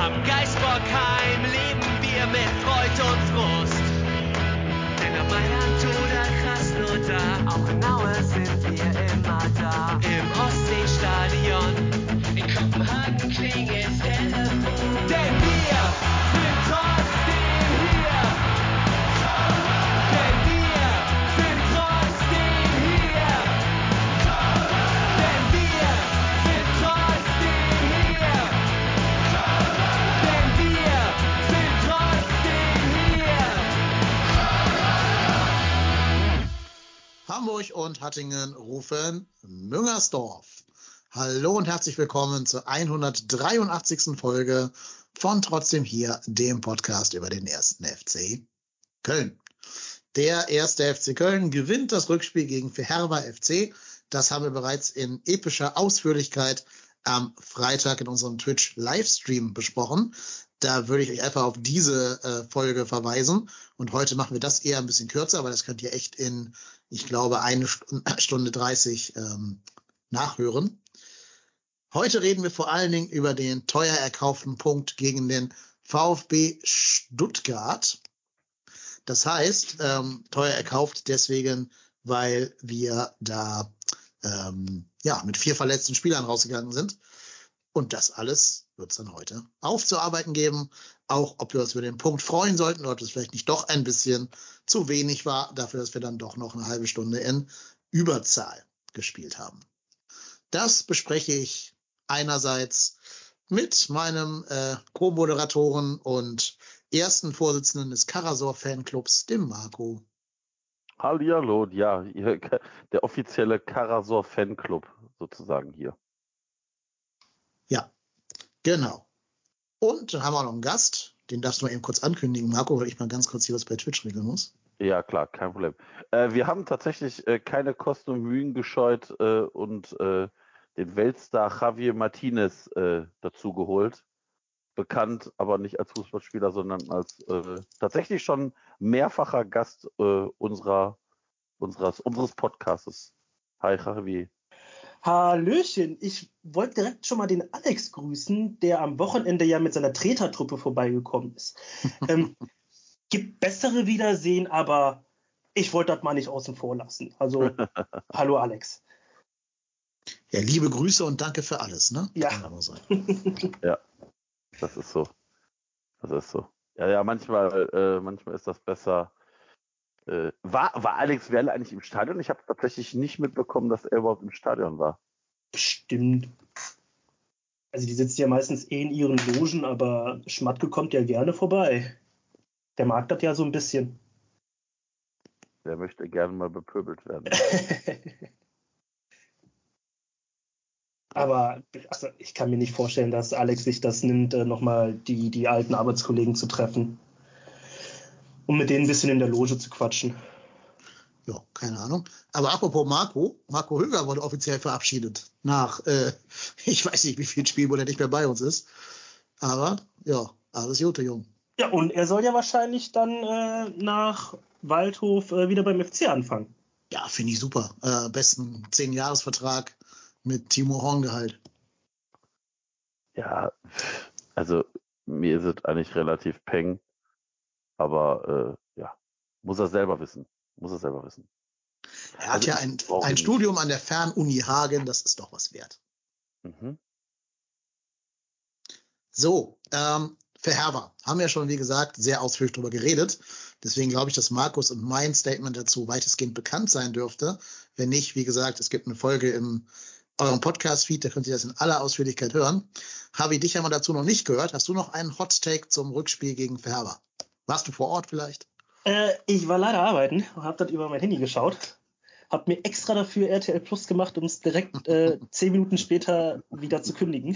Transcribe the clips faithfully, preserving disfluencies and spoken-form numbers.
Am Geisbockheim leben wir mit Freud und Frust. Denn ob Mailand oder Krasnodar, auch in Aue sind wir immer da. Im Ostseestadion, in Kopenhagen klingelt Telefon. Denn wir sind trotzdem hier. Denn wir sind trotzdem hier. Denn wir sind trotzdem hier. Denn wir sind trotzdem hier. Hamburg und Hattingen rufen Müngersdorf. Hallo und herzlich willkommen zur hundertdreiundachtzigsten Folge von Trotzdem hier, dem Podcast über den ersten F C Köln. Der erste F C Köln gewinnt das Rückspiel gegen Fehervar F C. Das haben wir bereits in epischer Ausführlichkeit am Freitag in unserem Twitch-Livestream besprochen. Da würde ich euch einfach auf diese äh, Folge verweisen. Und heute machen wir das eher ein bisschen kürzer, weil das könnt ihr echt in, ich glaube, eine Stunde dreißig ähm, nachhören. Heute reden wir vor allen Dingen über den teuer erkauften Punkt gegen den VfB Stuttgart. Das heißt, ähm, teuer erkauft deswegen, weil wir da ähm, ja mit vier verletzten Spielern rausgegangen sind. Und das alles wird es dann heute aufzuarbeiten geben. Auch ob wir uns über den Punkt freuen sollten oder ob das vielleicht nicht doch ein bisschen zu wenig war, dafür, dass wir dann doch noch eine halbe Stunde in Überzahl gespielt haben. Das bespreche ich einerseits mit meinem äh, Co-Moderatoren und ersten Vorsitzenden des Karasor-Fanclubs, dem Marco. Hallihallo, ja, ihr- der offizielle Karasor-Fanclub sozusagen hier. Ja, genau. Und dann haben wir noch einen Gast, den darfst du mal eben kurz ankündigen, Marco, weil ich mal ganz kurz hier was bei Twitch regeln muss. Ja, klar, kein Problem. Äh, wir haben tatsächlich äh, keine Kosten und Mühen gescheut äh, und äh, den Weltstar Javier Martinez äh, dazu geholt. Bekannt, aber nicht als Fußballspieler, sondern als äh, tatsächlich schon mehrfacher Gast äh, unserer, unseres, unseres Podcastes. Hi, Javier. Hallöchen, ich wollte direkt schon mal den Alex grüßen, der am Wochenende ja mit seiner Tretertruppe vorbeigekommen ist. ähm, gibt bessere Wiedersehen, aber ich wollte das mal nicht außen vor lassen. Also, hallo Alex. Ja, liebe Grüße und danke für alles, ne? Ja. Kann aber sein. Ja, das ist so. Das ist so. Ja, ja, manchmal, äh, manchmal ist das besser. Äh, war, war Alex Werle eigentlich im Stadion? Ich habe tatsächlich nicht mitbekommen, dass er überhaupt im Stadion war. Bestimmt. Also die sitzen ja meistens eh in ihren Logen, aber Schmatke kommt ja gerne vorbei. Der mag das ja so ein bisschen. Der möchte gerne mal bepöbelt werden. Aber also, ich kann mir nicht vorstellen, dass Alex sich das nimmt, äh, nochmal die, die alten Arbeitskollegen zu treffen. Um mit denen ein bisschen in der Loge zu quatschen. Ja, keine Ahnung. Aber apropos Marco, Marco Höger wurde offiziell verabschiedet. Nach, äh, ich weiß nicht, wie viel Spiel, wo er nicht mehr bei uns ist. Aber, ja, alles Gute, Jung. Ja, und er soll ja wahrscheinlich dann äh, nach Waldhof äh, wieder beim F C anfangen. Ja, finde ich super. Äh, besten zehn-Jahres-Vertrag mit Timo Horngehalt. Ja, also mir ist es eigentlich relativ peng. Aber äh, ja, muss er selber wissen. Muss er selber wissen. Er hat Also ja ich ein, brauch ein ihn Studium an der Fernuni Hagen, das ist doch was wert. Mhm. So, ähm, Fehervar haben wir ja schon, wie gesagt, sehr ausführlich drüber geredet. Deswegen glaube ich, dass Markus und mein Statement dazu weitestgehend bekannt sein dürfte. Wenn nicht, wie gesagt, es gibt eine Folge im eurem Podcast-Feed, da könnt ihr das in aller Ausführlichkeit hören. Javi, dich haben wir dazu noch nicht gehört. Hast du noch einen Hot-Take zum Rückspiel gegen Fehervar? Warst du vor Ort vielleicht? Äh, ich war leider arbeiten und habe das über mein Handy geschaut. Hab mir extra dafür R T L Plus gemacht, um es direkt äh, zehn Minuten später wieder zu kündigen.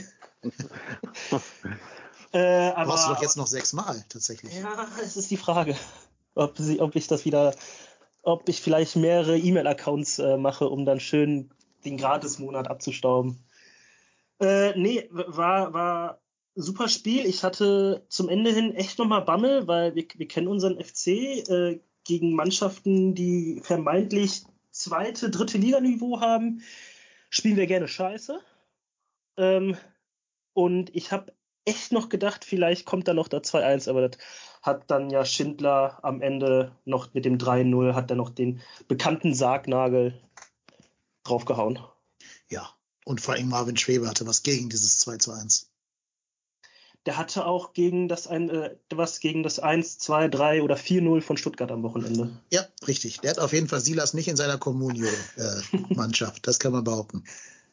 äh, aber Brauchst du doch jetzt noch sechsmal tatsächlich. Ja, es ist die Frage, ob, sie, ob ich das wieder, ob ich vielleicht mehrere E-Mail-Accounts äh, mache, um dann schön den Gratis-Monat abzustauben. Äh, nee, war, war super Spiel. Ich hatte zum Ende hin echt nochmal Bammel, weil wir, wir kennen unseren F C äh, gegen Mannschaften, die vermeintlich zweite, dritte Liganiveau haben, spielen wir gerne scheiße. Ähm, und ich habe echt noch gedacht, vielleicht kommt da noch der zwei eins, aber das hat dann ja Schindler am Ende noch mit dem drei null, hat dann noch den bekannten Sargnagel draufgehauen. Ja, und vor allem Marvin Schwebe hatte was gegen dieses zwei zu eins. Der hatte auch gegen das ein, äh, was gegen das eins, zwei, drei oder vier null von Stuttgart am Wochenende. Ja, richtig. Der hat auf jeden Fall Silas nicht in seiner Communio-Mannschaft. Äh, das kann man behaupten.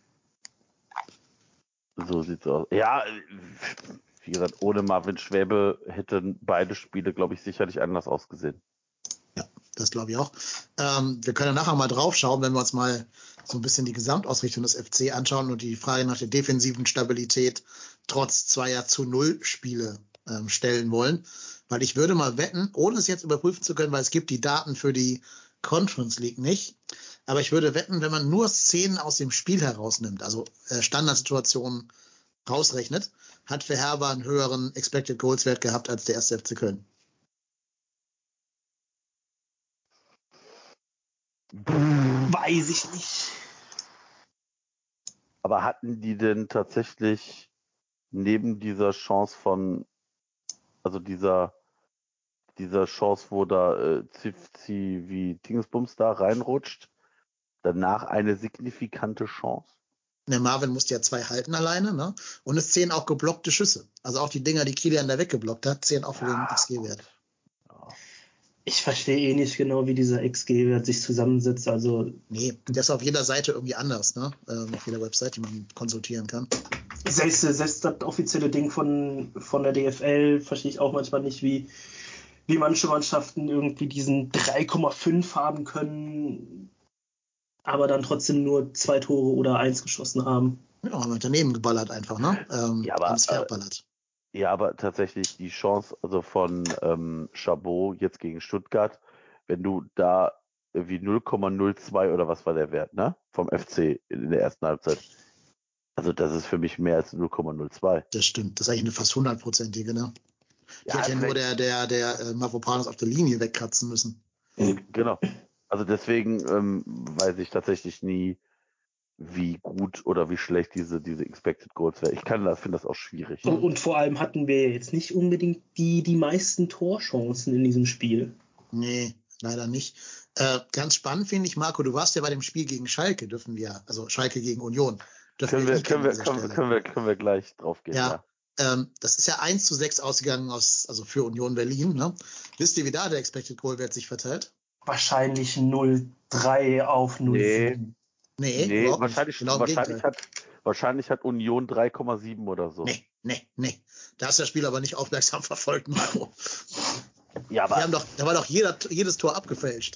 So sieht's aus. Ja, wie gesagt, ohne Marvin Schwäbe hätten beide Spiele, glaube ich, sicherlich anders ausgesehen. Ja, das glaube ich auch. Ähm, wir können nachher mal drauf schauen, wenn wir uns mal so ein bisschen die Gesamtausrichtung des F C anschauen und die Frage nach der defensiven Stabilität trotz zweier zu null Spiele ähm, stellen wollen. Weil ich würde mal wetten, ohne es jetzt überprüfen zu können, weil es gibt die Daten für die Conference League nicht, aber ich würde wetten, wenn man nur Szenen aus dem Spiel herausnimmt, also äh, Standardsituationen rausrechnet, hat Verherber einen höheren Expected Goals Wert gehabt als der erste F C Köln. Weiß ich nicht. Aber hatten die denn tatsächlich neben dieser Chance von, also dieser, dieser Chance, wo da äh, Zivzi wie Dingsbums da reinrutscht, danach eine signifikante Chance? Der Marvin musste ja zwei halten alleine, ne? Und es zählen auch geblockte Schüsse. Also auch die Dinger, die Kilian da weggeblockt hat, zählen auch für ja, den X G-Wert. Ja. Ich verstehe eh nicht genau, wie dieser X G-Wert sich zusammensetzt. Also nee, der ist auf jeder Seite irgendwie anders, ne? Ähm, auf jeder Website, die man konsultieren kann. Selbst, selbst das offizielle Ding von, von der D F L verstehe ich auch manchmal nicht, wie, wie manche Mannschaften irgendwie diesen drei Komma fünf haben können, aber dann trotzdem nur zwei Tore oder eins geschossen haben. Ja, haben wir daneben geballert einfach, ne? Ähm, ja, aber, haben es verballert. Ja, aber tatsächlich die Chance also von ähm, Chabot jetzt gegen Stuttgart, wenn du da wie null Komma null zwei oder was war der Wert, ne? Vom F C in der ersten Halbzeit. Also das ist für mich mehr als null Komma null zwei. Das stimmt. Das ist eigentlich eine fast hundertprozentige, ne? Die Ja, hätte ja nur der, der, der äh, Mavropanos auf der Linie wegkratzen müssen. Genau. Also deswegen ähm, weiß ich tatsächlich nie, wie gut oder wie schlecht diese, diese Expected Goals wäre. Ich kann das, finde das auch schwierig. Und, und vor allem hatten wir jetzt nicht unbedingt die, die meisten Torchancen in diesem Spiel. Nee, leider nicht. Äh, ganz spannend finde ich, Marco, du warst ja bei dem Spiel gegen Schalke, dürfen wir, also Schalke gegen Union. Können wir, können, wir, können, können, wir, können wir gleich drauf gehen, ja. ja. Ähm, das ist ja eins zu sechs ausgegangen aus, also für Union Berlin. Ne? Wisst ihr, wie da der Expected Goal Wert sich verteilt? Wahrscheinlich null Komma drei auf null Komma sieben. Nee, nee, überhaupt wahrscheinlich, nicht. Genau im wahrscheinlich, Gegenteil. hat, wahrscheinlich hat Union drei Komma sieben oder so. Nee, nee, nee. Da hast du das Spiel aber nicht aufmerksam verfolgt, Marco. Ja, aber Die haben doch, da war doch jeder, jedes Tor abgefälscht.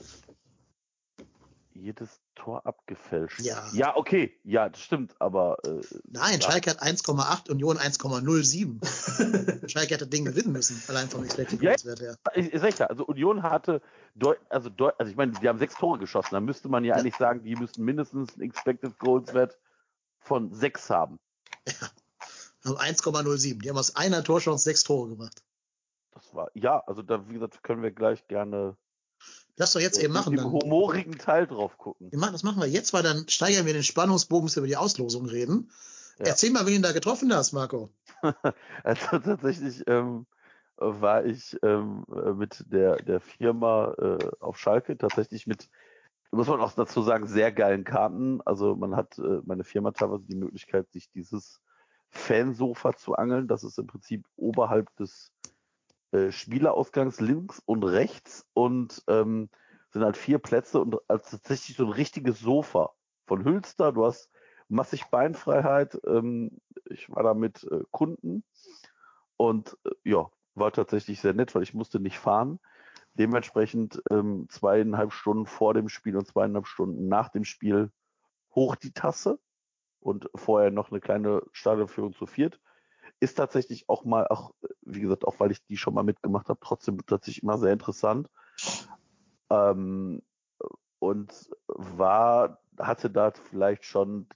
Jedes Tor abgefälscht. Ja. Ja, okay. Ja, das stimmt, aber. Äh, Nein, ja. Schalke hat eins Komma acht, Union eins Komma null sieben. Schalke hätte das Ding gewinnen müssen, allein vom Expected Ja, Goals Wert her. ich, ich sag ja, also Union hatte, deut, also, deut, also ich meine, die haben sechs Tore geschossen. Da müsste man ja, ja eigentlich sagen, die müssten mindestens einen Expected Goals Wert von sechs haben. Ja, haben eins Komma null sieben. Die haben aus einer Torchance sechs Tore gemacht. Das war, ja, also da, wie gesagt, können wir gleich gerne Lass doch jetzt äh, eben machen. im Dann. humorigen Teil drauf gucken. Das machen wir jetzt, weil dann steigern wir den Spannungsbogen, bis wir über die Auslosung reden. Ja. Erzähl mal, wen du da getroffen hast, Marco. Also tatsächlich ähm, war ich ähm, mit der, der Firma äh, auf Schalke, tatsächlich mit, muss man auch dazu sagen, sehr geilen Karten. Also man hat, äh, meine Firma teilweise die Möglichkeit, sich dieses Fansofa zu angeln. Das ist im Prinzip oberhalb des äh, Spielerausgangs links und rechts und ähm, sind halt vier Plätze und als tatsächlich so ein richtiges Sofa von Hülster. Du hast massig Beinfreiheit. Ähm, ich war da mit äh, Kunden und äh, ja, war tatsächlich sehr nett, weil ich musste nicht fahren. Dementsprechend ähm, zweieinhalb Stunden vor dem Spiel und zweieinhalb Stunden nach dem Spiel hoch die Tasse und vorher noch eine kleine Stadionführung zu viert. Ist tatsächlich auch mal, auch wie gesagt, auch weil ich die schon mal mitgemacht habe, trotzdem tatsächlich immer sehr interessant. Ähm, und war, hatte da vielleicht schon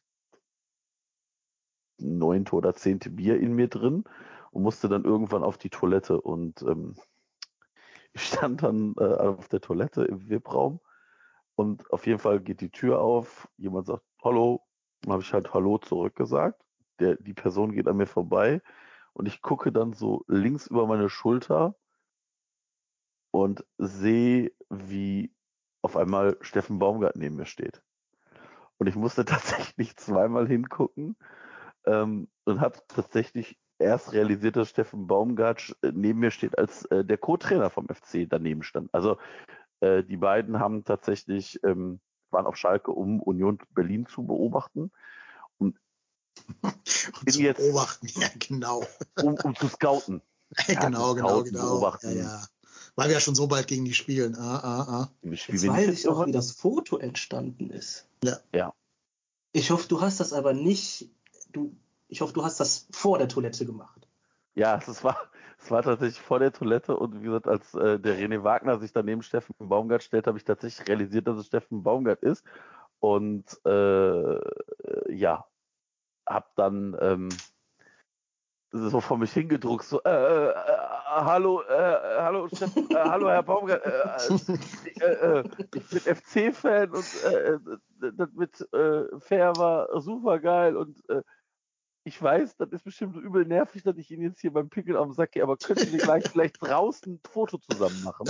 neunte oder zehnte Bier in mir drin und musste dann irgendwann auf die Toilette und ähm, ich stand dann äh, auf der Toilette im V I P-Raum und auf jeden Fall geht die Tür auf, jemand sagt Hallo, dann habe ich halt Hallo zurückgesagt, der, die Person geht an mir vorbei und ich gucke dann so links über meine Schulter und sehe, wie auf einmal Steffen Baumgart neben mir steht. Und ich musste tatsächlich zweimal hingucken ähm, und habe tatsächlich erst realisiert, dass Steffen Baumgart neben mir steht, als äh, der Co-Trainer vom F C daneben stand. Also äh, die beiden haben tatsächlich, ähm, waren auf Schalke, um Union Berlin zu beobachten. Und, und zu jetzt, beobachten, ja genau. Um, um zu scouten. Ja, genau, genau, scouten, genau. Beobachten. Ja, ja. Weil wir ja schon so bald gegen die spielen. Ah, ah, ah. Jetzt weiß ich auch, wie das Foto entstanden ist. Ja. ja. Ich hoffe, du hast das aber nicht, du, ich hoffe, du hast das vor der Toilette gemacht. Ja, es war, es war tatsächlich vor der Toilette und wie gesagt, als äh, der René Wagner sich daneben Steffen Baumgart stellt, habe ich tatsächlich realisiert, dass es Steffen Baumgart ist. Und äh, ja, hab dann ähm, so vor mich hingedruckt, so, äh, äh, äh, hallo, äh, hallo, Steffen, äh, hallo, Herr Baumgart, äh, äh, äh, ich bin F C-Fan und äh, das mit äh, Fair war super geil und äh, ich weiß, das ist bestimmt übel nervig, dass ich Ihnen jetzt hier beim Pickeln auf den Sack gehe, aber könnten wir gleich vielleicht draußen ein Foto zusammen machen?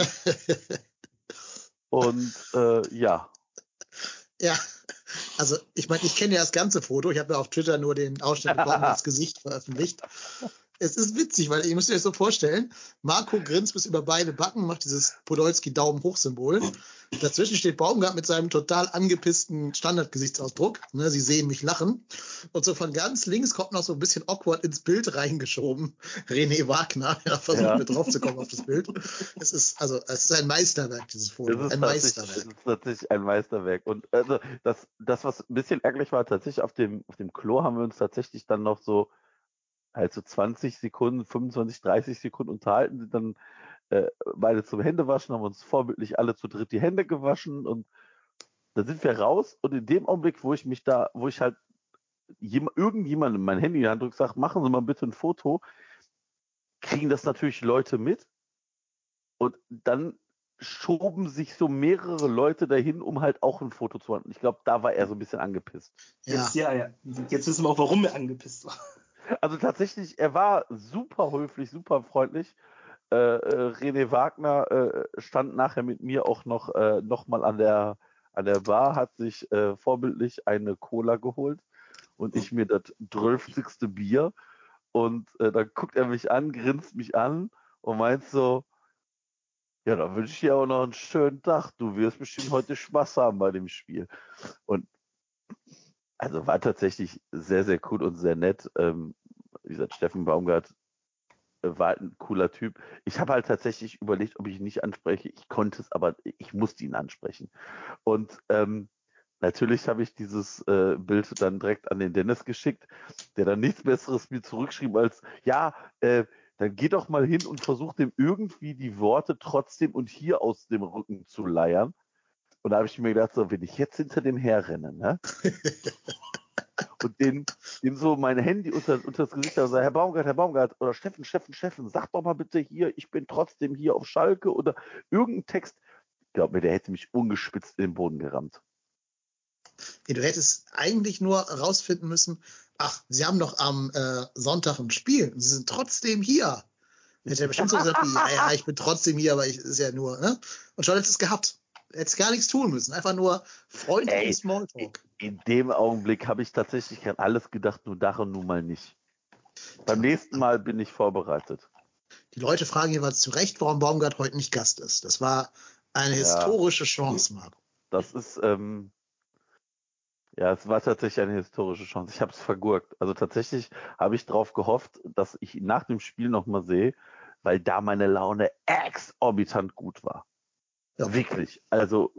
Und äh, ja. Ja, also ich meine, ich kenne ja das ganze Foto. Ich habe ja auf Twitter nur den Ausschnitt mit Baumgarts Gesicht veröffentlicht. Es ist witzig, weil ihr müsst euch das so vorstellen, Marco grinst bis über beide Backen, macht dieses Podolski-Daumen-Hoch-Symbol. Dazwischen steht Baumgart mit seinem total angepissten Standardgesichtsausdruck. Ne, Sie sehen mich lachen. Und so von ganz links kommt noch so ein bisschen awkward ins Bild reingeschoben René Wagner, der versucht ja. mit drauf zu kommen auf das Bild. Es ist, also, es ist ein Meisterwerk, dieses Foto. Es ist ein Meisterwerk. Es ist tatsächlich ein Meisterwerk. Und also das, das, was ein bisschen ärgerlich war, tatsächlich auf dem, auf dem Klo haben wir uns tatsächlich dann noch so halt so zwanzig Sekunden, fünfundzwanzig, dreißig Sekunden unterhalten, sind dann äh, beide zum Händewaschen, haben uns vorbildlich alle zu dritt die Hände gewaschen und dann sind wir raus und in dem Augenblick, wo ich mich da, wo ich halt jem, irgendjemandem mein Handy in die Hand drücke, sage, machen Sie mal bitte ein Foto, kriegen das natürlich Leute mit und dann schoben sich so mehrere Leute dahin, um halt auch ein Foto zu machen. Ich glaube, da war er so ein bisschen angepisst. Ja. Jetzt, ja, ja. Jetzt wissen wir auch, warum er angepisst war. Also tatsächlich, er war super höflich, super freundlich. Äh, äh, René Wagner äh, stand nachher mit mir auch noch, äh, noch mal an der, an der Bar, hat sich äh, vorbildlich eine Cola geholt und ich mir das zwölfzigste Bier. Und äh, dann guckt er mich an, grinst mich an und meint so, ja, dann wünsche ich dir auch noch einen schönen Tag. Du wirst bestimmt heute Spaß haben bei dem Spiel. Und also war tatsächlich sehr, sehr cool und sehr nett. Ähm, wie gesagt, Steffen Baumgart war ein cooler Typ. Ich habe halt tatsächlich überlegt, ob ich ihn nicht anspreche. Ich konnte es, aber ich musste ihn ansprechen. Und ähm, natürlich habe ich dieses äh, Bild dann direkt an den Dennis geschickt, der dann nichts Besseres mir zurückschrieb als, ja, äh, dann geh doch mal hin und versuch dem irgendwie die Worte trotzdem und hier aus dem Rücken zu leiern. Und da habe ich mir gedacht, so, wenn ich jetzt hinter dem herrenne, ne? und den, dem so mein Handy unter, unter das Gesicht habe, so, Herr Baumgart, Herr Baumgart, oder Steffen, Steffen, Steffen, sag doch mal bitte hier, ich bin trotzdem hier auf Schalke oder irgendein Text. Glaub mir, der hätte mich ungespitzt in den Boden gerammt. Du hättest eigentlich nur rausfinden müssen, ach, Sie haben doch am äh, Sonntag ein Spiel, Sie sind trotzdem hier. Hätte er bestimmt so gesagt, wie, ja, ja, ich bin trotzdem hier, aber ich ist ja nur, ne? Und schon hättest du es gehabt. Hättest gar nichts tun müssen, einfach nur freundlichen Smalltalk. In dem Augenblick habe ich tatsächlich an alles gedacht, nur daran nun mal nicht. Beim nächsten Mal bin ich vorbereitet. Die Leute fragen jeweils zu Recht, warum Baumgart heute nicht Gast ist. Das war eine ja. historische Chance, Marco. Das ist, ähm, ja, es war tatsächlich eine historische Chance. Ich habe es vergurkt. Also tatsächlich habe ich darauf gehofft, dass ich ihn nach dem Spiel nochmal sehe, weil da meine Laune exorbitant gut war. Ja. Wirklich. Also,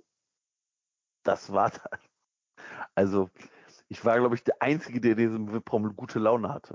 das war das. Also, ich war, glaube ich, der Einzige, der in diesem Wipprom gute Laune hatte.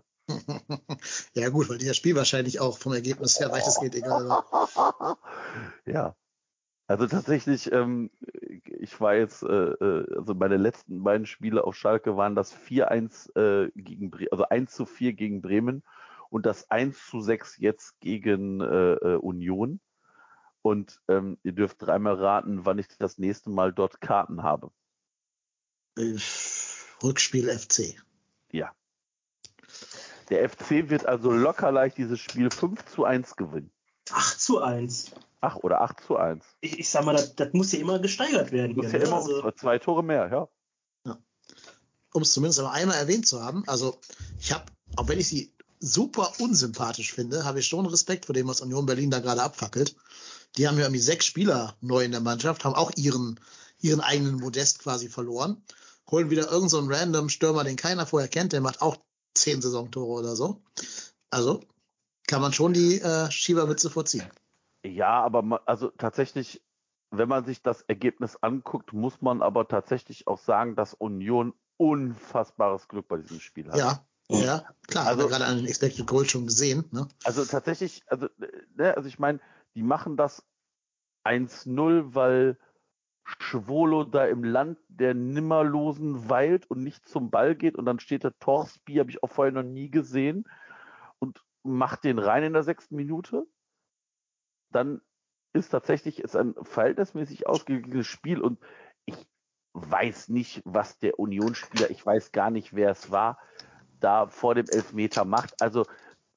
Ja gut, weil dir das Spiel wahrscheinlich auch vom Ergebnis her weitestgehend egal war. Ja. Also tatsächlich, ähm, ich war jetzt, äh, also meine letzten beiden Spiele auf Schalke waren das vier eins äh, gegen Bremen, also eins zu vier gegen Bremen und das eins zu sechs jetzt gegen äh, Union. Und ähm, ihr dürft dreimal raten, wann ich das nächste Mal dort Karten habe. Rückspiel F C. Ja. Der F C wird also locker leicht dieses Spiel fünf zu eins gewinnen. acht zu eins. Ach, oder acht zu eins. Ich, ich sag mal, das, das muss ja immer gesteigert werden. Muss hier, ja ne? immer Also, um zwei Tore mehr, ja. Ja. Um es zumindest aber einmal erwähnt zu haben, also ich habe, auch wenn ich sie super unsympathisch finde, habe ich schon Respekt vor dem, was Union Berlin da gerade abfackelt. Die haben ja irgendwie sechs Spieler neu in der Mannschaft, haben auch ihren, ihren eigenen Modest quasi verloren, holen wieder irgend so einen random Stürmer, den keiner vorher kennt, der macht auch zehn Saisontore oder so. Also kann man schon die äh, Schiebermütze vorziehen. Ja, aber ma, also tatsächlich, wenn man sich das Ergebnis anguckt, muss man aber tatsächlich auch sagen, dass Union unfassbares Glück bei diesem Spiel hat. Ja, ja, klar, Also- haben wir gerade an den Expected Goals schon gesehen. Ne? Also tatsächlich, also, ne, also ich meine, die machen das eins null, weil Schwolo da im Land der Nimmerlosen weilt und nicht zum Ball geht und dann steht der Torsby, habe ich auch vorher noch nie gesehen, und macht den rein in der sechsten Minute. Dann ist tatsächlich ist ein verhältnismäßig ausgeglichenes Spiel und ich weiß nicht, was der Unionsspieler, ich weiß gar nicht, wer es war, da vor dem Elfmeter macht. Also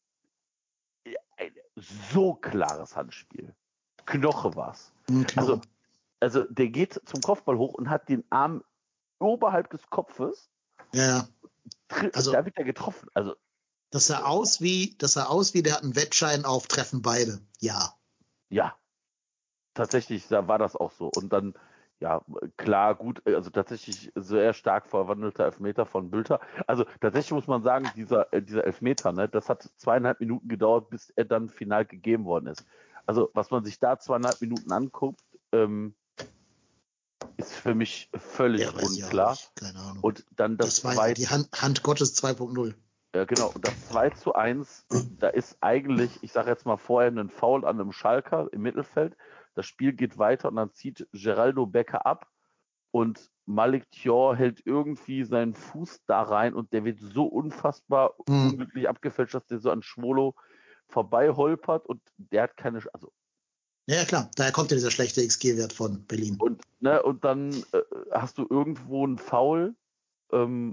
ein so klares Handspiel. Knoche war's. Mhm, Also, also der geht zum Kopfball hoch und hat den Arm oberhalb des Kopfes. Ja, Tri- Also- da wird er getroffen. Also das sah aus wie, das sah aus wie, der hat einen Wettschein auf Treffen beide. Ja. ja, tatsächlich da war das auch so. Und dann, ja, klar, gut, also tatsächlich sehr stark verwandelter Elfmeter von Bülter. Also tatsächlich muss man sagen, dieser, äh, dieser Elfmeter, ne, das hat zweieinhalb Minuten gedauert, bis er dann final gegeben worden ist. Also was man sich da zweieinhalb Minuten anguckt, ähm, ist für mich völlig Ja, weiß ich auch unklar. nicht. Keine Ahnung. Und dann das, Das war ja zweite, die Hand, Hand Gottes zwei Punkt null. ja, genau, und das zwei zu eins, da ist eigentlich, ich sage jetzt mal vorher, ein Foul an einem Schalker im Mittelfeld. Das Spiel geht weiter und dann zieht Geraldo Becker ab und Malik Thior hält irgendwie seinen Fuß da rein und der wird so unfassbar Hm. unglücklich abgefälscht, dass der so an Schwolo vorbei holpert und der hat keine, Sch- also Ja, ja, klar. Daher kommt ja dieser schlechte X G-Wert von Berlin. und ne, und dann äh, hast du irgendwo einen Foul, ähm,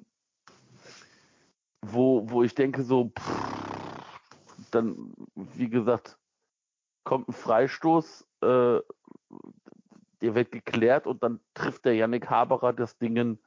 wo, wo ich denke so, pff, dann, wie gesagt, kommt ein Freistoß, äh, der wird geklärt und dann trifft der Yannick Haberer das Ding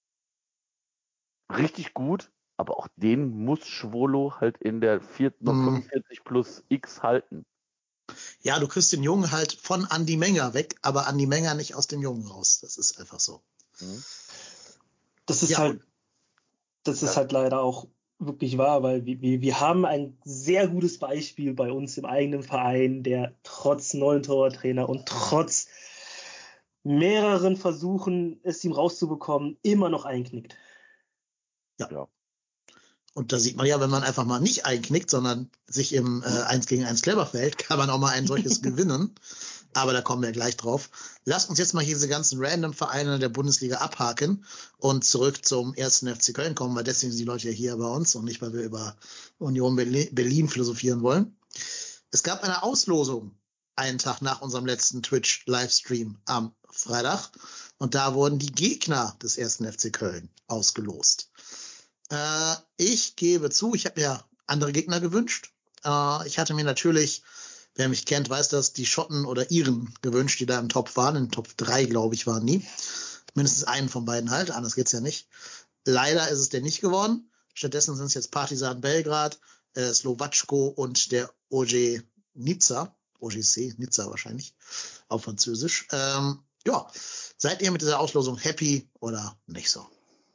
richtig gut, aber auch den muss Schwolo halt in der vierten und Hm. fünfundvierzig plus X halten. Ja, du kriegst den Jungen halt von Andi Menger weg, aber Andi Menger nicht aus dem Jungen raus. Das ist einfach so. Mhm. das ist Ja, halt, das ist Ja. halt leider auch wirklich wahr, weil wir, wir, wir haben ein sehr gutes Beispiel bei uns im eigenen Verein, der trotz neuen Torwarttrainer und trotz mehreren Versuchen, es ihm rauszubekommen, immer noch einknickt. Ja. Und da sieht man ja, wenn man einfach mal nicht einknickt, sondern sich im äh, eins gegen eins clever verhält, kann man auch mal ein solches gewinnen. Aber da kommen wir gleich drauf. Lasst uns jetzt mal hier diese ganzen random Vereine der Bundesliga abhaken und zurück zum ersten F C Köln kommen, weil deswegen sind die Leute ja hier bei uns und nicht, weil wir über Union Berlin philosophieren wollen. Es gab eine Auslosung einen Tag nach unserem letzten Twitch-Livestream am Freitag und da wurden die Gegner des ersten F C Köln ausgelost. Äh, ich gebe zu, ich habe mir andere Gegner gewünscht. Äh, ich hatte mir natürlich, wer mich kennt, weiß das, die Schotten oder Iren gewünscht, die da im Top waren. In Top drei, glaube ich, waren die. Mindestens einen von beiden halt, anders geht's ja nicht. Leider ist es der nicht geworden. Stattdessen sind es jetzt Partizan Belgrad, äh, Slowatschko und der O G Nizza. O G C, Nizza wahrscheinlich, auf Französisch. Ähm, ja, seid ihr mit dieser Auslosung happy oder nicht so?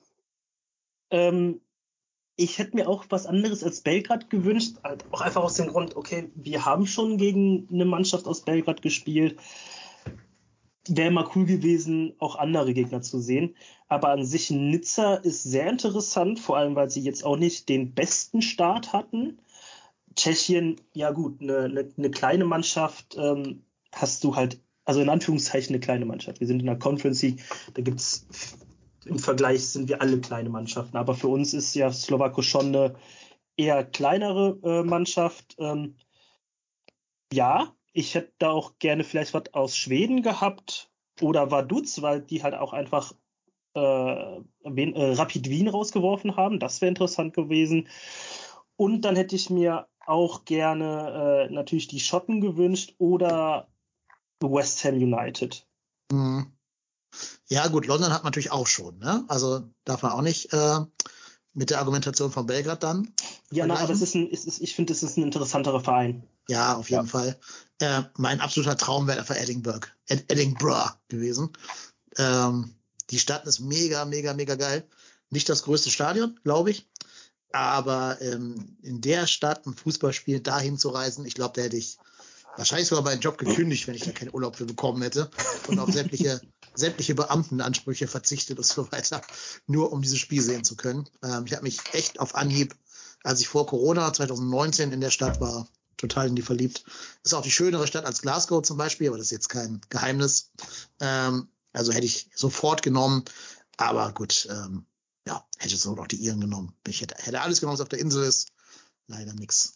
Ähm, ich hätte mir auch was anderes als Belgrad gewünscht, halt auch einfach aus dem Grund, okay, wir haben schon gegen eine Mannschaft aus Belgrad gespielt. Wäre mal cool gewesen, auch andere Gegner zu sehen. Aber an sich Nizza ist sehr interessant, vor allem, weil sie jetzt auch nicht den besten Start hatten. Tschechien, ja gut, eine, eine, eine kleine Mannschaft ähm, hast du halt, also in Anführungszeichen eine kleine Mannschaft. Wir sind in der Conference League, da gibt's im Vergleich sind wir alle kleine Mannschaften. Aber für uns ist ja Slowako schon eine eher kleinere äh, Mannschaft. Ähm, ja, ich hätte da auch gerne vielleicht was aus Schweden gehabt oder Vaduz, weil die halt auch einfach äh, wen, äh, Rapid Wien rausgeworfen haben. Das wäre interessant gewesen. Und dann hätte ich mir auch gerne äh, natürlich die Schotten gewünscht oder West Ham United. Mhm. Ja, gut, London hat man natürlich auch schon, ne? Also darf man auch nicht äh, mit der Argumentation von Belgrad dann. Ja, na, aber es ist ein, es ist, ich finde, es ist ein interessanterer Verein. Ja, auf jeden Ja. Fall. Äh, mein absoluter Traum wäre einfach Edinburgh, Ed Edinburgh gewesen. Ähm, die Stadt ist mega, mega, mega geil. Nicht das größte Stadion, glaube ich. Aber ähm, in der Stadt ein Fußballspiel dahin zu reisen, ich glaube, da hätte ich wahrscheinlich sogar meinen Job gekündigt, wenn ich da keinen Urlaub für bekommen hätte und auf sämtliche, sämtliche Beamtenansprüche verzichtet und so weiter, nur um dieses Spiel sehen zu können. Ähm, ich habe mich echt auf Anhieb, als ich vor Corona zwanzig neunzehn in der Stadt war, total in die verliebt. Ist auch die schönere Stadt als Glasgow zum Beispiel, aber das ist jetzt kein Geheimnis. Ähm, also hätte ich sofort genommen. Aber gut, ähm, ja, hätte so noch die Iren genommen. Ich hätte, hätte alles genommen, was auf der Insel ist. Leider nix.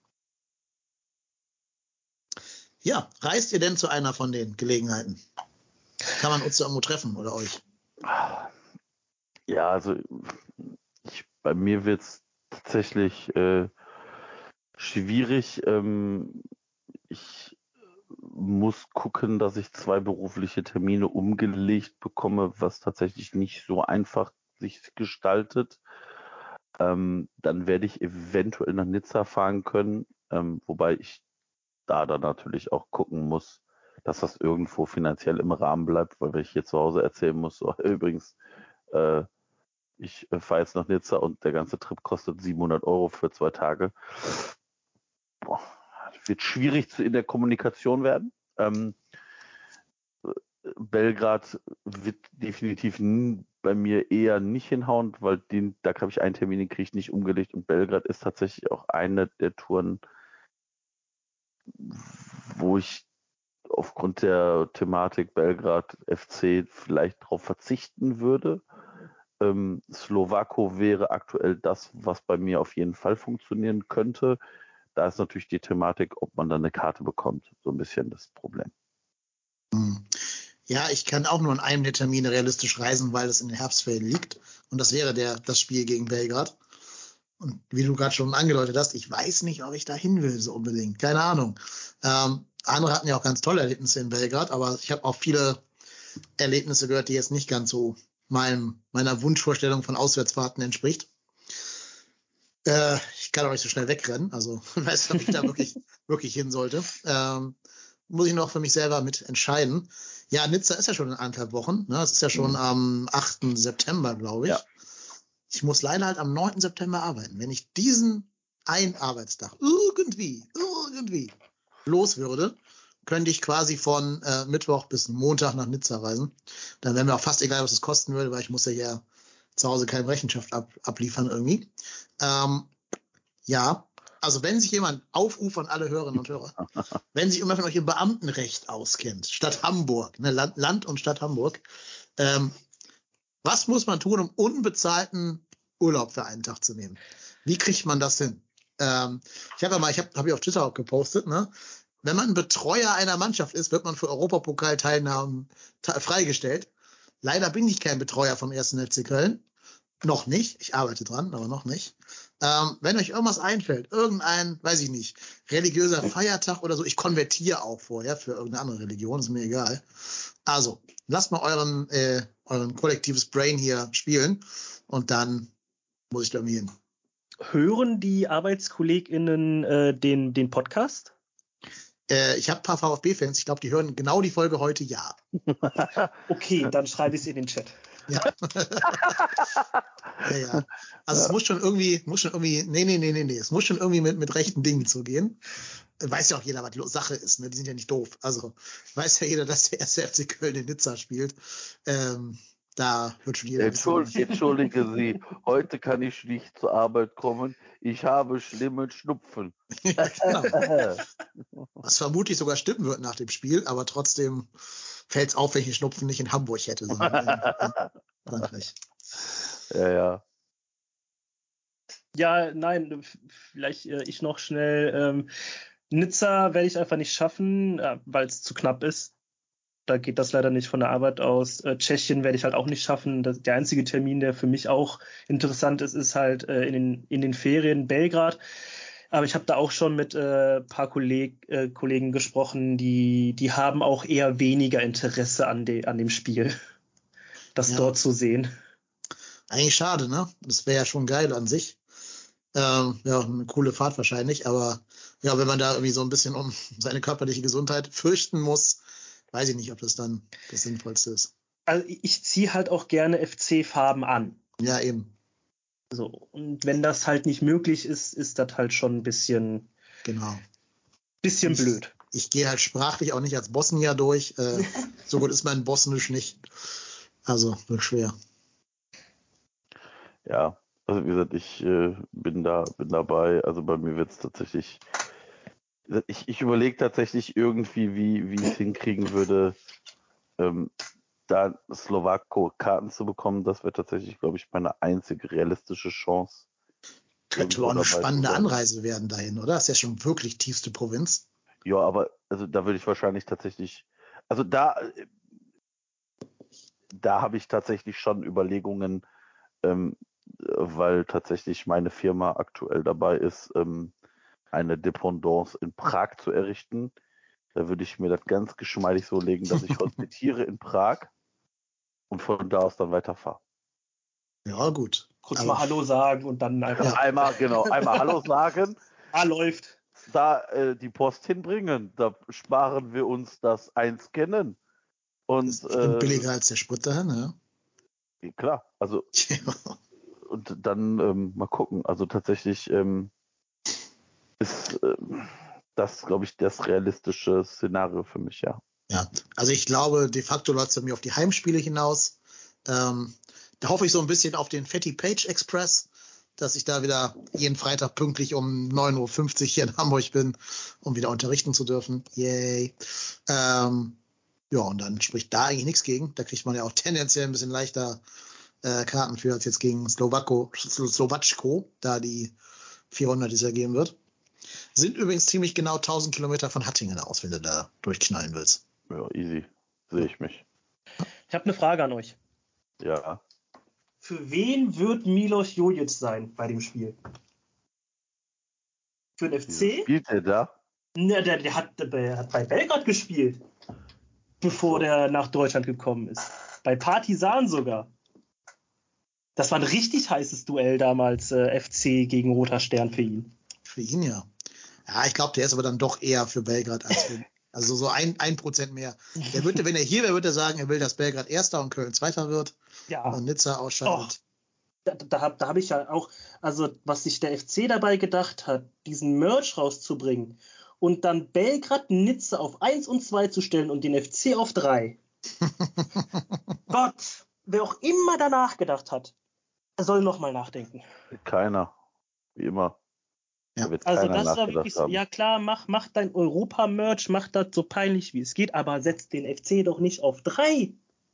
Ja, reist ihr denn zu einer von den Gelegenheiten? Kann man uns da irgendwo treffen oder euch? Ja, also ich, bei mir wird es tatsächlich äh, schwierig. Ähm, ich muss gucken, dass ich zwei berufliche Termine umgelegt bekomme, was tatsächlich nicht so einfach sich gestaltet. Ähm, dann werde ich eventuell nach Nizza fahren können, ähm, wobei ich da dann natürlich auch gucken muss, dass das irgendwo finanziell im Rahmen bleibt, weil wenn ich hier zu Hause erzählen muss, so übrigens, äh, ich äh, fahre jetzt nach Nizza und der ganze Trip kostet siebenhundert Euro für zwei Tage. Boah, wird schwierig zu, in der Kommunikation werden. Ähm, Belgrad wird definitiv n- bei mir eher nicht hinhauen, weil den, da habe ich einen Termin, den kriege ich nicht umgelegt und Belgrad ist tatsächlich auch eine der Touren, wo ich aufgrund der Thematik Belgrad F C vielleicht darauf verzichten würde. Ähm, Slowako wäre aktuell das, was bei mir auf jeden Fall funktionieren könnte. Da ist natürlich die Thematik, ob man dann eine Karte bekommt, so ein bisschen das Problem. Hm. Ja, ich kann auch nur an einem der Termine realistisch reisen, weil es in den Herbstferien liegt. Und das wäre der, das Spiel gegen Belgrad. Und wie du gerade schon angedeutet hast, ich weiß nicht, ob ich da hin will, so unbedingt. Keine Ahnung. Ähm, andere hatten ja auch ganz tolle Erlebnisse in Belgrad, aber ich habe auch viele Erlebnisse gehört, die jetzt nicht ganz so meinem, meiner Wunschvorstellung von Auswärtsfahrten entspricht. Äh, ich kann auch nicht so schnell wegrennen, also weiß nicht, ob ich da wirklich, wirklich hin sollte. Ähm, muss ich noch für mich selber mit entscheiden. Ja, Nizza ist ja schon in anderthalb Wochen. Ne? Das ist ja schon Mhm. am achten September, glaube ich. Ja. Ich muss leider halt am neunten September arbeiten. Wenn ich diesen einen Arbeitstag irgendwie, irgendwie los würde, könnte ich quasi von äh, Mittwoch bis Montag nach Nizza reisen. Dann wäre mir auch fast egal, was es kosten würde, weil ich muss ja hier zu Hause keine Rechenschaft ab, abliefern irgendwie. Ähm, ja, also wenn sich jemand aufruft an alle Hörerinnen und Hörer, wenn sich jemand von euch im Beamtenrecht auskennt, Stadt Hamburg, ne, Land, Land und Stadt Hamburg, ähm, was muss man tun, um unbezahlten Urlaub für einen Tag zu nehmen? Wie kriegt man das hin? Ähm, ich habe ja mal, ich habe hab ich auf Twitter auch gepostet, ne? Wenn man ein Betreuer einer Mannschaft ist, wird man für Europapokalteilnahmen ta- freigestellt. Leider bin ich kein Betreuer vom ersten F C Köln. Noch nicht. Ich arbeite dran, aber noch nicht. Ähm, wenn euch irgendwas einfällt, irgendein, weiß ich nicht, religiöser Feiertag oder so, ich konvertiere auch vorher für irgendeine andere Religion, ist mir egal. Also, lasst mal euren, äh, euren kollektives Brain hier spielen und dann muss ich da irgendwie hin. Hören die ArbeitskollegInnen äh, den, den Podcast? Äh, ich habe ein paar VfB-Fans, ich glaube, die hören genau die Folge heute, ja. Okay, dann schreibe ich es in den Chat. Ja. ja, ja. Also es muss schon irgendwie, muss schon irgendwie, nee, nee, nee, nee, nee, es muss schon irgendwie mit, mit rechten Dingen zugehen. Weiß ja auch jeder, was die Sache ist, ne? Die sind ja nicht doof. Also weiß ja jeder, dass der erste F C Köln in Nizza spielt. Ähm, da wird schon jeder Entschuld, wissen. entschuldige Sie, heute kann ich nicht zur Arbeit kommen. Ich habe schlimmen Schnupfen. Ja, genau. Was vermutlich sogar stimmen wird nach dem Spiel, aber trotzdem fällt es auf, wenn ich den Schnupfen nicht in Hamburg hätte, sondern in, in Frankreich. Ja, ja. Ja, nein, f- vielleicht äh, ich noch schnell. Ähm, Nizza werde ich einfach nicht schaffen, äh, weil es zu knapp ist. da geht das leider nicht von der Arbeit aus. Äh, Tschechien werde ich halt auch nicht schaffen. Das, der einzige Termin, der für mich auch interessant ist, ist halt äh, in, den, in den Ferien Belgrad. Aber ich habe da auch schon mit ein äh, paar Kolleg, äh, Kollegen gesprochen, die, die haben auch eher weniger Interesse an, de, an dem Spiel, das Ja. dort zu sehen. Eigentlich schade, ne? Das wäre ja schon geil an sich. Ähm, ja, eine coole Fahrt wahrscheinlich, aber ja, wenn man da irgendwie so ein bisschen um seine körperliche Gesundheit fürchten muss, weiß ich nicht, ob das dann das Sinnvollste ist. Also ich ziehe halt auch gerne F C-Farben an. Ja, eben. So, und wenn das halt nicht möglich ist, ist das halt schon ein bisschen, Genau. bisschen ich, blöd. Ich gehe halt sprachlich auch nicht als Bosnier durch. Äh, so gut ist mein Bosnisch nicht. Also, wird schwer. Ja, also wie gesagt, ich äh, bin da, bin dabei. Also bei mir wird es tatsächlich. Ich, ich überlege tatsächlich irgendwie, wie, wie ich es hinkriegen würde, ähm, da Slowako-Karten zu bekommen. Das wäre tatsächlich, glaube ich, meine einzige realistische Chance. Könnte irgendwo aber auch eine dabei zu spannende sein. Anreise werden dahin, oder? Das ist ja schon wirklich tiefste Provinz. Ja, aber also da würde ich wahrscheinlich tatsächlich, also da, äh, da habe ich tatsächlich schon Überlegungen, ähm, äh, weil tatsächlich meine Firma aktuell dabei ist, ähm, eine Dependance in Prag zu errichten. Da würde ich mir das ganz geschmeidig so legen, dass ich hospitiere in Prag und von da aus dann weiterfahre. Ja, gut. Kurz Aber- mal Hallo sagen und dann einfach Ja. Einmal, genau, einmal Hallo sagen, ah, läuft. da äh, die Post hinbringen, da sparen wir uns das Einscannen. Und Das ist bestimmt äh, billiger als der Sprit dahin, ja. klar, also und dann ähm, mal gucken. Also tatsächlich ähm, ist ähm, das, glaube ich, das realistische Szenario für mich, ja. Ja, also ich glaube, de facto läuft es bei mir auf die Heimspiele hinaus. Ähm, da hoffe ich so ein bisschen auf den Fatty Page Express, dass ich da wieder jeden Freitag pünktlich um neun Uhr fünfzig hier in Hamburg bin, um wieder unterrichten zu dürfen. Yay. Ähm, ja, und dann spricht da eigentlich nichts gegen. Da kriegt man ja auch tendenziell ein bisschen leichter äh, Karten für als jetzt gegen Slowako, Slo- Slowatschko, da die vierhundert, die es ja geben wird. Sind übrigens ziemlich genau tausend Kilometer von Hattingen aus, wenn du da durchknallen willst. Ja, easy. Sehe ich mich. Ich habe eine Frage an euch. Ja. Für wen wird Milos Jojic sein bei dem Spiel? Für den F Wieso C? spielt der da? Ne, der, der, hat, der hat bei Belgrad gespielt, bevor So. der nach Deutschland gekommen ist. Bei Partizan sogar. Das war ein richtig heißes Duell damals, äh, F C gegen Roter Stern für ihn. Für ihn ja. Ja, ich glaube, der ist aber dann doch eher für Belgrad als für. Also so ein, ein Prozent mehr. Der würde, wenn er hier wäre, würde er sagen, er will, dass Belgrad Erster und Köln Zweiter wird Ja. und Nizza ausscheidet. Da, da habe da hab ich ja auch, also was sich der F C dabei gedacht hat, diesen Merch rauszubringen und dann Belgrad Nizza auf eins und zwei zu stellen und den F C auf drei. Gott, wer auch immer danach gedacht hat, er soll nochmal nachdenken. Keiner. Wie immer. Ja. Da wird Also keiner das war nachgedacht wirklich so, haben. ja klar, mach, mach dein Europa-Merch, mach das so peinlich wie es geht, aber setz den F C doch nicht auf drei.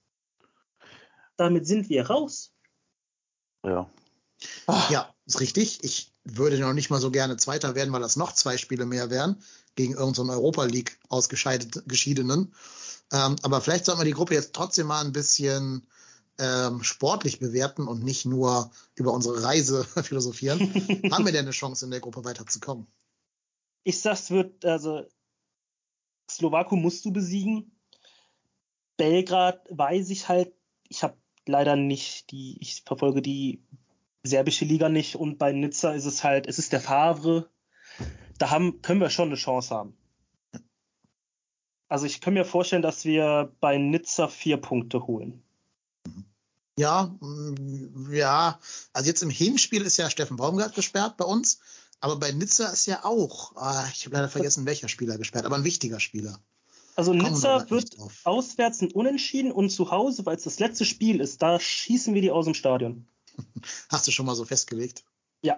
Damit sind wir raus. Ja. Ja, ist richtig. Ich würde noch nicht mal so gerne Zweiter werden, weil das noch zwei Spiele mehr wären gegen irgendeinen Europa League ausgeschiedenen. Ähm, aber vielleicht sollten wir die Gruppe jetzt trotzdem mal ein bisschen ähm, sportlich bewerten und nicht nur über unsere Reise philosophieren. Haben wir denn eine Chance, in der Gruppe weiterzukommen? Ich sag's wird, also Slowako musst du besiegen. Belgrad weiß ich halt, ich habe leider nicht die, ich verfolge die serbische Liga nicht und bei Nizza ist es halt, es ist der Favre. Da haben, können wir schon eine Chance haben. Also ich kann mir vorstellen, dass wir bei Nizza vier Punkte holen. Ja, mh, ja, also jetzt im Hinspiel ist ja Steffen Baumgart gesperrt bei uns, aber bei Nizza ist ja auch, ah, ich habe leider vergessen, welcher Spieler gesperrt, aber ein wichtiger Spieler. Also Kommen wir Nizza grad nicht wird drauf. auswärts ein Unentschieden und zu Hause, weil es das letzte Spiel ist, da schießen wir die aus dem Stadion. Hast du schon mal so festgelegt? Ja.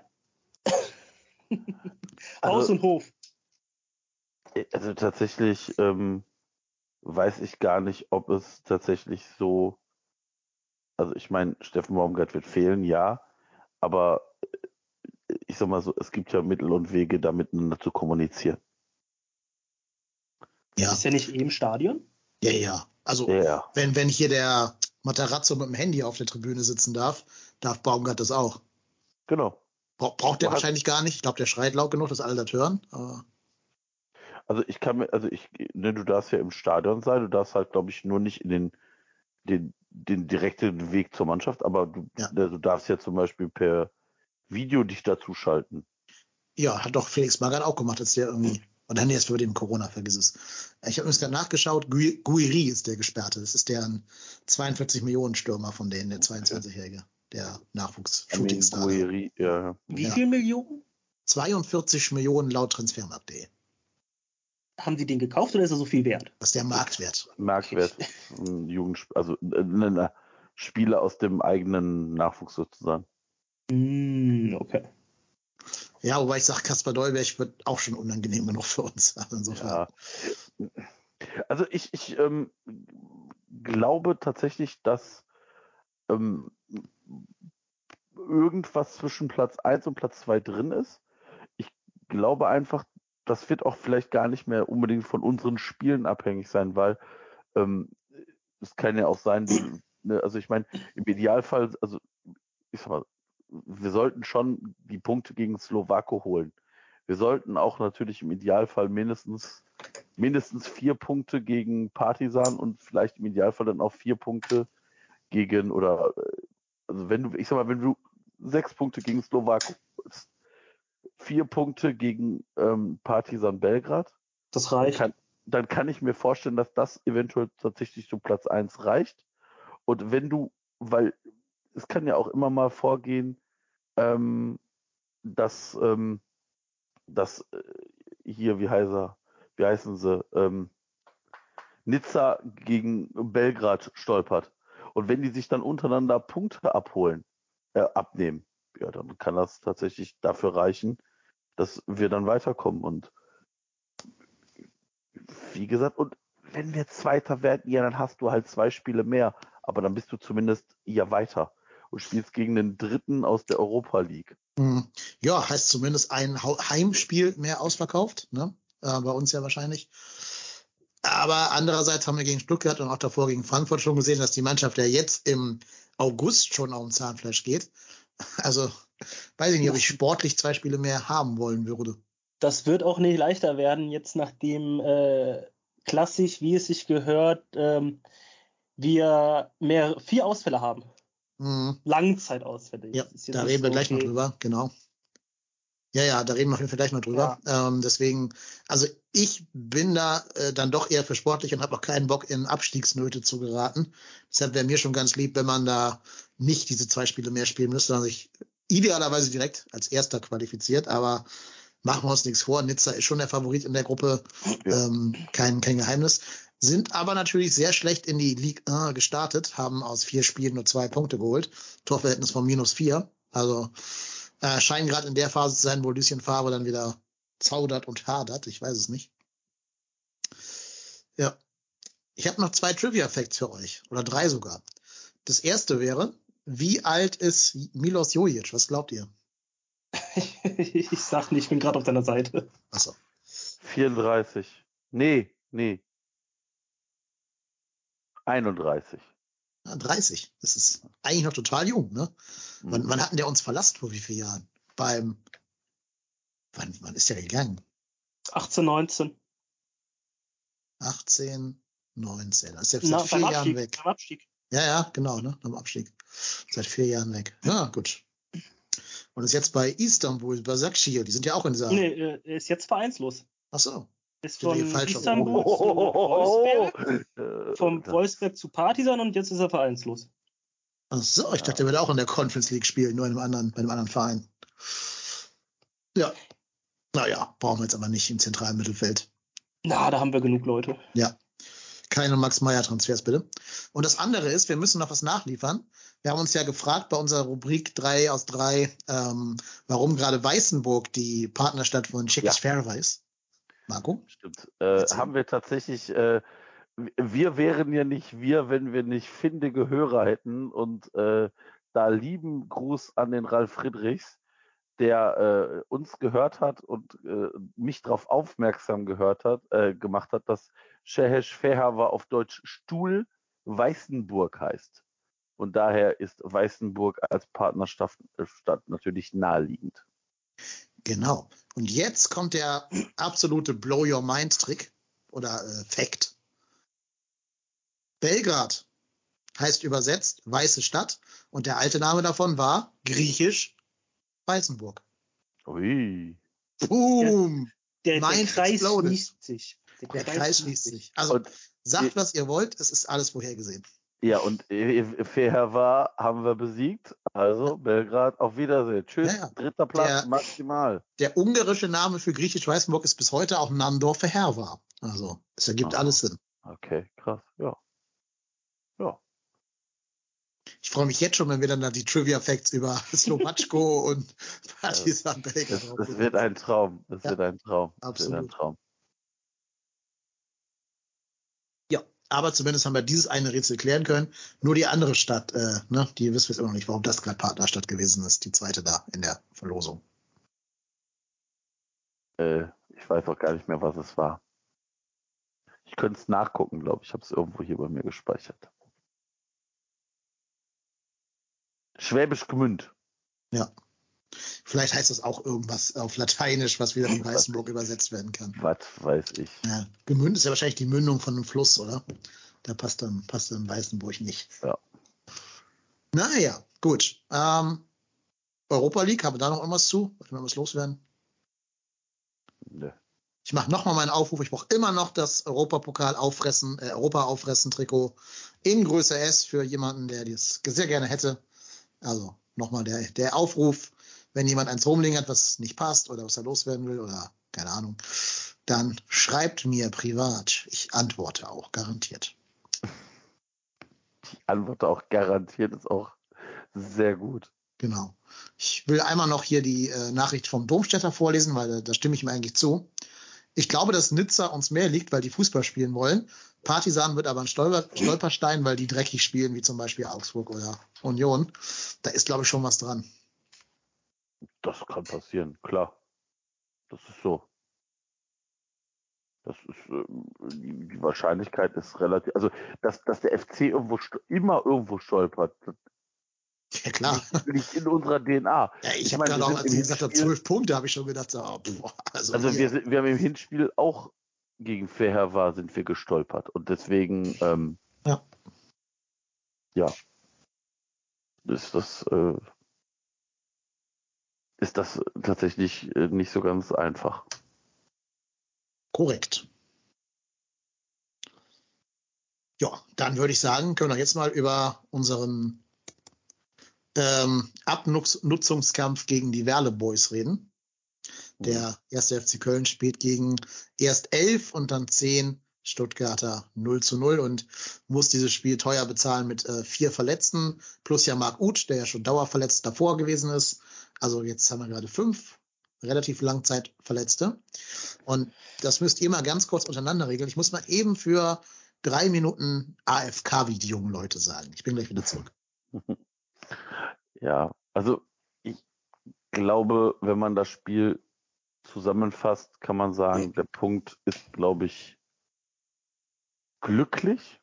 Also- Haus und Hof. Also tatsächlich ähm, weiß ich gar nicht, ob es tatsächlich so. Also ich meine, Steffen Baumgart wird fehlen, ja, aber äh, ich sag mal so, es gibt ja Mittel und Wege, da miteinander zu kommunizieren. Ja, Ist ja nicht eh im Stadion? ja, ja. Also, Ja, wenn, wenn hier der Matarazzo mit dem Handy auf der Tribüne sitzen darf, darf Baumgart das auch. genau. Bra braucht der Du hast- wahrscheinlich gar nicht. Ich glaube, der schreit laut genug, dass alle das hören. Aber Also ich kann mir, also ich, ne, du darfst ja im Stadion sein, du darfst halt, glaube ich, nur nicht in den, den, den direkten Weg zur Mannschaft, aber du, Ja. ne, du darfst ja zum Beispiel per Video dich dazu schalten. ja, hat doch Felix Magath auch gemacht, als der irgendwie. Oder nee, jetzt über den Corona, vergiss es. Ich habe übrigens gerade nachgeschaut, Gui- Guiri ist der Gesperrte. Das ist der ein zweiundvierzig Millionen Stürmer von denen, der zweiundzwanzigjährige, der Nachwuchs-Shootingstar. Guiri, ja, ja. Wie Ja. viel Millionen? zweiundvierzig Millionen laut Transfermarkt punkt de. Haben sie den gekauft oder ist er so viel wert? Das ist der Marktwert. Marktwert, das ist ein Jugend, also äh, ne, ne, Spieler aus dem eigenen Nachwuchs sozusagen. Mm, okay. Ja, wobei ich sage, Kaspar Dolberg wird auch schon unangenehm genug für uns. Also insofern. Ja. Also ich, ich ähm, glaube tatsächlich, dass ähm, irgendwas zwischen Platz eins und Platz zwei drin ist. Ich glaube einfach, das wird auch vielleicht gar nicht mehr unbedingt von unseren Spielen abhängig sein, weil ähm, es kann ja auch sein, du, ne, also ich meine, im Idealfall, also ich sag mal, wir sollten schon die Punkte gegen Slowako holen. Wir sollten auch natürlich im Idealfall mindestens mindestens vier Punkte gegen Partizan und vielleicht im Idealfall dann auch vier Punkte gegen oder äh, also wenn du, ich sag mal, wenn du sechs Punkte gegen Slowako holst, vier Punkte gegen ähm, Partizan Belgrad, Das dann reicht. kann, dann kann ich mir vorstellen, dass das eventuell tatsächlich zu Platz eins reicht. Und wenn du, weil es kann ja auch immer mal vorgehen, ähm, dass, ähm, dass äh, hier, wie heißt er, wie heißen sie, ähm, Nizza gegen Belgrad stolpert. Und wenn die sich dann untereinander Punkte abholen, äh, abnehmen, ja, dann kann das tatsächlich dafür reichen, dass wir dann weiterkommen. Und wie gesagt, und wenn wir Zweiter werden, ja, dann hast du halt zwei Spiele mehr. Aber dann bist du zumindest ja weiter und spielst gegen den Dritten aus der Europa League. Hm. Ja, heißt zumindest ein Hau- Heimspiel mehr ausverkauft. Ne? Äh, bei uns ja wahrscheinlich. Aber andererseits haben wir gegen Stuttgart und auch davor gegen Frankfurt schon gesehen, dass die Mannschaft ja jetzt im August schon auf dem Zahnfleisch geht. Also weiß ich nicht, ob ich sportlich zwei Spiele mehr haben wollen würde. Das wird auch nicht leichter werden, jetzt nachdem äh, klassisch, wie es sich gehört, ähm, wir mehr vier Ausfälle haben. Hm. Langzeitausfälle. Ja, Das ist jetzt da nicht reden wir so, gleich noch okay. drüber, genau. Ja, ja, da reden wir auf jeden Fall gleich noch drüber. Ähm, deswegen, also ich bin da äh, dann doch eher für sportlich und habe auch keinen Bock, in Abstiegsnöte zu geraten. Deshalb wäre mir schon ganz lieb, wenn man da nicht diese zwei Spiele mehr spielen müsste, sondern sich idealerweise direkt als Erster qualifiziert. Aber machen wir uns nichts vor. Nizza ist schon der Favorit in der Gruppe. Ja. Ähm, kein, kein Geheimnis. Sind aber natürlich sehr schlecht in die Ligue eins gestartet, haben aus vier Spielen nur zwei Punkte geholt. Torverhältnis von minus vier. Also äh, scheinen gerade in der Phase zu sein, wo Lucien Favre dann wieder zaudert und hadert. Ich weiß es nicht. Ja. Ich habe noch zwei Trivia-Facts für euch. Oder drei sogar. Das erste wäre, wie alt ist Milos Jojic? Was glaubt ihr? Ich sag nicht, ich bin gerade auf deiner Seite. Achso. vierunddreißig. Nee, nee. einunddreißig. Ja, dreißig. Das ist eigentlich noch total jung, ne? Mhm. Wann, wann hatten der uns verlassen? Vor wie vielen Jahren? Beim, wann, wann ist der gegangen? achtzehn, neunzehn. achtzehn, neunzehn. Das ist ja Na, seit vier beim Jahren Abstieg. weg. Beim Abstieg. Ja, ja, genau, ne? Beim Abstieg. Seit vier Jahren weg. Ja, gut. Und ist jetzt bei Istanbul, bei Sakşehir. Die sind ja auch in dieser. Nee, äh, er ist jetzt vereinslos. Ach so. Ist Ich bin von falsch Istanbul abgebogen. zu Wolfsberg, Äh, vom das- Wolfsberg zu Partizan und jetzt ist er vereinslos. Ach so, ich dachte, der würde auch in der Conference League spielen, nur in einem anderen, bei einem anderen Verein. Ja. Naja, brauchen wir jetzt aber nicht im zentralen Mittelfeld. Na, da haben wir genug Leute. Ja. Keine Max-Meyer-Transfers, bitte. Und das andere ist, wir müssen noch was nachliefern. Wir haben uns ja gefragt bei unserer Rubrik drei aus drei, ähm, warum gerade Weißenburg die Partnerstadt von Tschechisch Fairway ist. Marco? Stimmt. Äh, Erzähl. haben wir tatsächlich, äh, wir wären ja nicht wir, wenn wir nicht findige Hörer hätten. Und äh, da lieben Gruß an den Ralf Friedrichs. der äh, uns gehört hat und äh, mich darauf aufmerksam gehört hat, äh, gemacht hat, dass Şeheş Fehervar auf Deutsch Stuhl Weißenburg heißt. Und daher ist Weißenburg als Partnerstadt Stadt natürlich naheliegend. Genau. Und jetzt kommt der absolute Blow-Your-Mind-Trick oder äh, Fact. Belgrad heißt übersetzt weiße Stadt und der alte Name davon war griechisch Weißenburg. Ui. Boom! Der, der Mind Kreis exploded. schließt sich. Der, Der Kreis Kreis schließt sich. Also Und sagt, was ihr wollt, es ist alles vorhergesehen. Ja, und Fehervar haben wir besiegt. Also Belgrad, auf Wiedersehen. Tschüss, Ja, ja. dritter Platz Der- maximal. Der ungarische Name für griechisch Weißenburg ist bis heute auch Nandor Fehervar. Also es ergibt Aha. alles Sinn. Okay, krass, ja. Ja. Ich freue mich jetzt schon, wenn wir dann da die Trivia-Facts über Slowatschko und Partizan Belgrad Es, drauf es wird ein Traum. Es Ja, wird ein Traum. Es absolut. wird ein Traum. Ja, aber zumindest haben wir dieses eine Rätsel klären können. Nur die andere Stadt, äh, ne, die wissen wir jetzt immer noch nicht, warum das gerade Partnerstadt gewesen ist, die zweite da in der Verlosung. Äh, ich weiß auch gar nicht mehr, was es war. Ich könnte es nachgucken, glaube ich. Ich habe es irgendwo hier bei mir gespeichert. Schwäbisch Gmünd. Ja. Vielleicht heißt das auch irgendwas auf Lateinisch, was wieder in Weißenburg übersetzt werden kann. Was weiß ich. Ja, Gmünd ist ja wahrscheinlich die Mündung von einem Fluss, oder? Da passt dann, passt dann Weißenburg nicht. Ja. Naja, gut. Ähm, Europa League, haben wir da noch irgendwas zu? Wollen wir was loswerden? Nö. Ich mache nochmal meinen Aufruf. Ich brauche immer noch das Europapokal auffressen, äh, Europa auffressen Trikot in Größe S für jemanden, der das sehr gerne hätte. Also nochmal der, der Aufruf, wenn jemand eins rumliegen hat, was nicht passt oder was er loswerden will oder keine Ahnung, dann schreibt mir privat. Ich antworte auch, garantiert. Ich antworte auch garantiert, ist auch sehr gut. Genau. Ich will einmal noch hier die äh, Nachricht vom Domstädter vorlesen, weil äh, da stimme ich ihm eigentlich zu. Ich glaube, dass Nizza uns mehr liegt, weil die Fußball spielen wollen. Partisan wird aber ein Stolper, Stolperstein, weil die dreckig spielen, wie zum Beispiel Augsburg oder Union. Da ist, glaube ich, schon was dran. Das kann passieren, klar. Das ist so. Das ist, äh, die, die Wahrscheinlichkeit ist relativ, also, dass, dass der F C irgendwo st- immer irgendwo stolpert, das Ja, klar. liegt, liegt in unserer D N A. Ja, ich, Ich habe meine, gerade wir auch, sind als im ich gesagt habe, Hinspiel- zwölf Punkte, habe ich schon gedacht, so, oh, boah, also, Also hier. wir, sind, wir haben im Hinspiel auch gegen Fehervar sind wir gestolpert und deswegen ähm, Ja. ja ist das äh, ist das tatsächlich äh, nicht so ganz einfach. Korrekt. Ja, dann würde ich sagen, können wir jetzt mal über unseren ähm, Abnutzungskampf gegen die Werle Boys reden. Der erste F C Köln spielt gegen erst elf und dann zehn Stuttgarter null zu null und muss dieses Spiel teuer bezahlen mit äh, vier Verletzten, plus ja Marc Uth, der ja schon dauerverletzt davor gewesen ist. Also jetzt haben wir gerade fünf relativ Langzeitverletzte. Und das müsst ihr mal ganz kurz untereinander regeln. Ich muss mal eben für drei Minuten A F K wie die jungen Leute sagen. Ich bin gleich wieder zurück. Ja, also ich glaube, wenn man das Spiel zusammenfasst, kann man sagen, der Punkt ist, glaube ich, glücklich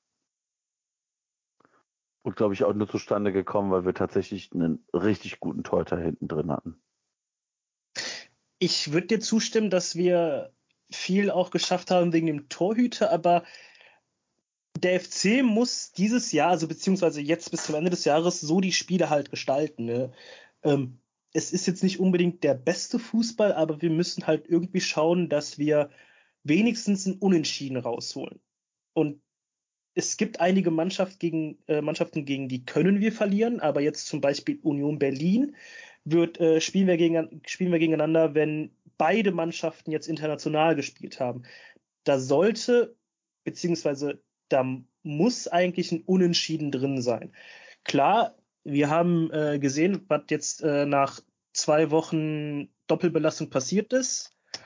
und, glaube ich, auch nur zustande gekommen, weil wir tatsächlich einen richtig guten Torhüter hinten drin hatten. Ich würde dir zustimmen, dass wir viel auch geschafft haben wegen dem Torhüter, aber der F C muss dieses Jahr, also beziehungsweise jetzt bis zum Ende des Jahres, so die Spiele halt gestalten. Ne? Ähm, es ist jetzt nicht unbedingt der beste Fußball, aber wir müssen halt irgendwie schauen, dass wir wenigstens ein Unentschieden rausholen. Und es gibt einige Mannschaft gegen, äh, Mannschaften, gegen die können wir verlieren, aber jetzt zum Beispiel Union Berlin wird, äh, spielen, wir gegen, spielen wir gegeneinander, wenn beide Mannschaften jetzt international gespielt haben. Da sollte, beziehungsweise da muss eigentlich ein Unentschieden drin sein. Klar, wir haben äh, gesehen, was jetzt äh, nach zwei Wochen Doppelbelastung passiert ist.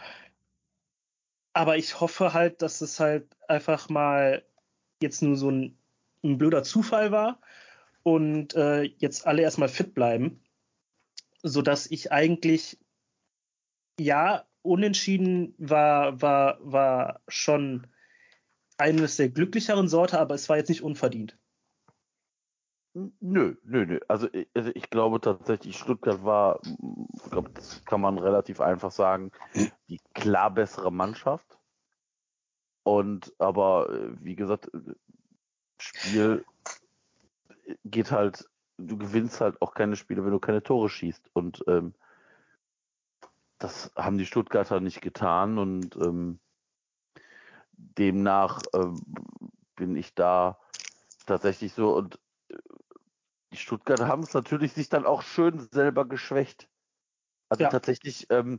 Aber ich hoffe halt, dass es halt einfach mal jetzt nur so ein, ein blöder Zufall war und äh, jetzt alle erstmal fit bleiben. sodass ich eigentlich, ja, unentschieden war, war, war schon eines der glücklicheren Sorte, aber es war jetzt nicht unverdient. Nö, nö, nö. Also ich, also ich glaube tatsächlich, Stuttgart war, ich glaube, das kann man relativ einfach sagen, die klar bessere Mannschaft. Und aber, äh, wie gesagt, äh, Spiel geht halt, du gewinnst halt auch keine Spiele, wenn du keine Tore schießt. Und ähm, das haben die Stuttgarter nicht getan. Und ähm, demnach ähm, bin ich da tatsächlich so. Und äh, die Stuttgarter haben es natürlich sich dann auch schön selber geschwächt. Also Ja. tatsächlich, ähm,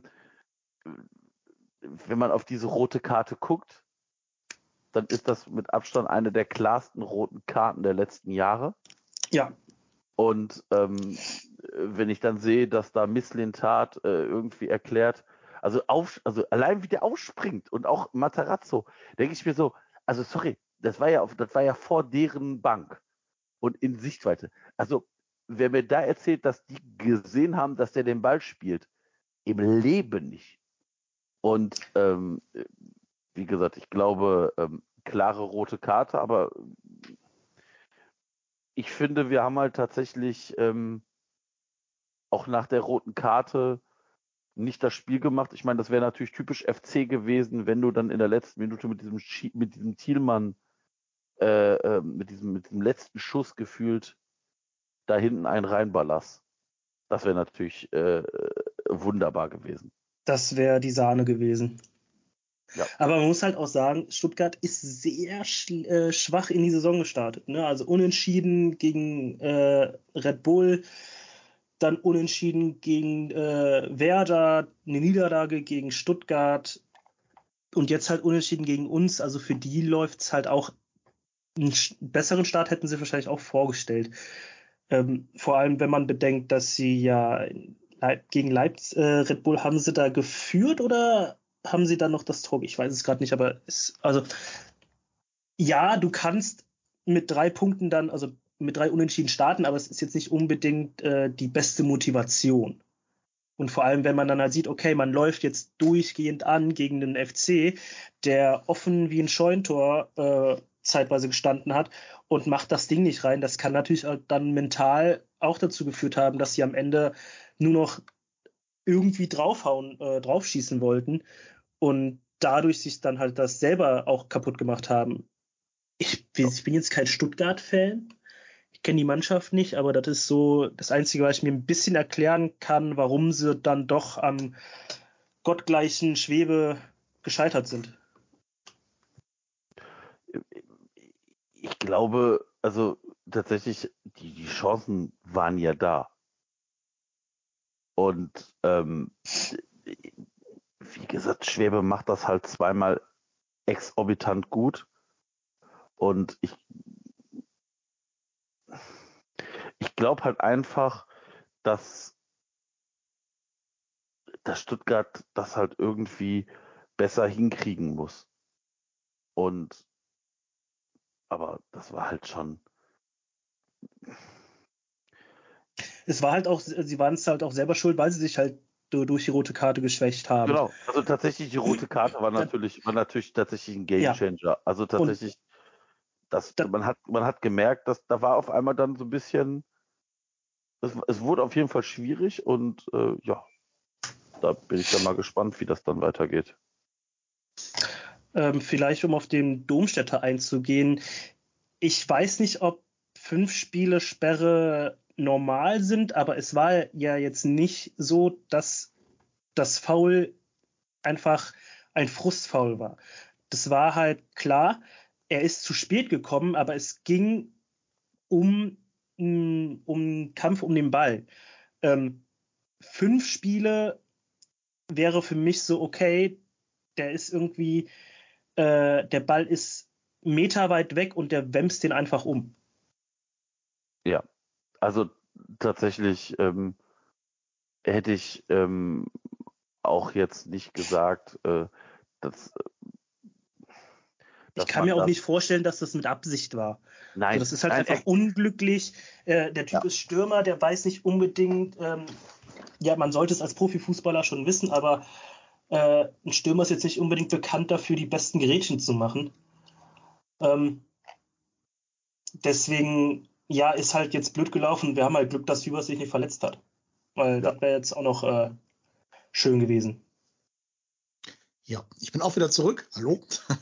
wenn man auf diese rote Karte guckt, dann ist das mit Abstand eine der klarsten roten Karten der letzten Jahre. Ja. Und ähm, wenn ich dann sehe, dass da Misslintat äh, irgendwie erklärt, also, auf, also allein wie der aufspringt und auch Matarazzo, denke ich mir so, also sorry, das war ja auf, das war ja vor deren Bank und in Sichtweite. Also wer mir da erzählt, dass die gesehen haben, dass der den Ball spielt, im Leben nicht. Und ähm, wie gesagt, ich glaube, ähm, klare rote Karte, aber ich finde, wir haben halt tatsächlich ähm, auch nach der roten Karte nicht das Spiel gemacht. Ich meine, das wäre natürlich typisch F C gewesen, wenn du dann in der letzten Minute mit diesem, Schi mit diesem Thielmann, äh, äh, mit, diesem, mit diesem letzten Schuss gefühlt da hinten einen reinballerst. Das wäre natürlich äh, wunderbar gewesen. Das wäre die Sahne gewesen. Ja. Aber man muss halt auch sagen, Stuttgart ist sehr sch äh, schwach in die Saison gestartet. Ne? Also unentschieden gegen äh, Red Bull, dann unentschieden gegen äh, Werder, eine Niederlage gegen Stuttgart und jetzt halt unentschieden gegen uns. Also für die läuft es halt auch, einen besseren Start hätten sie wahrscheinlich auch vorgestellt. Ähm, vor allem, wenn man bedenkt, dass sie ja Leip gegen Leipzig, äh, Red Bull, haben sie da geführt oder haben sie dann noch das Tor? Ich weiß es gerade nicht, aber es, also ja, du kannst mit drei Punkten dann, also mit drei Unentschieden starten, aber es ist jetzt nicht unbedingt äh, die beste Motivation. Und vor allem, wenn man dann halt sieht, okay, man läuft jetzt durchgehend an gegen den F C, der offen wie ein Scheuntor äh, zeitweise gestanden hat und macht das Ding nicht rein. Das kann natürlich dann mental auch dazu geführt haben, dass sie am Ende nur noch irgendwie draufhauen, äh, draufschießen wollten und dadurch sich dann halt das selber auch kaputt gemacht haben. Ich, ich bin jetzt kein Stuttgart-Fan. Ich kenne die Mannschaft nicht, aber das ist so das Einzige, was ich mir ein bisschen erklären kann, warum sie dann doch am gottgleichen Schwebe gescheitert sind. Ich glaube, also tatsächlich, die, die Chancen waren ja da. Und ähm, wie gesagt, Schwebe macht das halt zweimal exorbitant gut. Und ich, ich glaube halt einfach, dass, dass Stuttgart das halt irgendwie besser hinkriegen muss. Und aber das war halt schon. Es war halt auch, sie waren es halt auch selber schuld, weil sie sich halt durch die rote Karte geschwächt haben. Genau, also tatsächlich die rote Karte war natürlich, war natürlich tatsächlich ein Gamechanger. Ja. Also tatsächlich, das, da, man hat, man hat gemerkt, dass da war auf einmal dann so ein bisschen, es, es wurde auf jeden Fall schwierig und äh, ja, da bin ich dann mal gespannt, wie das dann weitergeht. Ähm, vielleicht, um auf den Domstädter einzugehen. Ich weiß nicht, ob fünf Spiele Sperre normal sind, aber es war ja jetzt nicht so, dass das Foul einfach ein Frustfoul war. Das war halt klar, er ist zu spät gekommen, aber es ging um, um Kampf um den Ball. Ähm, fünf Spiele wäre für mich so, okay, der ist irgendwie, äh, der Ball ist meterweit weg und der wämst den einfach um. Ja, also tatsächlich ähm, hätte ich ähm, auch jetzt nicht gesagt, äh, dass, dass ich kann mir auch nicht vorstellen, dass das mit Absicht war. Nein, also das ist halt nein, einfach unglücklich. Äh, der Typ ja. ist Stürmer, der weiß nicht unbedingt, ähm, ja, man sollte es als Profifußballer schon wissen, aber äh, ein Stürmer ist jetzt nicht unbedingt bekannt dafür, die besten Grätschen zu machen. Ähm, deswegen, ja, ist halt jetzt blöd gelaufen. Wir haben halt Glück, dass Hübers sich nicht verletzt hat. Weil Ja. das wäre jetzt auch noch äh, schön gewesen. Ja, ich bin auch wieder zurück. Hallo.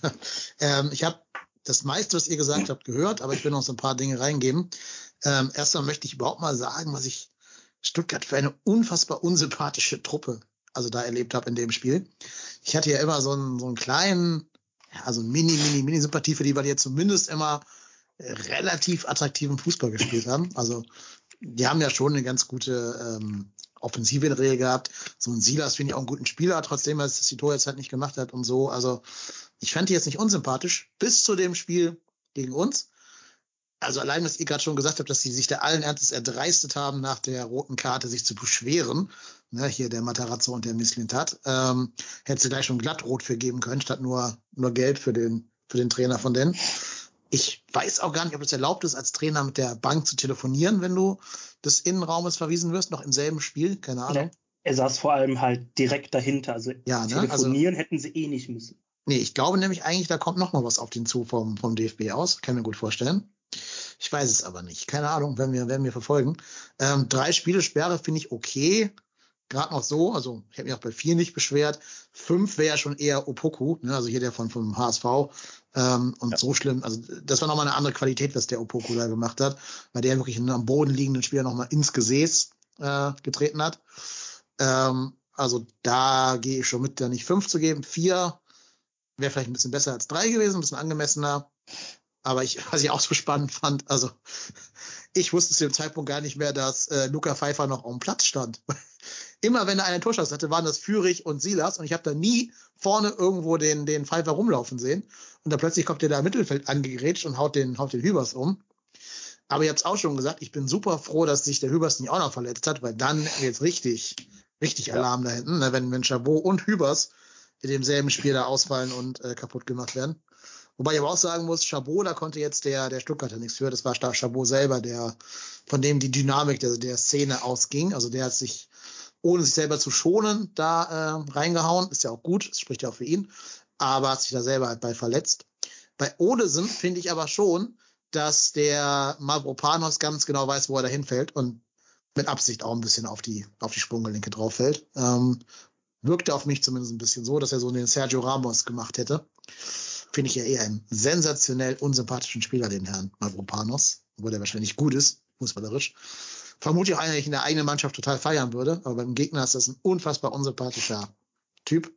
ähm, ich habe das meiste, was ihr gesagt habt, gehört, aber ich will noch so ein paar Dinge reingeben. Ähm, erstmal möchte ich überhaupt mal sagen, was ich Stuttgart für eine unfassbar unsympathische Truppe also da erlebt habe in dem Spiel. Ich hatte ja immer so einen, so einen kleinen, ja, also Mini, Mini, Mini-Sympathie für die, weil die jetzt zumindest immer äh, relativ attraktiven Fußball gespielt haben. Also die haben ja schon eine ganz gute ähm, Offensive in der Regel gehabt. So ein Silas finde ich auch einen guten Spieler, trotzdem, dass das die Tor jetzt halt nicht gemacht hat und so. Also ich fand die jetzt nicht unsympathisch bis zu dem Spiel gegen uns. Also allein, was ihr gerade schon gesagt habt, dass sie sich da allen Ernstes erdreistet haben, nach der roten Karte sich zu beschweren. Ne, hier der Matarazzo und der Mislintat. Ähm, hätte sie gleich schon glatt rot für geben können, statt nur, nur gelb für den, für den Trainer von denen. Ich weiß auch gar nicht, ob es erlaubt ist, als Trainer mit der Bank zu telefonieren, wenn du des Innenraumes verwiesen wirst, noch im selben Spiel, keine Ahnung. Er saß vor allem halt direkt dahinter, also Ja, ne? telefonieren Also, hätten sie eh nicht müssen. Nee, ich glaube nämlich eigentlich, da kommt noch mal was auf den zu vom, vom D F B aus, kann mir gut vorstellen. Ich weiß es aber nicht, keine Ahnung, werden wir, werden wir verfolgen. Ähm, drei Spiele Sperre finde ich okay, gerade noch so, also ich habe mich auch bei vier nicht beschwert. Fünf wäre ja schon eher Opoku, ne? Also hier der von vom H S V. Ähm, und ja. So schlimm, also das war nochmal eine andere Qualität, was der Opoku da gemacht hat, weil der wirklich einen am Boden liegenden Spieler nochmal ins Gesäß äh, getreten hat. Ähm, also da gehe ich schon mit, da nicht fünf zu geben. Vier wäre vielleicht ein bisschen besser als drei gewesen, ein bisschen angemessener. Aber ich, was ich auch so spannend fand, also ich wusste zu dem Zeitpunkt gar nicht mehr, dass äh, Luca Pfeiffer noch auf dem Platz stand. Immer wenn er einen Torschuss hatte, waren das Führig und Silas und ich habe da nie vorne irgendwo den, den Pfeiffer rumlaufen sehen. Und dann plötzlich kommt der da im Mittelfeld angegerätscht und haut den, haut den Hübers um. Aber ihr habt es auch schon gesagt, ich bin super froh, dass sich der Hübers nicht auch noch verletzt hat, weil dann jetzt richtig, richtig Ja. Alarm da hinten, ne, wenn, wenn Chabot und Hübers in demselben Spiel da ausfallen und äh, kaputt gemacht werden. Wobei ich aber auch sagen muss, Chabot, da konnte jetzt der, der Stuttgarter nichts für. Das war Chabot selber, der, von dem die Dynamik der, der Szene ausging. Also der hat sich, ohne sich selber zu schonen, da äh, reingehauen. Ist ja auch gut, das spricht ja auch für ihn. Aber hat sich da selber halt bei verletzt. Bei Odesen finde ich aber schon, dass der Mavropanos ganz genau weiß, wo er da hinfällt und mit Absicht auch ein bisschen auf die, auf die Sprunggelenke drauf fällt. Ähm, wirkte auf mich zumindest ein bisschen so, dass er so den Sergio Ramos gemacht hätte. Finde ich ja eher einen sensationell unsympathischen Spieler, den Herrn Mavropanos, obwohl der wahrscheinlich gut ist, fußballerisch. Vermutlich auch einer, den ich in der eigenen Mannschaft total feiern würde, aber beim Gegner ist das ein unfassbar unsympathischer Typ.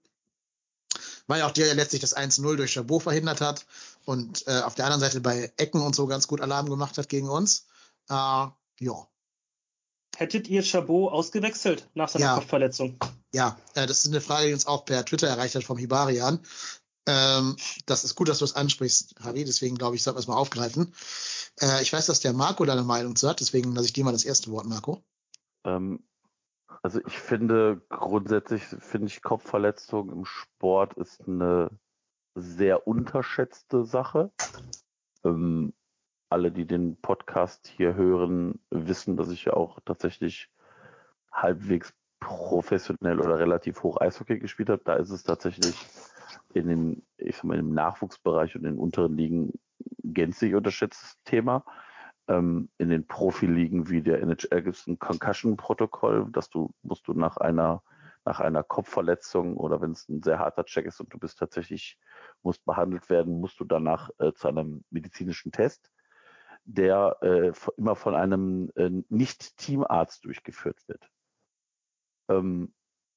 Weil auch der, der letztlich das eins null durch Chabot verhindert hat und äh, auf der anderen Seite bei Ecken und so ganz gut Alarm gemacht hat gegen uns. Äh, ja. Hättet ihr Chabot ausgewechselt nach seiner Ja. Kopfverletzung? Ja, äh, das ist eine Frage, die uns auch per Twitter erreicht hat vom Hibarian. Ähm, das ist gut, dass du es ansprichst, Harry, deswegen glaube ich, sollten wir es mal aufgreifen. Äh, ich weiß, dass der Marco da eine Meinung zu hat, deswegen lasse ich dir mal das erste Wort, Marco. Ähm, also ich finde, grundsätzlich finde ich Kopfverletzung im Sport ist eine sehr unterschätzte Sache. Ähm, alle, die den Podcast hier hören, wissen, dass ich ja auch tatsächlich halbwegs professionell oder relativ hoch Eishockey gespielt habe. Da ist es tatsächlich in den, ich sag mal, im Nachwuchsbereich und in den unteren Ligen gänzlich unterschätztes Thema. Ähm, in den Profiligen wie der N H L gibt es ein Concussion-Protokoll, dass du musst du nach einer nach einer Kopfverletzung oder wenn es ein sehr harter Check ist und du bist tatsächlich musst behandelt werden, musst du danach äh, zu einem medizinischen Test, der äh, immer von einem äh, Nicht-Teamarzt durchgeführt wird. Ähm,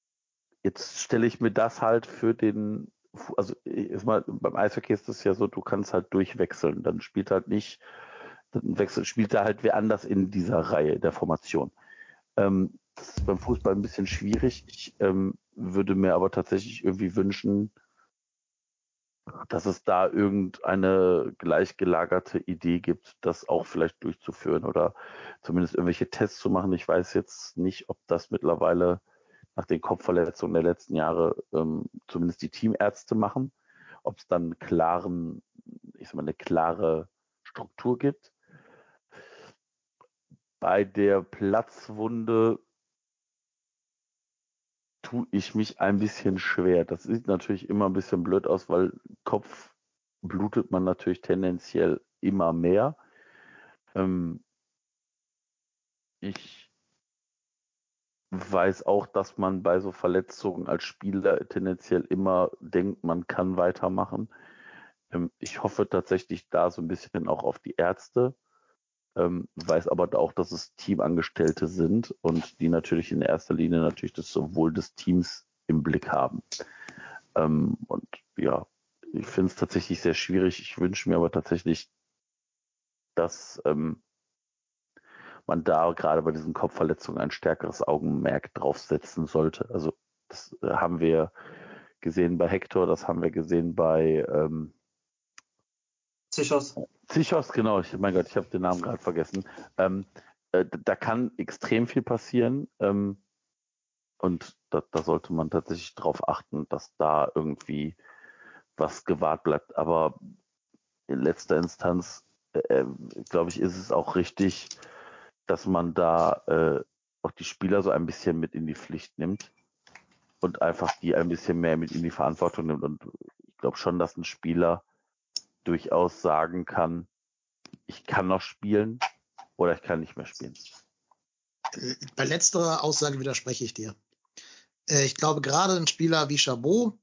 jetzt stelle ich mir das halt für den, also ist mal, beim Eishockey ist es ja so, du kannst halt durchwechseln, dann spielt halt nicht, dann wechselt, spielt da halt wer anders in dieser Reihe der Formation. Ähm, das ist beim Fußball ein bisschen schwierig. Ich ähm, würde mir aber tatsächlich irgendwie wünschen, dass es da irgendeine gleichgelagerte Idee gibt, das auch vielleicht durchzuführen oder zumindest irgendwelche Tests zu machen. Ich weiß jetzt nicht, ob das mittlerweile nach den Kopfverletzungen der letzten Jahre ähm, zumindest die Teamärzte machen, ob es dann einen klaren, ich sag mal, eine klare Struktur gibt. Bei der Platzwunde tue ich mich ein bisschen schwer. Das sieht natürlich immer ein bisschen blöd aus, weil Kopf blutet man natürlich tendenziell immer mehr. Ähm, ich weiß auch, dass man bei so Verletzungen als Spieler tendenziell immer denkt, man kann weitermachen. Ähm, ich hoffe tatsächlich da so ein bisschen auch auf die Ärzte. Ähm, weiß aber auch, dass es Teamangestellte sind und die natürlich in erster Linie natürlich das Wohl des Teams im Blick haben. Ähm, und ja, ich finde es tatsächlich sehr schwierig. Ich wünsche mir aber tatsächlich, dass ähm, man da gerade bei diesen Kopfverletzungen ein stärkeres Augenmerk draufsetzen sollte. Also das äh, haben wir gesehen bei Hector, das haben wir gesehen bei ähm, Zichos. Zichos, genau. Ich, mein Gott, ich habe den Namen gerade vergessen. Ähm, äh, da kann extrem viel passieren. Ähm, und da, da sollte man tatsächlich drauf achten, dass da irgendwie was gewahrt bleibt. Aber in letzter Instanz, äh, glaube ich, ist es auch richtig, dass man da äh, auch die Spieler so ein bisschen mit in die Pflicht nimmt und einfach die ein bisschen mehr mit in die Verantwortung nimmt. Und ich glaube schon, dass ein Spieler durchaus sagen kann, ich kann noch spielen oder ich kann nicht mehr spielen. Bei letzterer Aussage widerspreche ich dir. Ich glaube, gerade ein Spieler wie Chabot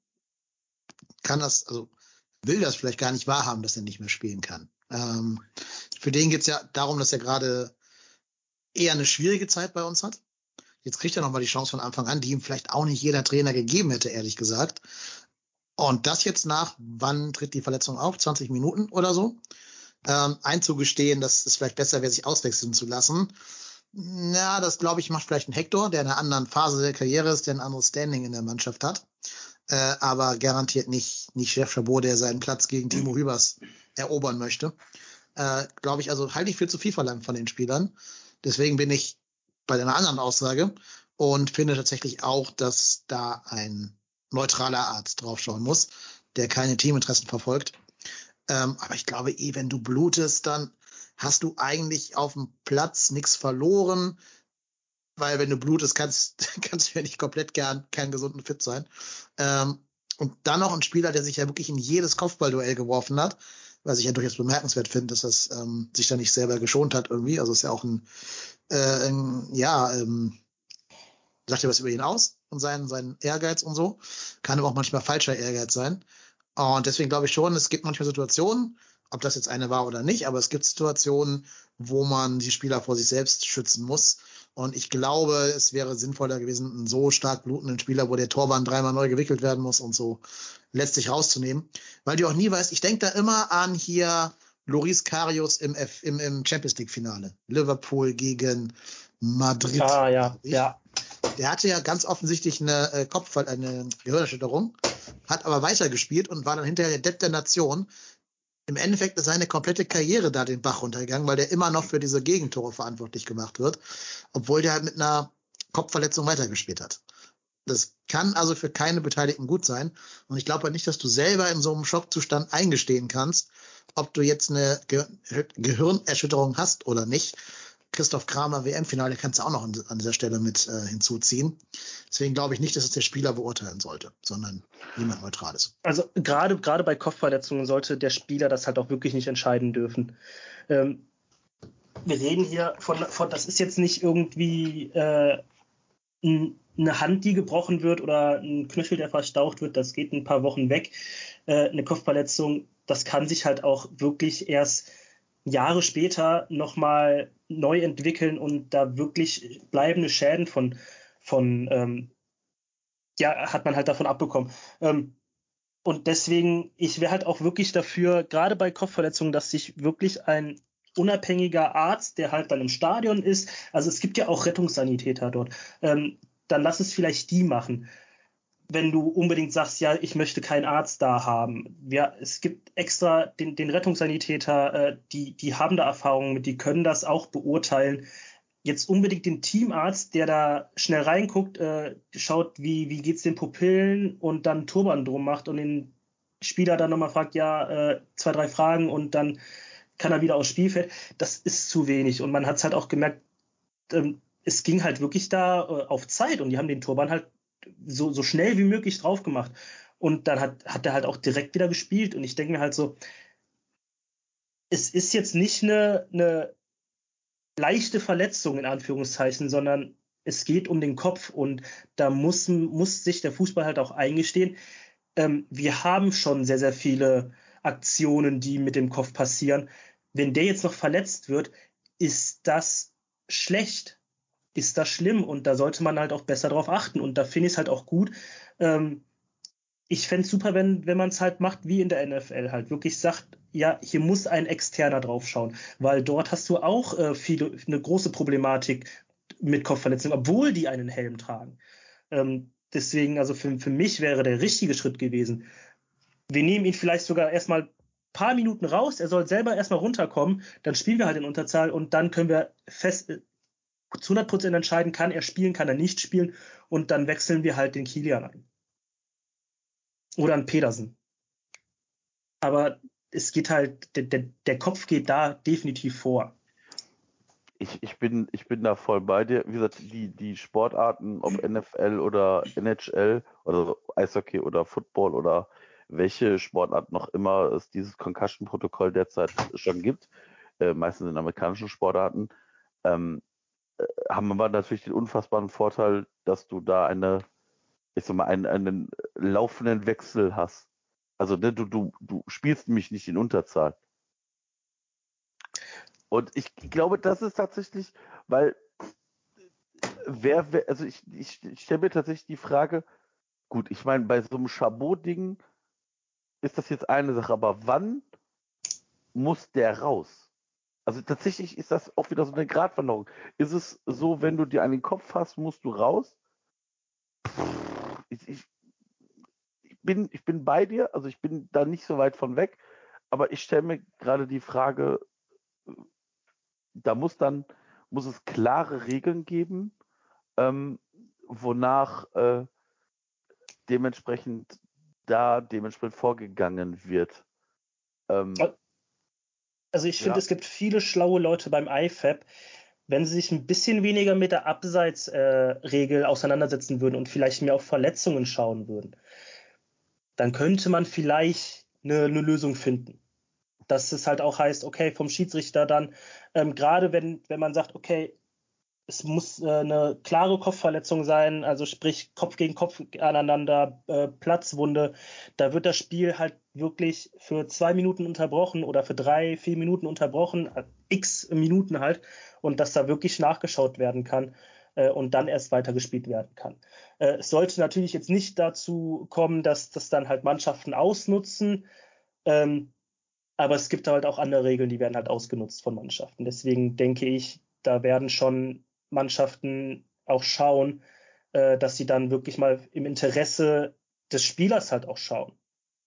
kann das, also will das vielleicht gar nicht wahrhaben, dass er nicht mehr spielen kann. Ähm, für den geht es ja darum, dass er gerade eher eine schwierige Zeit bei uns hat. Jetzt kriegt er nochmal die Chance von Anfang an, die ihm vielleicht auch nicht jeder Trainer gegeben hätte, ehrlich gesagt. Und das jetzt nach, wann tritt die Verletzung auf? zwanzig Minuten oder so? Ähm, einzugestehen, dass es vielleicht besser wäre, sich auswechseln zu lassen. Ja, das glaube ich macht vielleicht ein Hector, der in einer anderen Phase der Karriere ist, der ein anderes Standing in der Mannschaft hat. Äh, aber garantiert nicht, nicht Chef Chabot, der seinen Platz gegen Timo Hübers erobern möchte. Äh, glaube ich, also halte ich viel zu viel verlangt von den Spielern. Deswegen bin ich bei einer anderen Aussage und finde tatsächlich auch, dass da ein neutraler Arzt draufschauen muss, der keine Teaminteressen verfolgt. Ähm, aber ich glaube eh, wenn du blutest, dann hast du eigentlich auf dem Platz nichts verloren, weil wenn du blutest, kannst, kannst du ja nicht komplett gern kein gesunden Fit sein. Ähm, und dann noch ein Spieler, der sich ja wirklich in jedes Kopfballduell geworfen hat, was ich ja durchaus bemerkenswert finde, dass das ähm, sich da nicht selber geschont hat irgendwie. Also ist ja auch ein, äh, ein ja, ähm, sagt ja was über ihn aus und seinen, seinen Ehrgeiz und so. Kann aber auch manchmal falscher Ehrgeiz sein. Und deswegen glaube ich schon, es gibt manchmal Situationen, ob das jetzt eine war oder nicht, aber es gibt Situationen, wo man die Spieler vor sich selbst schützen muss. Und ich glaube, es wäre sinnvoller gewesen, einen so stark blutenden Spieler, wo der Torwart dreimal neu gewickelt werden muss und so letztlich rauszunehmen. Weil du auch nie weißt, ich denke da immer an hier Loris Karius im, F, im, im Champions League Finale. Liverpool gegen Madrid. Ah, ja, ja. Der hatte ja ganz offensichtlich eine äh, Kopfball, eine Gehirnerschütterung, hat aber weitergespielt und war dann hinterher der Depp der Nation. Im Endeffekt ist seine komplette Karriere da den Bach runtergegangen, weil der immer noch für diese Gegentore verantwortlich gemacht wird, obwohl der halt mit einer Kopfverletzung weitergespielt hat. Das kann also für keine Beteiligten gut sein. Und ich glaube halt nicht, dass du selber in so einem Schockzustand eingestehen kannst, ob du jetzt eine Ge- Gehirnerschütterung hast oder nicht. Christoph Kramer W M-Finale kannst du auch noch an, an dieser Stelle mit äh, hinzuziehen. Deswegen glaube ich nicht, dass es der Spieler beurteilen sollte, sondern jemand Neutrales. Also gerade gerade bei Kopfverletzungen sollte der Spieler das halt auch wirklich nicht entscheiden dürfen. Ähm, wir reden hier von, von, das ist jetzt nicht irgendwie äh, ein, eine Hand, die gebrochen wird oder ein Knöchel, der verstaucht wird, das geht ein paar Wochen weg. Äh, eine Kopfverletzung, das kann sich halt auch wirklich erst Jahre später nochmal neu entwickeln und da wirklich bleibende Schäden von, von ähm, ja, hat man halt davon abbekommen. Ähm, und deswegen, ich wäre halt auch wirklich dafür, gerade bei Kopfverletzungen, dass sich wirklich ein unabhängiger Arzt, der halt dann im Stadion ist, also es gibt ja auch Rettungssanitäter dort, ähm, dann lass es vielleicht die machen. Wenn du unbedingt sagst, ja, ich möchte keinen Arzt da haben. Ja, es gibt extra den, den Rettungssanitäter, äh, die, die haben da Erfahrungen mit, die können das auch beurteilen. Jetzt unbedingt den Teamarzt, der da schnell reinguckt, äh, schaut, wie, wie geht's den Pupillen und dann Turban drum macht und den Spieler dann nochmal fragt, ja, äh, zwei, drei Fragen und dann kann er wieder aufs Spielfeld. Das ist zu wenig. Und man hat es halt auch gemerkt, ähm, es ging halt wirklich da äh, auf Zeit und die haben den Turban halt so, so schnell wie möglich drauf gemacht. Und dann hat, hat er halt auch direkt wieder gespielt. Und ich denke mir halt so, es ist jetzt nicht eine, eine leichte Verletzung in Anführungszeichen, sondern es geht um den Kopf. Und da muss, muss sich der Fußball halt auch eingestehen. Ähm, wir haben schon sehr, sehr viele Aktionen, die mit dem Kopf passieren. Wenn der jetzt noch verletzt wird, ist das schlecht, ist das schlimm und da sollte man halt auch besser drauf achten und da finde ich es halt auch gut. Ähm, ich fände es super, wenn, wenn man es halt macht wie in der N F L, halt wirklich sagt, ja, hier muss ein Externer drauf schauen, weil dort hast du auch äh, viele, eine große Problematik mit Kopfverletzungen, obwohl die einen Helm tragen. Ähm, deswegen, also für, für mich wäre der richtige Schritt gewesen. Wir nehmen ihn vielleicht sogar erstmal ein paar Minuten raus, er soll selber erstmal runterkommen, dann spielen wir halt in Unterzahl und dann können wir fest zu hundert Prozent entscheiden, kann er spielen, kann er nicht spielen und dann wechseln wir halt den Kilian ein. Oder einen Pedersen. Aber es geht halt, der, der, der Kopf geht da definitiv vor. Ich, ich, bin, ich bin da voll bei dir. Wie gesagt, die, die Sportarten, ob N F L oder N H L oder Eishockey oder Football oder welche Sportart noch immer es dieses Concussion-Protokoll derzeit schon gibt, äh, meistens in amerikanischen Sportarten, ähm, äh, haben wir natürlich den unfassbaren Vorteil, dass du da eine, ich sag mal, einen, einen laufenden Wechsel hast. Also ne, du, du, du spielst mich nicht in Unterzahl. Und ich glaube, das ist tatsächlich, weil wer, wer also ich, ich, ich stelle mir tatsächlich die Frage, gut, ich meine, bei so einem Chabot-Ding ist das jetzt eine Sache, aber wann muss der raus? Also tatsächlich ist das auch wieder so eine Gratwanderung. Ist es so, wenn du dir an den Kopf hast, musst du raus? Ich, ich, ich, bin, ich bin bei dir, also ich bin da nicht so weit von weg, aber ich stelle mir gerade die Frage, da muss dann, muss es klare Regeln geben, ähm, wonach äh, dementsprechend da dementsprechend vorgegangen wird. Ähm, also ich finde, ja. es gibt viele schlaue Leute beim I F A B, wenn sie sich ein bisschen weniger mit der Abseitsregel äh, auseinandersetzen würden und vielleicht mehr auf Verletzungen schauen würden, dann könnte man vielleicht eine, eine Lösung finden. Dass es halt auch heißt, okay, vom Schiedsrichter dann, ähm, gerade wenn, wenn man sagt, okay, es muss äh, eine klare Kopfverletzung sein, also sprich Kopf gegen Kopf aneinander, äh, Platzwunde, da wird das Spiel halt wirklich für zwei Minuten unterbrochen oder für drei, vier Minuten unterbrochen, äh, x Minuten halt, und dass da wirklich nachgeschaut werden kann äh, und dann erst weitergespielt werden kann. Äh, es sollte natürlich jetzt nicht dazu kommen, dass das dann halt Mannschaften ausnutzen, ähm, aber es gibt halt auch andere Regeln, die werden halt ausgenutzt von Mannschaften. Deswegen denke ich, da werden schon Mannschaften auch schauen, äh, dass sie dann wirklich mal im Interesse des Spielers halt auch schauen.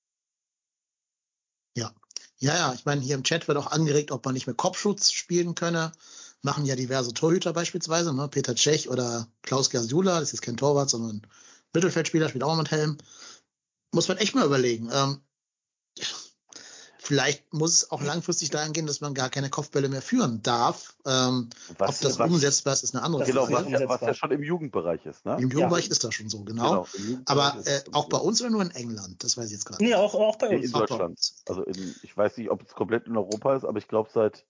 Ja, ja, ja. Ich meine, hier im Chat wird auch angeregt, ob man nicht mit Kopfschutz spielen könne. Machen ja diverse Torhüter beispielsweise, ne? Peter Cech oder Klaus Gersula, das ist jetzt kein Torwart, sondern ein Mittelfeldspieler, spielt auch mit Helm. Muss man echt mal überlegen. Ähm, Vielleicht muss es auch langfristig dahin gehen, dass man gar keine Kopfbälle mehr führen darf. Ähm, Was, ob das was, umsetzbar ist, ist eine andere genau, Frage. was ja, was ja schon im Jugendbereich ist, ne? Im Jugendbereich ja. ist das schon so, genau. genau Aber äh, auch bei uns oder nur in England? Das weiß ich jetzt gerade nee, nicht. auch, auch bei uns. In Deutschland. Uns. Also in, ich weiß nicht, ob es komplett in Europa ist, aber ich glaube seit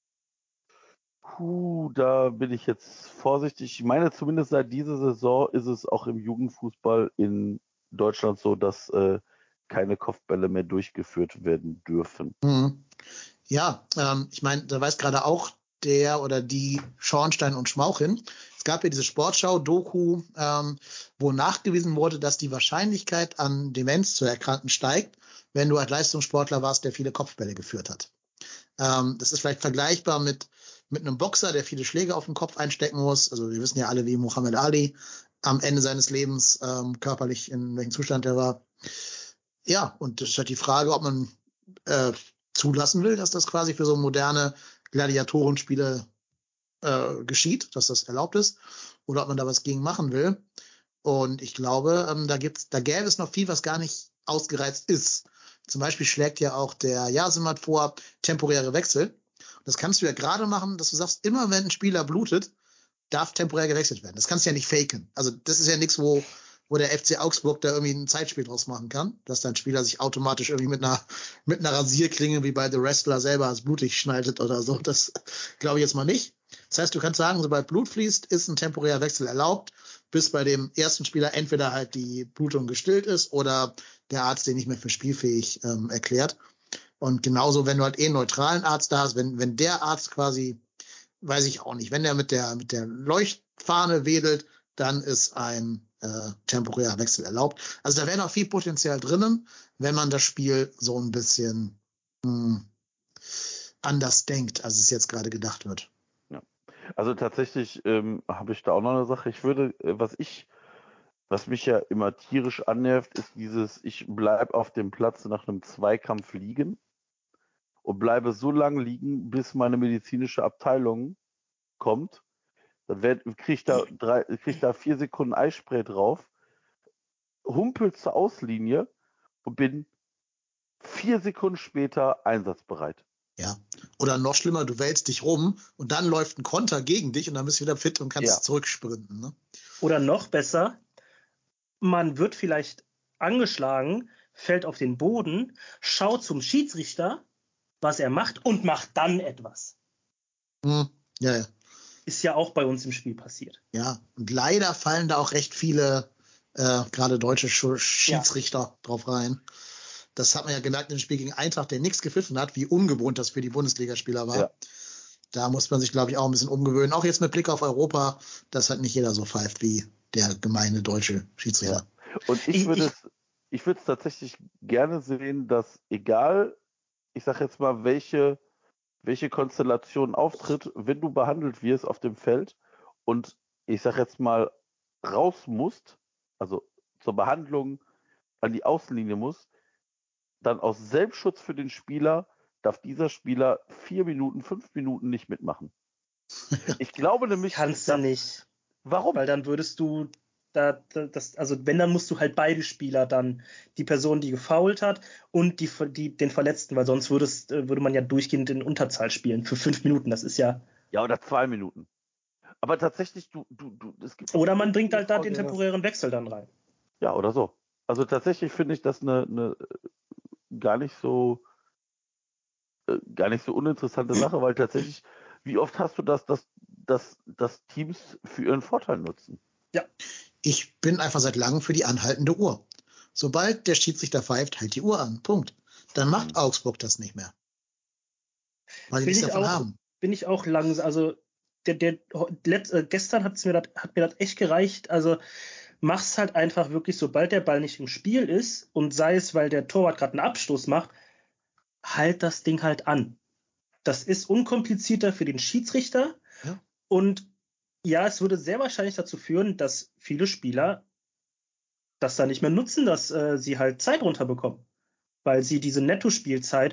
Puh, da bin ich jetzt vorsichtig. Ich meine, zumindest seit dieser Saison ist es auch im Jugendfußball in Deutschland so, dass äh, keine Kopfbälle mehr durchgeführt werden dürfen. Mhm. Ja, ähm, ich meine, da weiß gerade auch der oder die Schornstein und Schmauchin. Es gab ja diese Sportschau-Doku, ähm, wo nachgewiesen wurde, dass die Wahrscheinlichkeit an Demenz zu erkranken steigt, wenn du als Leistungssportler warst, der viele Kopfbälle geführt hat. Ähm, das ist vielleicht vergleichbar mit mit einem Boxer, der viele Schläge auf den Kopf einstecken muss. Also wir wissen ja alle, wie Muhammad Ali am Ende seines Lebens ähm, körperlich in welchem Zustand er war. Ja, und das ist halt die Frage, ob man äh, zulassen will, dass das quasi für so moderne Gladiatorenspiele äh, geschieht, dass das erlaubt ist, oder ob man da was gegen machen will. Und ich glaube, ähm, da gibt's, da gäbe es noch viel, was gar nicht ausgereizt ist. Zum Beispiel schlägt ja auch der Jasimat vor, temporäre Wechsel. Das kannst du ja gerade machen, dass du sagst, immer wenn ein Spieler blutet, darf temporär gewechselt werden. Das kannst du ja nicht faken. Also das ist ja nichts, wo, wo der F C Augsburg da irgendwie ein Zeitspiel draus machen kann, dass dann Spieler sich automatisch irgendwie mit einer, mit einer Rasierklinge wie bei The Wrestler selber als Blutlicht schneidet oder so. Das glaube ich jetzt mal nicht. Das heißt, du kannst sagen, sobald Blut fließt, ist ein temporärer Wechsel erlaubt, bis bei dem ersten Spieler entweder halt die Blutung gestillt ist oder der Arzt den nicht mehr für spielfähig ähm, erklärt. Und genauso, wenn du halt eh einen neutralen Arzt da hast, wenn, wenn der Arzt quasi, weiß ich auch nicht, wenn der mit der, mit der Leuchtfahne wedelt, dann ist ein äh, temporärer Wechsel erlaubt. Also da wäre noch viel Potenzial drinnen, wenn man das Spiel so ein bisschen mh, anders denkt, als es jetzt gerade gedacht wird. Ja. Also tatsächlich ähm, habe ich da auch noch eine Sache. Ich würde, äh, was ich, was mich ja immer tierisch annervt, ist dieses, ich bleibe auf dem Platz nach einem Zweikampf liegen und bleibe so lange liegen, bis meine medizinische Abteilung kommt. Dann kriege ich da drei, krieg ich da vier Sekunden Eispray drauf, humpel zur Auslinie und bin vier Sekunden später einsatzbereit. Ja. Oder noch schlimmer, du wälzt dich rum und dann läuft ein Konter gegen dich und dann bist du wieder fit und kannst Ja. zurücksprinten. Ne? Oder noch besser, man wird vielleicht angeschlagen, fällt auf den Boden, schaut zum Schiedsrichter, was er macht und macht dann etwas. Hm. Ja, ja. Ist ja auch bei uns im Spiel passiert. Ja, und leider fallen da auch recht viele, äh, gerade deutsche Schiedsrichter ja. drauf rein. Das hat man ja gemerkt im Spiel gegen Eintracht, der nichts gepfiffen hat, wie ungewohnt das für die Bundesligaspieler war. Ja. Da muss man sich, glaube ich, auch ein bisschen umgewöhnen. Auch jetzt mit Blick auf Europa, dass halt nicht jeder so pfeift wie der gemeine deutsche Schiedsrichter. Ja. Und ich würde es, ich würde es tatsächlich gerne sehen, dass egal, ich sage jetzt mal, welche welche Konstellation auftritt, wenn du behandelt wirst auf dem Feld und ich sag jetzt mal raus musst, also zur Behandlung an die Außenlinie musst, dann aus Selbstschutz für den Spieler darf dieser Spieler vier Minuten, fünf Minuten nicht mitmachen. Ich glaube nämlich... Kannst du nicht. Warum? Weil dann würdest du Da, das, also wenn, dann musst du halt beide Spieler dann, die Person, die gefoult hat und die, die, den Verletzten, weil sonst würdest, würde man ja durchgehend in Unterzahl spielen für fünf Minuten, das ist ja... Ja, oder zwei Minuten. Aber tatsächlich, du, du, du, es gibt... Oder man bringt halt da den temporären Wechsel dann rein. Ja, oder so. Also tatsächlich finde ich das eine, eine gar nicht so äh, gar nicht so uninteressante Sache, weil tatsächlich, wie oft hast du das, dass, dass, dass Teams für ihren Vorteil nutzen? Ja. Ich bin einfach seit langem für die anhaltende Uhr. Sobald der Schiedsrichter pfeift, hält die Uhr an. Punkt. Dann macht Augsburg das nicht mehr. Weil die nichts davon auch, haben. Bin ich auch langsam, also der, der, letzt, äh, gestern hat's mir dat, hat mir das echt gereicht. Also mach's halt einfach wirklich, sobald der Ball nicht im Spiel ist und sei es, weil der Torwart gerade einen Abstoß macht, halt das Ding halt an. Das ist unkomplizierter für den Schiedsrichter ja. Und ja, es würde sehr wahrscheinlich dazu führen, dass viele Spieler das dann nicht mehr nutzen, dass äh, sie halt Zeit runterbekommen, weil sie diese Nettospielzeit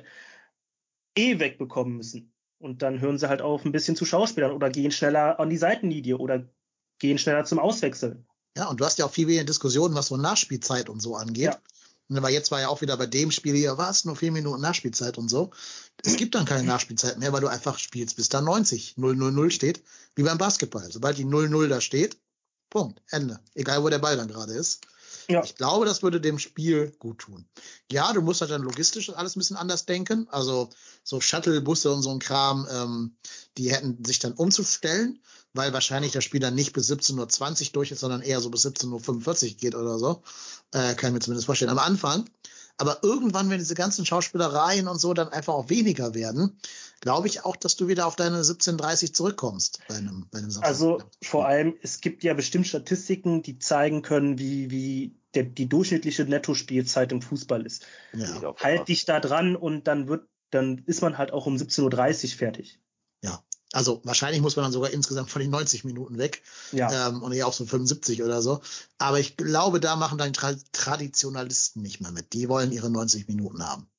eh wegbekommen müssen. Und dann hören sie halt auf, ein bisschen zu Schauspielern oder gehen schneller an die Seitenlinie oder gehen schneller zum Auswechseln. Ja, und du hast ja auch viel weniger Diskussionen, was so Nachspielzeit und so angeht. Ja. Weil jetzt war ja auch wieder bei dem Spiel hier, was, nur vier Minuten Nachspielzeit und so. Es gibt dann keine Nachspielzeit mehr, weil du einfach spielst, bis da neunzig, null null null steht, wie beim Basketball. Sobald die null null da steht, Punkt, Ende. Egal, wo der Ball dann gerade ist. Ja. Ich glaube, das würde dem Spiel gut tun. Ja, du musst halt dann logistisch alles ein bisschen anders denken. Also so Shuttle-Busse und so ein Kram, ähm, die hätten sich dann umzustellen, weil wahrscheinlich das Spiel dann nicht bis siebzehn Uhr zwanzig durch ist, sondern eher so bis siebzehn Uhr fünfundvierzig geht oder so. Äh, kann ich mir zumindest vorstellen, am Anfang. Aber irgendwann, wenn diese ganzen Schauspielereien und so dann einfach auch weniger werden, glaube ich auch, dass du wieder auf deine siebzehn Uhr dreißig zurückkommst bei einem, bei einem Samstag. Also vor allem, es gibt ja bestimmt Statistiken, die zeigen können, wie, wie der, die durchschnittliche Nettospielzeit im Fußball ist. Ja. Halt dich da dran und dann wird, dann ist man halt auch um siebzehn Uhr dreißig fertig. Ja. Also wahrscheinlich muss man dann sogar insgesamt von den neunzig Minuten weg. Ja. Ähm, und eher auch so fünfundsiebzig oder so. Aber ich glaube, da machen dann Tra- Traditionalisten nicht mehr mit. Die wollen ihre neunzig Minuten haben.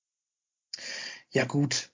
Ja gut.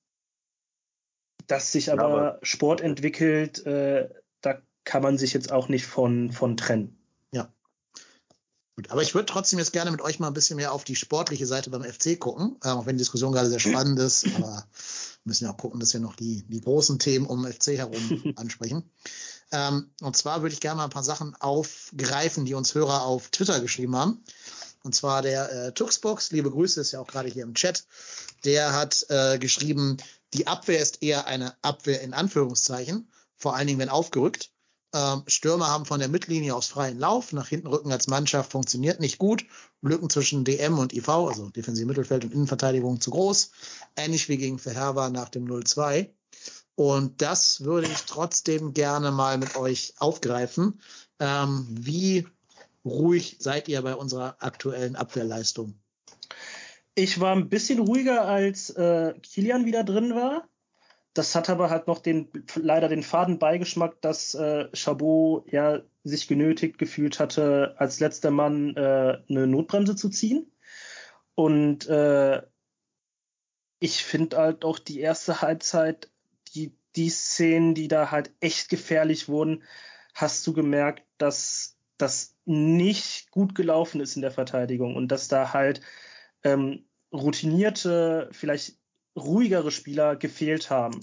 Dass sich aber, ja, aber Sport entwickelt, äh, da kann man sich jetzt auch nicht von, von trennen. Ja. Gut, aber ich würde trotzdem jetzt gerne mit euch mal ein bisschen mehr auf die sportliche Seite beim F C gucken, äh, auch wenn die Diskussion gerade sehr spannend ist, aber wir müssen ja auch gucken, dass wir noch die, die großen Themen um den F C herum ansprechen. Ähm, und zwar würde ich gerne mal ein paar Sachen aufgreifen, die uns Hörer auf Twitter geschrieben haben. Und zwar der äh, Tuxbox, liebe Grüße, ist ja auch gerade hier im Chat. Der hat äh, geschrieben, die Abwehr ist eher eine Abwehr in Anführungszeichen, vor allen Dingen, wenn aufgerückt. Ähm, Stürmer haben von der Mittellinie aus freien Lauf, nach hinten rücken als Mannschaft funktioniert nicht gut. Lücken zwischen D M und I V, also Defensive Mittelfeld und Innenverteidigung, zu groß. Ähnlich wie gegen Verherber nach dem null zwei. Und das würde ich trotzdem gerne mal mit euch aufgreifen. Ähm, wie ruhig seid ihr bei unserer aktuellen Abwehrleistung? Ich war ein bisschen ruhiger, als äh, Kilian wieder drin war. Das hat aber halt noch den, leider den faden Beigeschmack, dass äh, Chabot ja sich genötigt gefühlt hatte, als letzter Mann äh, eine Notbremse zu ziehen. Und äh, ich finde halt auch die erste Halbzeit, die, die Szenen, die da halt echt gefährlich wurden, hast du gemerkt, dass das nicht gut gelaufen ist in der Verteidigung und dass da halt ähm, routinierte, vielleicht ruhigere Spieler gefehlt haben.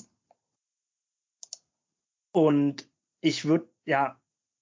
Und ich würde, ja,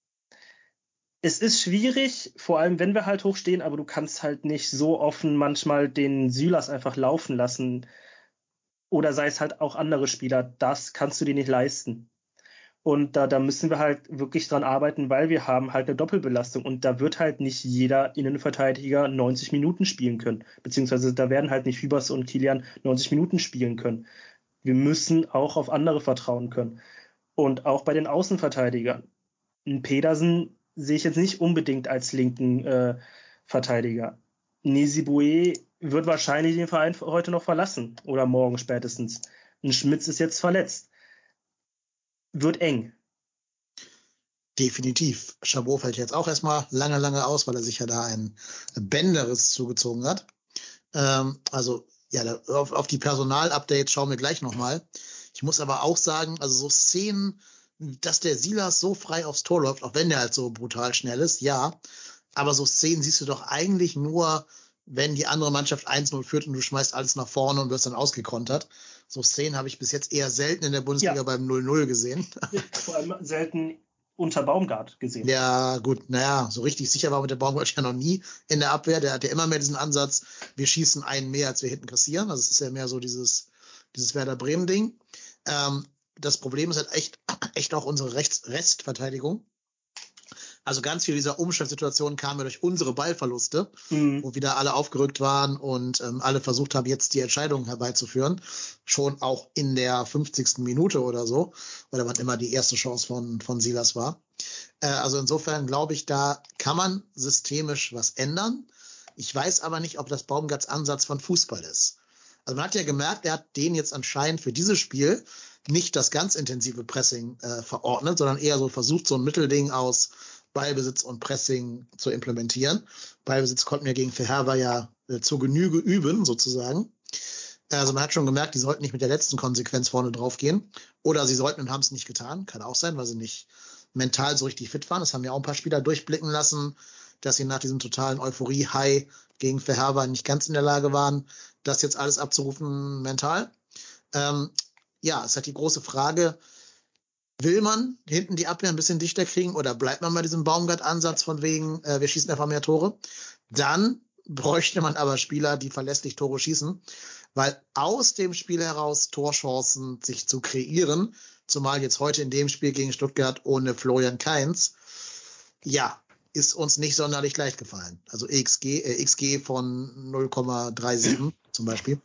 es ist schwierig, vor allem wenn wir halt hochstehen, aber du kannst halt nicht so offen manchmal den Sylas einfach laufen lassen. Oder sei es halt auch andere Spieler. Das kannst du dir nicht leisten. Und da, da müssen wir halt wirklich dran arbeiten, weil wir haben halt eine Doppelbelastung. Und da wird halt nicht jeder Innenverteidiger neunzig Minuten spielen können. Beziehungsweise da werden halt nicht Hübers und Kilian neunzig Minuten spielen können. Wir müssen auch auf andere vertrauen können. Und auch bei den Außenverteidigern. Einen Pedersen sehe ich jetzt nicht unbedingt als linken äh, Verteidiger. Nesibue wird wahrscheinlich den Verein heute noch verlassen oder morgen spätestens. Ein Schmitz ist jetzt verletzt. Wird eng. Definitiv. Chabot fällt jetzt auch erstmal lange, lange aus, weil er sich ja da ein Bänderriss zugezogen hat. Ähm, also ja, da, auf, auf die Personalupdates schauen wir gleich nochmal. Ich muss aber auch sagen, also so Szenen, dass der Silas so frei aufs Tor läuft, auch wenn der halt so brutal schnell ist, ja. Aber so Szenen siehst du doch eigentlich nur, wenn die andere Mannschaft eins null führt und du schmeißt alles nach vorne und wirst dann ausgekontert. So Szenen habe ich bis jetzt eher selten in der Bundesliga Ja. beim null null gesehen. Vor allem selten unter Baumgart gesehen. Ja, gut, naja, so richtig sicher war mit der Baumgart ja noch nie in der Abwehr. Der hat ja immer mehr diesen Ansatz, wir schießen einen mehr, als wir hinten kassieren. Also es ist ja mehr so dieses, dieses Werder Bremen-Ding. Ähm, das Problem ist halt echt, echt auch unsere Rechts Restverteidigung. Also ganz viel dieser Umschaltsituationen kamen durch unsere Ballverluste, mhm. wo wieder alle aufgerückt waren und ähm, alle versucht haben, jetzt die Entscheidungen herbeizuführen. Schon auch in der fünfzigsten Minute oder so, oder wann immer die erste Chance von, von Silas war. Äh, also insofern glaube ich, da kann man systemisch was ändern. Ich weiß aber nicht, ob das Baumgarts Ansatz von Fußball ist. Also man hat ja gemerkt, er hat den jetzt anscheinend für dieses Spiel nicht das ganz intensive Pressing äh, verordnet, sondern eher so versucht, so ein Mittelding aus Ballbesitz und Pressing zu implementieren. Ballbesitz konnten wir gegen Verherber ja äh, zur Genüge üben, sozusagen. Also man hat schon gemerkt, die sollten nicht mit der letzten Konsequenz vorne drauf gehen. Oder sie sollten und haben es nicht getan. Kann auch sein, weil sie nicht mental so richtig fit waren. Das haben ja auch ein paar Spieler durchblicken lassen, dass sie nach diesem totalen Euphorie-High gegen Verherber nicht ganz in der Lage waren, das jetzt alles abzurufen mental. Ähm, ja, es hat die große Frage, will man hinten die Abwehr ein bisschen dichter kriegen oder bleibt man bei diesem Baumgart-Ansatz von wegen, äh, wir schießen einfach mehr Tore? Dann bräuchte man aber Spieler, die verlässlich Tore schießen, weil aus dem Spiel heraus Torchancen sich zu kreieren, zumal jetzt heute in dem Spiel gegen Stuttgart ohne Florian Kainz, ja, ist uns nicht sonderlich leicht gefallen. Also X G, äh, X G von null Komma siebenunddreißig zum Beispiel.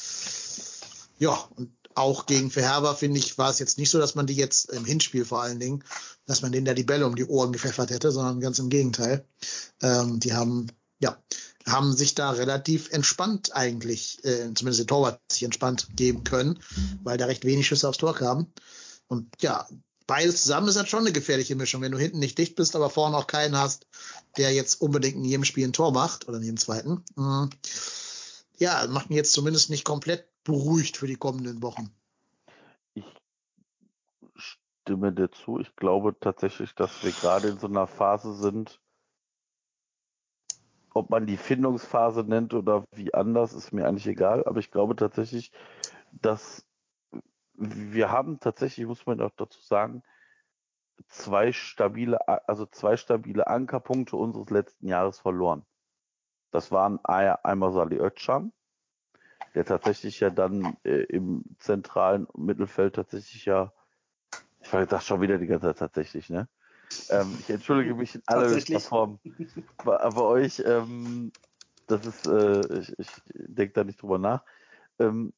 Ja, und auch gegen Verherber, finde ich, war es jetzt nicht so, dass man die jetzt im Hinspiel vor allen Dingen, dass man denen da die Bälle um die Ohren gepfeffert hätte, sondern ganz im Gegenteil. Ähm, die haben, ja, haben sich da relativ entspannt eigentlich, äh, zumindest der Torwart sich entspannt geben können, weil da recht wenig Schüsse aufs Tor kamen. Und ja, beides zusammen ist halt schon eine gefährliche Mischung, wenn du hinten nicht dicht bist, aber vorne auch keinen hast, der jetzt unbedingt in jedem Spiel ein Tor macht oder in jedem zweiten. Mhm. Ja, macht mich jetzt zumindest nicht komplett beruhigt für die kommenden Wochen. Ich stimme dir zu. Ich glaube tatsächlich, dass wir gerade in so einer Phase sind, ob man die Findungsphase nennt oder wie anders, ist mir eigentlich egal. Aber ich glaube tatsächlich, dass wir haben tatsächlich, muss man auch dazu sagen, zwei stabile, also zwei stabile Ankerpunkte unseres letzten Jahres verloren. Das waren einmal Salih Özcan, der tatsächlich ja dann äh, im zentralen Mittelfeld tatsächlich ja, ich sag schon wieder die ganze Zeit tatsächlich, ne? Ähm, ich entschuldige mich in aller Form bei, bei euch. Ähm, das ist, äh, ich, ich denke da nicht drüber nach. Ähm,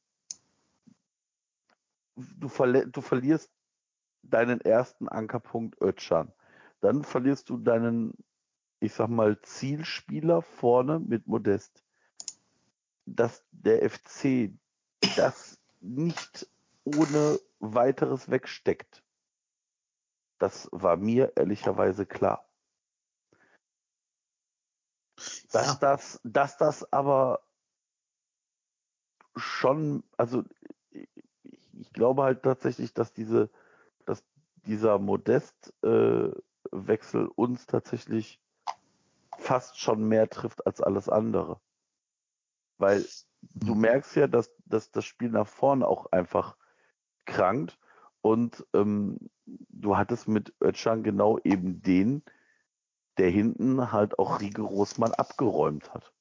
du, verli- du verlierst deinen ersten Ankerpunkt Özcan. Dann verlierst du deinen, ich sag mal, Zielspieler vorne mit Modest. Dass der F C das nicht ohne weiteres wegsteckt, das war mir ehrlicherweise klar. Dass, ja. das, dass das aber schon, also ich, ich glaube halt tatsächlich, dass diese, dass dieser Modest-Wechsel äh, uns tatsächlich fast schon mehr trifft als alles andere. Weil du merkst ja, dass, dass das Spiel nach vorne auch einfach krankt und ähm, du hattest mit Özcan genau eben den, der hinten halt auch rigoros mal abgeräumt hat.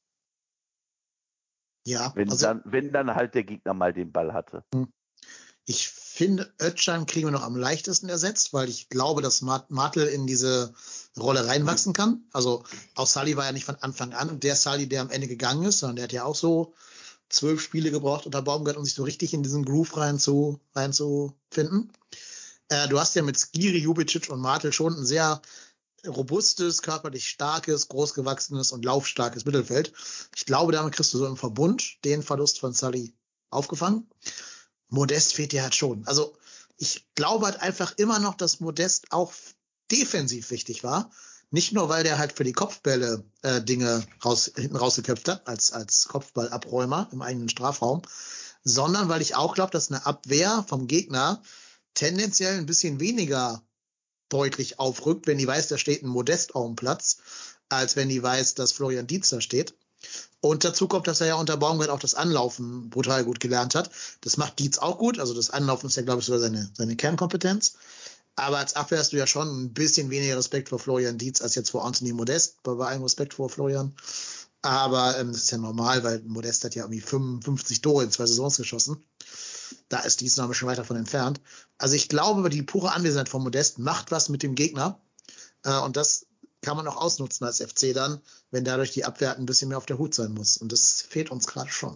Ja, wenn, also, dann, wenn dann halt der Gegner mal den Ball hatte. Ich finde, Özcan kriegen wir noch am leichtesten ersetzt, weil ich glaube, dass Martel in diese Rolle reinwachsen kann. Also auch Salih war ja nicht von Anfang an der Salih, der am Ende gegangen ist, sondern der hat ja auch so zwölf Spiele gebraucht unter Baumgart, um sich so richtig in diesen Groove rein zu, reinzufinden. Äh, du hast ja mit Skiri, Jubicic und Martel schon ein sehr robustes, körperlich starkes, großgewachsenes und laufstarkes Mittelfeld. Ich glaube, damit kriegst du so im Verbund den Verlust von Salih aufgefangen. Modest fehlt dir halt schon. Also ich glaube halt einfach immer noch, dass Modest auch defensiv wichtig war. Nicht nur, weil der halt für die Kopfbälle äh, Dinge raus, hinten rausgeköpft hat, als, als Kopfballabräumer im eigenen Strafraum, sondern weil ich auch glaube, dass eine Abwehr vom Gegner tendenziell ein bisschen weniger deutlich aufrückt, wenn die weiß, da steht ein Modest auf dem Platz, als wenn die weiß, dass Florian Dietz da steht. Und dazu kommt, dass er ja unter Baumgart auch das Anlaufen brutal gut gelernt hat. Das macht Dietz auch gut. Also das Anlaufen ist ja, glaube ich, sogar seine, seine Kernkompetenz. Aber als Abwehr hast du ja schon ein bisschen weniger Respekt vor Florian Dietz als jetzt vor Anthony Modest. Bei allem Respekt vor Florian. Aber ähm, das ist ja normal, weil Modest hat ja irgendwie fünfundfünfzig Tore in zwei Saisons geschossen. Da ist Dietz noch ein bisschen weiter von entfernt. Also ich glaube, die pure Anwesenheit von Modest macht was mit dem Gegner. Äh, und das kann man auch ausnutzen als F C dann, wenn dadurch die Abwehr ein bisschen mehr auf der Hut sein muss. Und das fehlt uns gerade schon.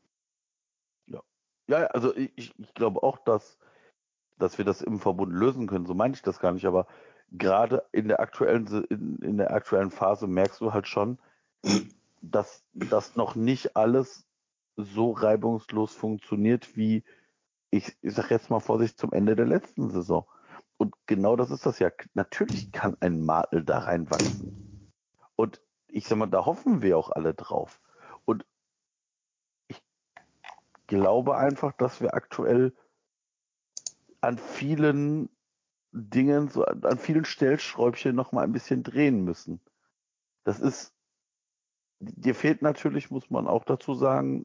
Ja, ja, also ich, ich glaube auch, dass, dass wir das im Verbund lösen können. So meine ich das gar nicht. Aber gerade in der aktuellen, in, in der aktuellen Phase merkst du halt schon, dass das noch nicht alles so reibungslos funktioniert, wie ich, ich sag jetzt mal Vorsicht zum Ende der letzten Saison. Und genau das ist das ja. Natürlich kann ein Martel da reinwachsen. Und ich sag mal, da hoffen wir auch alle drauf. Und ich glaube einfach, dass wir aktuell an vielen Dingen, so an vielen Stellschräubchen noch mal ein bisschen drehen müssen. Das ist, dir fehlt natürlich, muss man auch dazu sagen,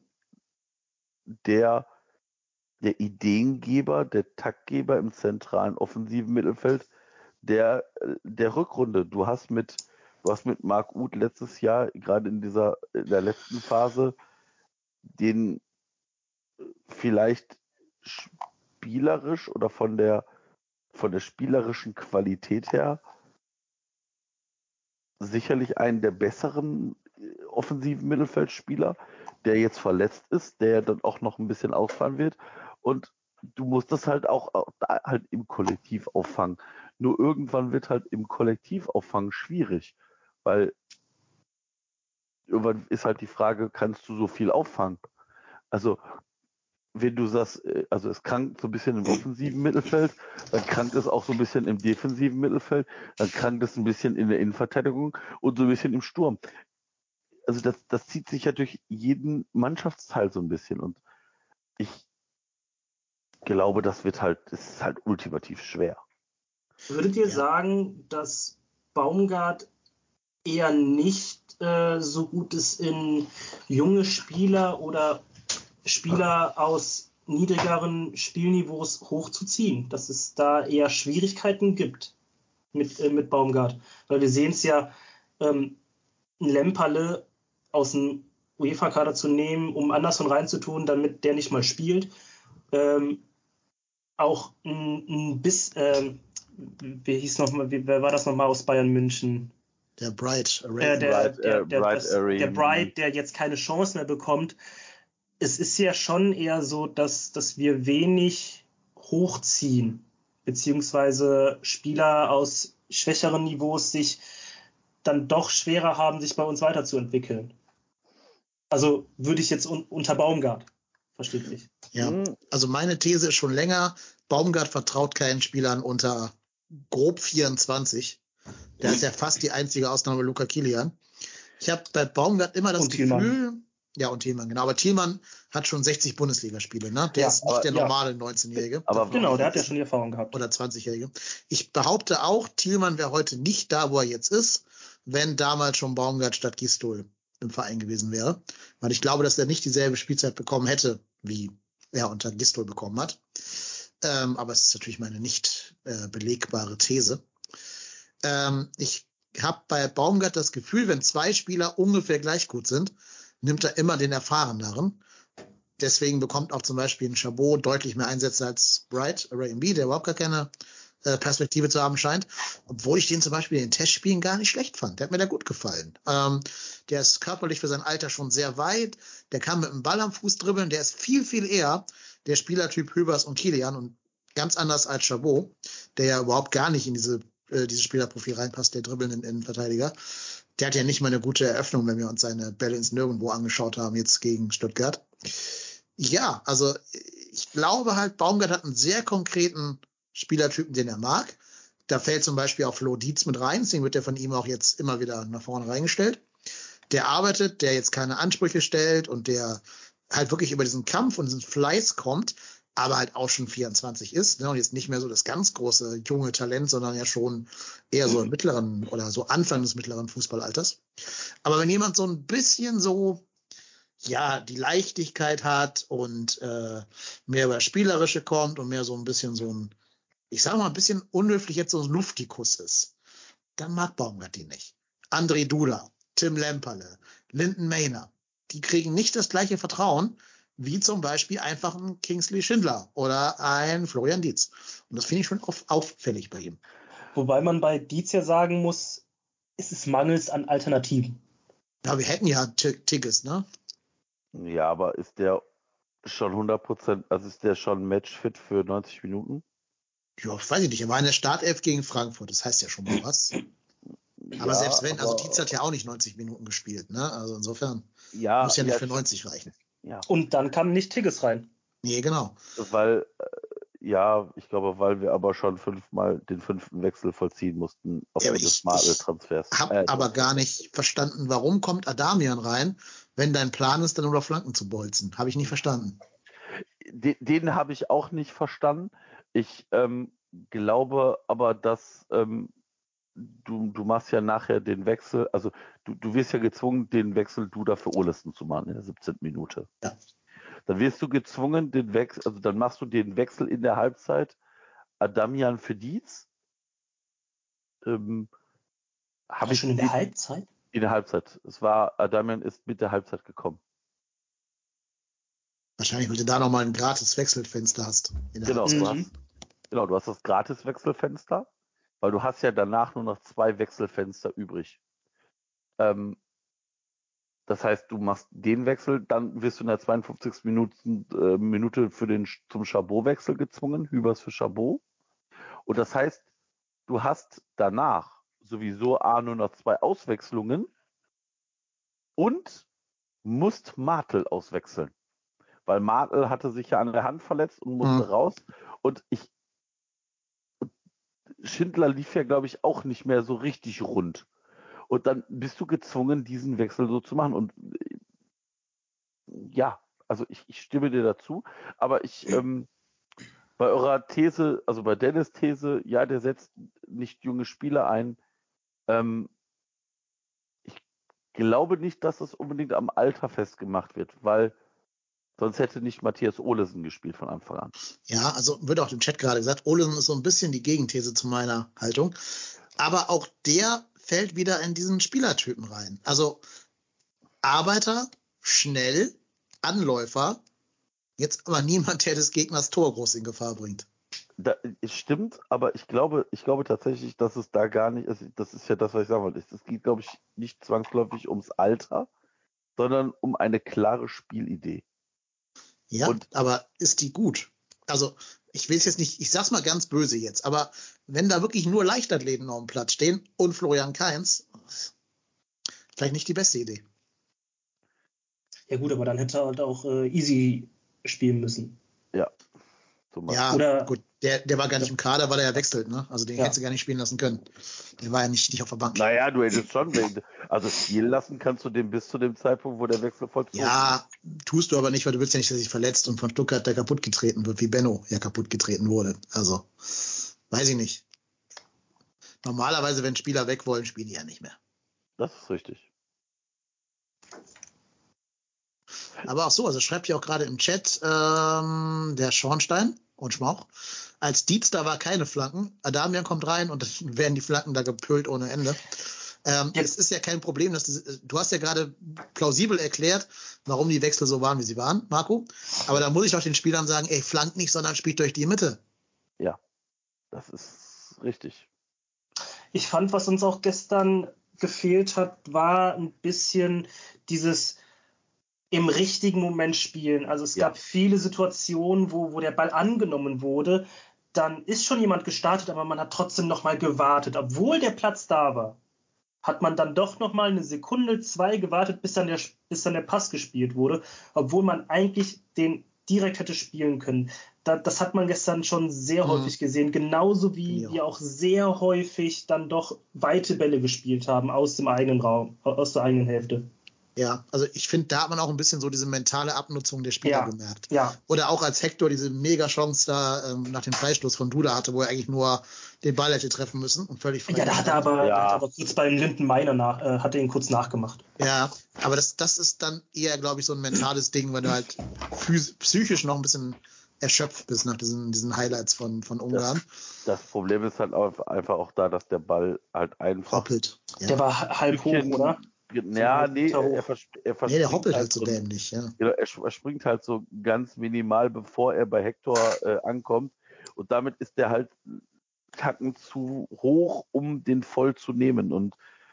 der, der Ideengeber, der Taktgeber im zentralen offensiven Mittelfeld der, der Rückrunde. Du hast mit, du hast mit Marc Uth letztes Jahr, gerade in dieser, in der letzten Phase, den vielleicht spielerisch oder von der, von der spielerischen Qualität her sicherlich einen der besseren offensiven Mittelfeldspieler, der jetzt verletzt ist, der dann auch noch ein bisschen ausfallen wird. Und du musst das halt auch halt im Kollektiv auffangen. Nur irgendwann wird halt im Kollektiv auffangen schwierig, weil irgendwann ist halt die Frage, kannst du so viel auffangen? Also wenn du sagst, also es krankt so ein bisschen im offensiven Mittelfeld, dann krankt es auch so ein bisschen im defensiven Mittelfeld, dann krankt es ein bisschen in der Innenverteidigung und so ein bisschen im Sturm. Also das, das zieht sich ja durch jeden Mannschaftsteil so ein bisschen und ich glaube, das wird halt, das ist halt ultimativ schwer. Würdet ihr Ja. sagen, dass Baumgart eher nicht äh, so gut ist in junge Spieler oder Spieler aus niedrigeren Spielniveaus hochzuziehen, dass es da eher Schwierigkeiten gibt? mit, äh, mit Baumgart. Weil wir sehen es ja, ähm, ein Lemperle aus dem UEFA-Kader zu nehmen, um Anderson reinzutun, damit der nicht mal spielt. Ähm, auch ein, ein bis, ähm, wie hieß noch mal, wie, wer war das nochmal aus Bayern München? Der Bright Äh, Array. der, Bright, der, äh, der, Bright das, Array, der mhm. Bright, der jetzt keine Chance mehr bekommt. Es ist ja schon eher so, dass, dass wir wenig hochziehen, beziehungsweise Spieler aus schwächeren Niveaus sich dann doch schwerer haben, sich bei uns weiterzuentwickeln. Also würde ich jetzt un unter Baumgart, versteht sich. Ja, Mhm. also meine These ist schon länger, Baumgart vertraut keinen Spielern unter grob vierundzwanzig. Der ist ja fast die einzige Ausnahme, Luca Kilian. Ich habe bei Baumgart immer das Und Gefühl, Thielmann. ja, und Thielmann, genau, aber Thielmann hat schon sechzig Bundesligaspiele, ne? Der Ja, ist nicht aber- der ja. normale neunzehnjährige. Aber- Davon Genau, auch der hat ja jetzt. schon die Erfahrung gehabt. Oder zwanzigjährige. Ich behaupte auch, Thielmann wäre heute nicht da, wo er jetzt ist, wenn damals schon Baumgart statt Gistol im Verein gewesen wäre. Weil ich glaube, dass er nicht dieselbe Spielzeit bekommen hätte, wie er unter Gistol bekommen hat. Ähm, aber es ist natürlich meine nicht äh, belegbare These. Ähm, ich habe bei Baumgart das Gefühl, wenn zwei Spieler ungefähr gleich gut sind, nimmt er immer den Erfahreneren. Deswegen bekommt auch zum Beispiel ein Chabot deutlich mehr Einsätze als Bright, Ray M B, der überhaupt gar keine äh, Perspektive zu haben scheint. Obwohl ich den zum Beispiel in den Testspielen gar nicht schlecht fand. Der hat mir da gut gefallen. Ähm, der ist körperlich für sein Alter schon sehr weit. Der kann mit dem Ball am Fuß dribbeln. Der ist viel, viel eher der Spielertyp Höbers und Kilian und ganz anders als Chabot, der ja überhaupt gar nicht in diese, äh, dieses Spielerprofil reinpasst, der dribbelnden Innenverteidiger. Der hat ja nicht mal eine gute Eröffnung, wenn wir uns seine Bälle ins Nirgendwo angeschaut haben, jetzt gegen Stuttgart. Ja, also ich glaube halt, Baumgart hat einen sehr konkreten Spielertypen, den er mag. Da fällt zum Beispiel auch Flo Dietz mit rein, deswegen wird er von ihm auch jetzt immer wieder nach vorne reingestellt. Der arbeitet, der jetzt keine Ansprüche stellt und der halt wirklich über diesen Kampf und diesen Fleiß kommt, aber halt auch schon vierundzwanzig ist, ne, und jetzt nicht mehr so das ganz große junge Talent, sondern ja schon eher so im mittleren oder so Anfang des mittleren Fußballalters. Aber wenn jemand so ein bisschen so ja, die Leichtigkeit hat und äh, mehr über das Spielerische kommt und mehr so ein bisschen so ein, ich sag mal ein bisschen unhöflich jetzt so ein Luftikus ist, dann mag Baumgart die nicht. André Duda, Tim Lemperle, Linden Maynard, die kriegen nicht das gleiche Vertrauen wie zum Beispiel einfach ein Kingsley Schindler oder ein Florian Dietz. Und das finde ich schon auf, auffällig bei ihm. Wobei man bei Dietz ja sagen muss, es ist mangels an Alternativen. Ja, wir hätten ja Tigges, ne? Ja, aber ist der schon hundert Prozent, also ist der schon matchfit für neunzig Minuten? Ja, weiß ich nicht. Er war in der Startelf gegen Frankfurt. Das heißt ja schon mal was. Aber Ja, selbst wenn, also aber- Dietz hat ja auch nicht neunzig Minuten gespielt, ne? Also insofern Ja, muss ja nicht ja, für stimmt. neunzig reichen. Ja, Und dann kam nicht Tigges rein. Nee, genau. weil, äh, ja, ich glaube, weil wir aber schon fünfmal den fünften Wechsel vollziehen mussten Ja, aber aufgrund ich, des ich Martel-Transfers. habe Äh, aber gar nicht verstanden, warum kommt Adamian rein, wenn dein Plan ist, dann über Flanken zu bolzen. Habe ich nicht verstanden. Den, den habe ich auch nicht verstanden. Ich ähm, glaube aber, dass ähm, du, du machst ja nachher den Wechsel, also du, du wirst ja gezwungen, den Wechsel Duda für Olesen zu machen in der siebzehnten Minute. Ja. Dann wirst du gezwungen, den Wechsel, also dann machst du den Wechsel in der Halbzeit Adamian für Dietz. Ähm, War habe das ich schon in der den- Halbzeit? in der Halbzeit. Es war, Adamian ist mit der Halbzeit gekommen. Wahrscheinlich, weil du da nochmal ein gratis Wechselfenster hast. In der Genau, Halbzeit. du Mhm. hast, genau, du hast das Gratis-Wechselfenster, weil du hast ja danach nur noch zwei Wechselfenster übrig. Ähm, das heißt, du machst den Wechsel, dann wirst du in der zweiundfünfzigsten Minute, äh, Minute für den, zum Chabot-Wechsel gezwungen, Hübers für Chabot. Und das heißt, du hast danach sowieso A nur noch zwei Auswechslungen und musst Martel auswechseln. Weil Martel hatte sich ja an der Hand verletzt und musste Hm. raus. Und ich und Schindler lief ja, glaube ich, auch nicht mehr so richtig rund. Und dann bist du gezwungen, diesen Wechsel so zu machen. Und äh, ja, also ich, ich stimme dir dazu. Aber ich, ähm, bei eurer These, also bei Dennis' These, ja, der setzt nicht junge Spieler ein. Ähm, ich glaube nicht, dass es unbedingt am Alter festgemacht wird, weil Sonst hätte nicht Matthias Olesen gespielt von Anfang an. Ja, also wird auch im Chat gerade gesagt, Olesen ist so ein bisschen die Gegenthese zu meiner Haltung. Aber auch der fällt wieder in diesen Spielertypen rein. Also Arbeiter, schnell, Anläufer, jetzt aber niemand, der des Gegners Tor groß in Gefahr bringt. Da, es stimmt, aber ich glaube, ich glaube tatsächlich, dass es da gar nicht ist. Das ist ja das, was ich sagen wollte. Es geht, glaube ich, nicht zwangsläufig ums Alter, sondern um eine klare Spielidee. Ja, Und aber ist die gut? Also, ich will es jetzt nicht, ich sag's mal ganz böse jetzt, aber wenn da wirklich nur Leichtathleten auf dem Platz stehen und Florian Kainz, vielleicht nicht die beste Idee. Ja gut, aber dann hätte er halt auch äh, easy spielen müssen. ja, zum Beispiel. Ja, Oder- gut, der, der war gar nicht Ja. im Kader, weil er ja wechselt, ne? Also den Ja. hättest du gar nicht spielen lassen können. Der war ja nicht, nicht auf der Bank. Naja, du hättest schon, wenn- also spielen lassen kannst du den bis zu dem Zeitpunkt, wo der Wechsel vollzogen ist. Ja, tust du aber nicht, weil du willst ja nicht, dass er sich verletzt und von Stuttgart der kaputt getreten wird, wie Benno ja kaputt getreten wurde. Also, weiß ich nicht. Normalerweise, wenn Spieler weg wollen, spielen die ja nicht mehr. Das ist richtig. Aber auch so, also schreibt hier auch gerade im Chat ähm, der Schornstein und Schmauch. Als Dietz da war keine Flanken. Adamian kommt rein und dann werden die Flanken da gepölt ohne Ende. Ähm, Ja. Es ist ja kein Problem, dass das, du hast ja gerade plausibel erklärt, warum die Wechsel so waren, wie sie waren, Marco. Aber da muss ich doch den Spielern sagen, ey, flankt nicht, sondern spielt durch die Mitte. Ja, das ist richtig. Ich fand, was uns auch gestern gefehlt hat, war ein bisschen dieses im richtigen Moment spielen. Also es Ja. gab viele Situationen, wo, wo der Ball angenommen wurde. Dann ist schon jemand gestartet, aber man hat trotzdem noch mal gewartet. Obwohl der Platz da war, hat man dann doch noch mal eine Sekunde, zwei gewartet, bis dann der, bis dann der Pass gespielt wurde. Obwohl man eigentlich den direkt hätte spielen können. Da, das hat man gestern schon sehr Mhm. häufig gesehen. Genauso wie Ja. wir auch sehr häufig dann doch weite Bälle gespielt haben aus dem eigenen Raum, aus der eigenen Hälfte. Ja, also ich finde, da hat man auch ein bisschen so diese mentale Abnutzung der Spieler Ja. gemerkt. Ja, Oder auch als Hector diese Mega-Chance da ähm, nach dem Freistoß von Duda hatte, wo er eigentlich nur den Ball hätte treffen müssen und völlig frei ja, da hat er stand. aber, Ja. da hat er aber kurz beim Linden Meiner nach, äh, hat er ihn kurz nachgemacht. Ja, aber das, das ist dann eher, glaube ich, so ein mentales Ding, weil du halt phys- psychisch noch ein bisschen erschöpft bist nach diesen, diesen Highlights von, von Ungarn. Das Problem ist halt auch einfach auch da, dass der Ball halt einfach Hoppelt. Ja. Der war ha- halb hoch, Stückchen- oder? Ja, So nee, Meter hoch. er, vers er verspringt Nee, der hoppelt halt so so, dämlich, ja. genau, er, er springt halt so ganz minimal, bevor er bei Hector äh, ankommt. Und damit ist der halt Tacken zu hoch, um den voll zu nehmen. Und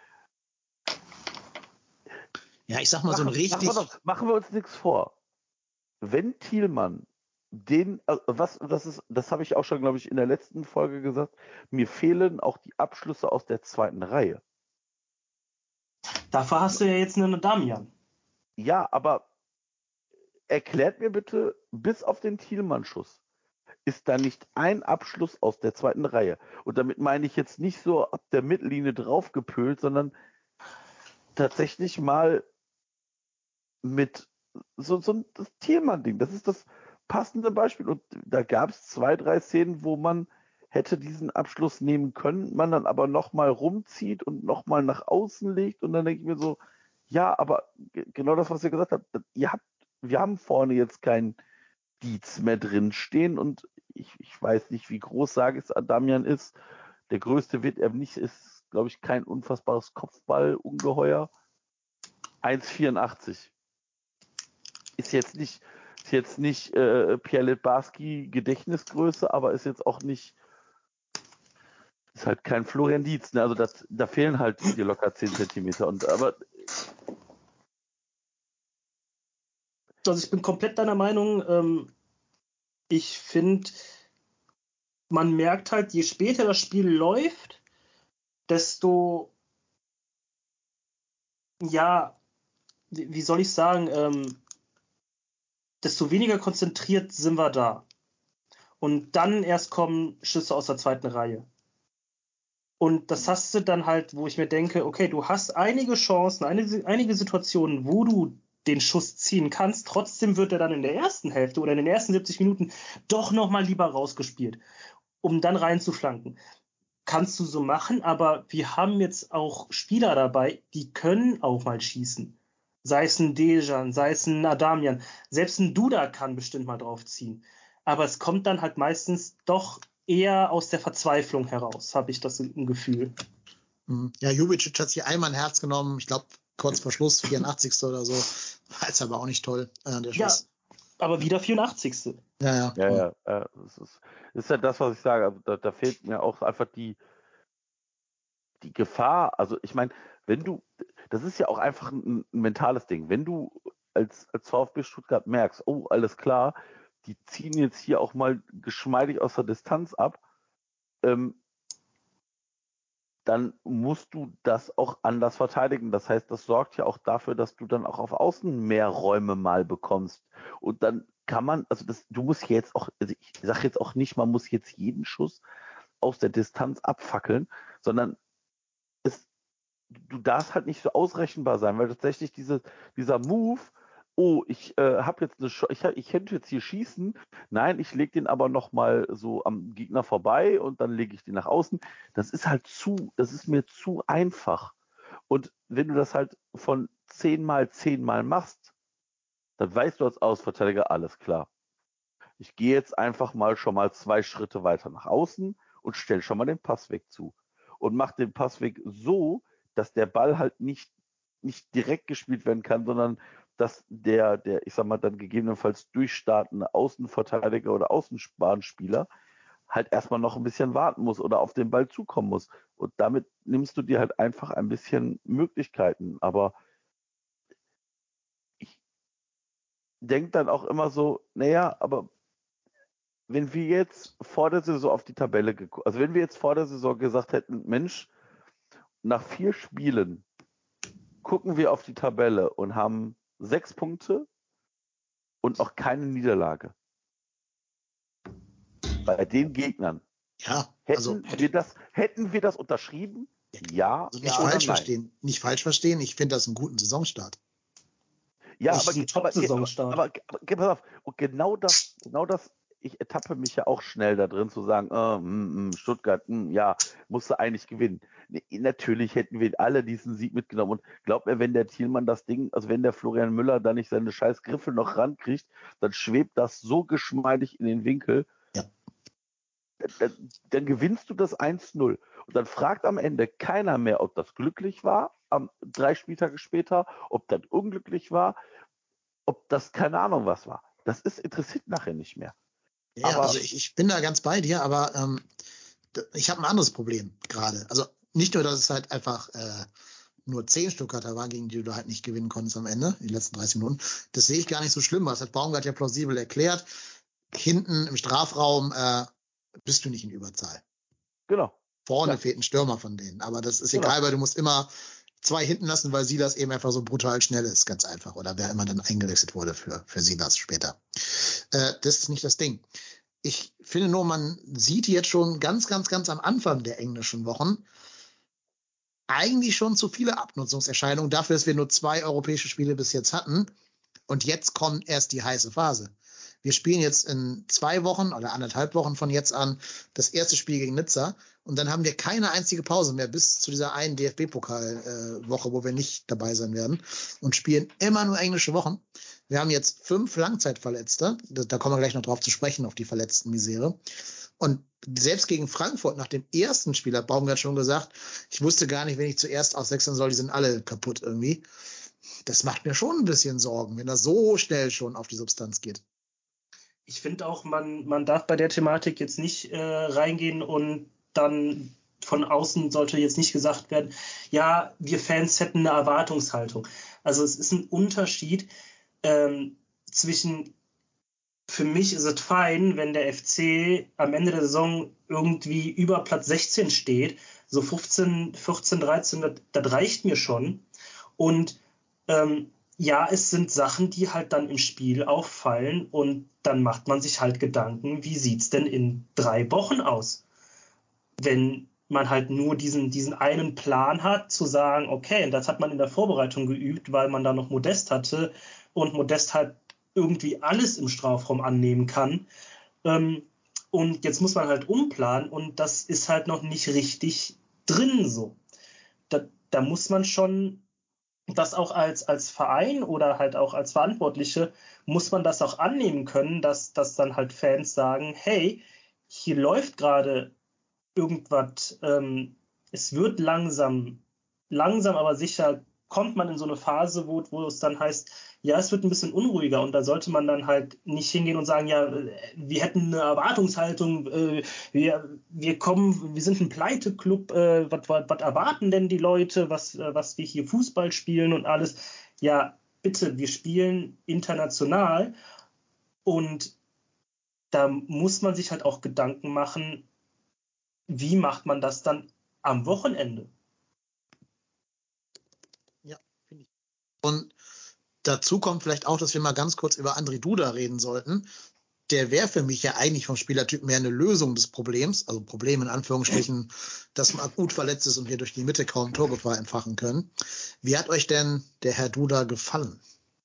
Ja, ich sag mal so ein machen, richtig. machen, wir doch, machen wir uns nichts vor. Wenn Thielmann den, äh, was, das ist, das habe ich auch schon, glaube ich, in der letzten Folge gesagt, mir fehlen auch die Abschlüsse aus der zweiten Reihe. Dafür hast du ja jetzt einen Damian. Ja, aber erklärt mir bitte, bis auf den Thielmann-Schuss, ist da nicht ein Abschluss aus der zweiten Reihe. Und damit meine ich jetzt nicht so ab der Mittellinie draufgepölt, sondern tatsächlich mal mit so, so ein das Thielmann-Ding. Das ist das passende Beispiel. Und da gab es zwei, drei Szenen, wo man hätte diesen Abschluss nehmen können, man dann aber nochmal rumzieht und nochmal nach außen legt. Und dann denke ich mir so, ja, aber ge- genau das, was ihr gesagt habt, ihr habt, wir haben vorne jetzt keinen Dietz mehr drin stehen und ich, ich weiß nicht, wie groß Sagis Adamian ist. Der größte wird er nicht, ist, glaube ich, kein unfassbares Kopfballungeheuer. eins Komma vierundachtzig. Ist jetzt nicht, ist jetzt nicht äh, Pierre Litbarski Gedächtnisgröße, aber ist jetzt auch nicht, ist halt kein Florian Dietz. Ne? Also das, da fehlen halt dir locker zehn Zentimeter. Und aber Also ich bin komplett deiner Meinung. Ähm, ich finde, man merkt halt, je später das Spiel läuft, desto, ja, wie, wie soll ich sagen, ähm, desto weniger konzentriert sind wir da. Und dann erst kommen Schüsse aus der zweiten Reihe. Und das hast du dann halt, wo ich mir denke, okay, du hast einige Chancen, einige, einige Situationen, wo du den Schuss ziehen kannst. Trotzdem wird er dann in der ersten Hälfte oder in den ersten siebzig Minuten doch nochmal lieber rausgespielt, um dann reinzuflanken. Kannst du so machen, aber wir haben jetzt auch Spieler dabei, die können auch mal schießen. sei es ein Dejan, sei es ein Adamian, selbst ein Duda kann bestimmt mal draufziehen. Aber es kommt dann halt meistens doch eher aus der Verzweiflung heraus, habe ich das im Gefühl. Ja, Jubicic hat sich einmal ein Herz genommen, ich glaube kurz vor Schluss, vierundachtzigsten oder so. War jetzt aber auch nicht toll, äh, der Ja, Schuss. aber wieder vierundachtzigsten Ja, ja. Ja, ja, ja das ist, das ist ja das, was ich sage. Also da, da fehlt mir auch einfach die, die Gefahr. Also ich meine, wenn du, das ist ja auch einfach ein, ein mentales Ding. Wenn du als, als VfB Stuttgart merkst, oh, alles klar, die ziehen jetzt hier auch mal geschmeidig aus der Distanz ab, ähm, dann musst du das auch anders verteidigen. Das heißt, das sorgt ja auch dafür, dass du dann auch auf Außen mehr Räume mal bekommst. Und dann kann man, also das, du musst jetzt auch, also ich sage jetzt auch nicht, man muss jetzt jeden Schuss aus der Distanz abfackeln, sondern es, du darfst halt nicht so ausrechenbar sein, weil tatsächlich diese, dieser Move, oh, ich äh, habe jetzt eine, Sch- ich, ich könnte jetzt hier schießen, nein, ich lege den aber noch mal so am Gegner vorbei und dann lege ich den nach außen. Das ist halt zu, das ist mir zu einfach. Und wenn du das halt von zehnmal zehnmal machst, dann weißt du als Ausverteidiger, alles klar. Ich gehe jetzt einfach mal schon mal zwei Schritte weiter nach außen und stelle schon mal den Passweg zu. Und mache den Passweg so, dass der Ball halt nicht, nicht direkt gespielt werden kann, sondern dass der, der, ich sag mal, dann gegebenenfalls durchstartende Außenverteidiger oder Außenbahnspieler halt erstmal noch ein bisschen warten muss oder auf den Ball zukommen muss. Und damit nimmst du dir halt einfach ein bisschen Möglichkeiten. Aber ich denke dann auch immer so, naja, aber wenn wir jetzt vor der Saison auf die Tabelle geguckt, also wenn wir jetzt vor der Saison gesagt hätten, Mensch, nach vier Spielen gucken wir auf die Tabelle und haben sechs Punkte und noch keine Niederlage. Bei den Gegnern. Ja, Hätten also wir das, hätten wir das unterschrieben? Ja. also nicht oder falsch nein? verstehen, nicht falsch verstehen. Ich finde das einen guten Saisonstart. Ja, Das aber, ist ein aber, Top-Saisonstart. aber, aber, aber pass auf, und genau das, genau das, ich ertappe mich ja auch schnell da drin zu sagen, äh, mm, mm, Stuttgart, mm, ja, musste eigentlich gewinnen. Nee, natürlich hätten wir alle diesen Sieg mitgenommen und glaub mir, wenn der Thielmann das Ding, also wenn der Florian Müller da nicht seine scheiß Griffel noch rankriegt, dann schwebt das so geschmeidig in den Winkel, Ja. dann, dann gewinnst du das eins null. Und dann fragt am Ende keiner mehr, ob das glücklich war, am, drei Spieltage später, ob das unglücklich war, ob das keine Ahnung was war. Das ist interessiert nachher nicht mehr. Ja, Aber- also ich, ich bin da ganz bei dir, aber ähm, d- ich habe ein anderes Problem gerade. Also nicht nur, dass es halt einfach äh, nur zehn Stuttgarter waren, gegen die du halt nicht gewinnen konntest am Ende, die letzten dreißig Minuten. Das sehe ich gar nicht so schlimm. Das hat Baumgart ja plausibel erklärt. Hinten im Strafraum äh, bist du nicht in Überzahl. Genau. Vorne Ja. fehlt ein Stürmer von denen. Aber das ist Genau. egal, weil du musst immer zwei hinten lassen, weil Silas eben einfach so brutal schnell ist, ganz einfach. Oder wer immer dann eingewechselt wurde für, für Silas später. Äh, das ist nicht das Ding. Ich finde nur, man sieht jetzt schon ganz, ganz, ganz am Anfang der englischen Wochen eigentlich schon zu viele Abnutzungserscheinungen dafür, dass wir nur zwei europäische Spiele bis jetzt hatten. Und jetzt kommt erst die heiße Phase. Wir spielen jetzt in zwei Wochen oder anderthalb Wochen von jetzt an das erste Spiel gegen Nizza. Und dann haben wir keine einzige Pause mehr bis zu dieser einen D F B-Pokal-Woche, wo wir nicht dabei sein werden. Und spielen immer nur englische Wochen. Wir haben jetzt fünf Langzeitverletzte. Da, da kommen wir gleich noch drauf zu sprechen, auf die verletzten Misere. Und selbst gegen Frankfurt nach dem ersten Spiel hat Baumgart schon gesagt, ich wusste gar nicht, wen ich zuerst auswechseln soll. Die sind alle kaputt irgendwie. Das macht mir schon ein bisschen Sorgen, wenn das so schnell schon auf die Substanz geht. Ich finde auch, man, man darf bei der Thematik jetzt nicht äh, reingehen und dann von außen sollte jetzt nicht gesagt werden, ja, wir Fans hätten eine Erwartungshaltung. Also es ist ein Unterschied ähm, zwischen, für mich ist es fein, wenn der F C am Ende der Saison irgendwie über Platz sechzehn steht, so fünfzehn, vierzehn, dreizehn, das, das reicht mir schon. Und ähm, ja, es sind Sachen, die halt dann im Spiel auffallen und dann macht man sich halt Gedanken, wie sieht's denn in drei Wochen aus? Wenn man halt nur diesen, diesen einen Plan hat, zu sagen, okay, und das hat man in der Vorbereitung geübt, weil man da noch Modest hatte und Modest halt irgendwie alles im Strafraum annehmen kann. Ähm, und jetzt muss man halt umplanen und das ist halt noch nicht richtig drin so. Da, da muss man schon das auch als, als Verein oder halt auch als Verantwortliche muss man das auch annehmen können, dass, dass dann halt Fans sagen, hey, hier läuft gerade irgendwas, ähm, es wird langsam, langsam aber sicher kommt man in so eine Phase, wo, wo es dann heißt, ja, es wird ein bisschen unruhiger und da sollte man dann halt nicht hingehen und sagen, ja, wir hätten eine Erwartungshaltung, äh, wir, wir kommen, wir sind ein Pleite-Club, äh, was erwarten denn die Leute, was, äh, was wir hier Fußball spielen und alles. Ja, bitte, wir spielen international und da muss man sich halt auch Gedanken machen, wie macht man das dann am Wochenende? Ja, finde ich. Und dazu kommt vielleicht auch, dass wir mal ganz kurz über André Duda reden sollten. Der wäre für mich ja eigentlich vom Spielertyp mehr eine Lösung des Problems, also Problem in Anführungsstrichen, dass man akut verletzt ist und wir durch die Mitte kaum Torgefahr entfachen können. Wie hat euch denn der Herr Duda gefallen?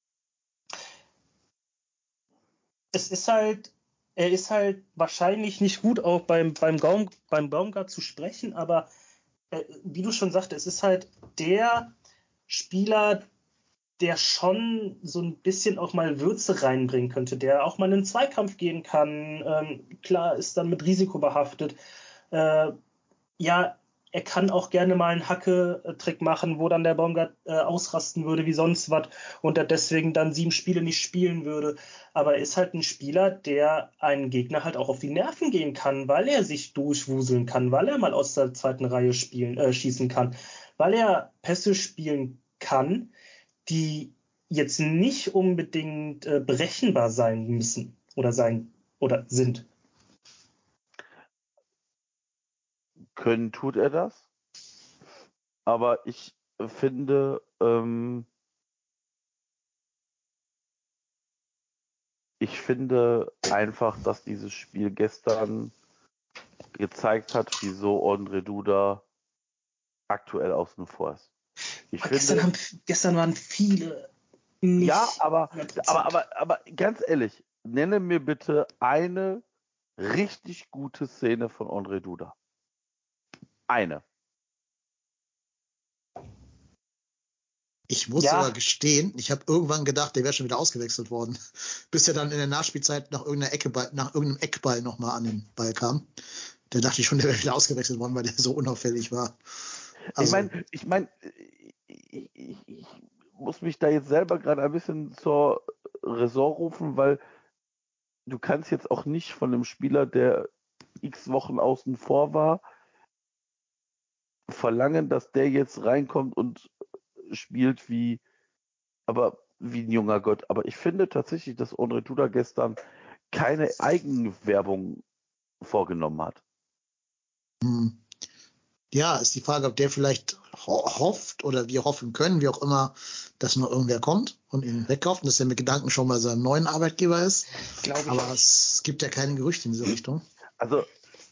Es ist halt, er ist halt wahrscheinlich nicht gut auch beim, beim, Gaum, beim Baumgart zu sprechen, aber äh, wie du schon sagte, es ist halt der Spieler, der schon so ein bisschen auch mal Würze reinbringen könnte, der auch mal in einen Zweikampf gehen kann. Ähm, klar, ist dann mit Risiko behaftet. Äh, ja, er kann auch gerne mal einen Hacke-Trick machen, wo dann der Baumgart äh, ausrasten würde wie sonst was und er deswegen dann sieben Spiele nicht spielen würde. Aber er ist halt ein Spieler, der einen Gegner halt auch auf die Nerven gehen kann, weil er sich durchwuseln kann, weil er mal aus der zweiten Reihe spielen, äh, schießen kann, weil er Pässe spielen kann, die jetzt nicht unbedingt äh, berechenbar sein müssen oder sein oder sind. Können tut er das, aber ich finde, ähm, ich finde einfach, dass dieses Spiel gestern gezeigt hat, wieso André Duda aktuell außen vor ist. Ich Aber finde, gestern, haben, gestern waren viele nicht ja, aber, hundert Prozent. aber, aber, aber ganz ehrlich, nenne mir bitte eine richtig gute Szene von André Duda. Eine. Ich muss Ja. sogar gestehen, ich habe irgendwann gedacht, der wäre schon wieder ausgewechselt worden, bis er dann in der Nachspielzeit nach irgendeiner Eckeball, nach irgendeinem Eckball nochmal an den Ball kam. Da dachte ich schon, der wäre wieder ausgewechselt worden, weil der so unauffällig war. Also, ich meine, ich meine, ich, ich, ich muss mich da jetzt selber gerade ein bisschen zur Raison rufen, weil du kannst jetzt auch nicht von einem Spieler, der x Wochen außen vor war, verlangen, dass der jetzt reinkommt und spielt wie, aber wie ein junger Gott. Aber ich finde tatsächlich, dass André Duda gestern keine Eigenwerbung vorgenommen hat. hm. Ja, ist die Frage, ob der vielleicht ho- hofft oder wir hoffen können, wie auch immer, dass noch irgendwer kommt und ihn wegkauft und dass er mit Gedanken schon bei seinem neuen Arbeitgeber ist. Glaube ich Aber nicht. es gibt ja keine Gerüchte in diese Richtung. Also,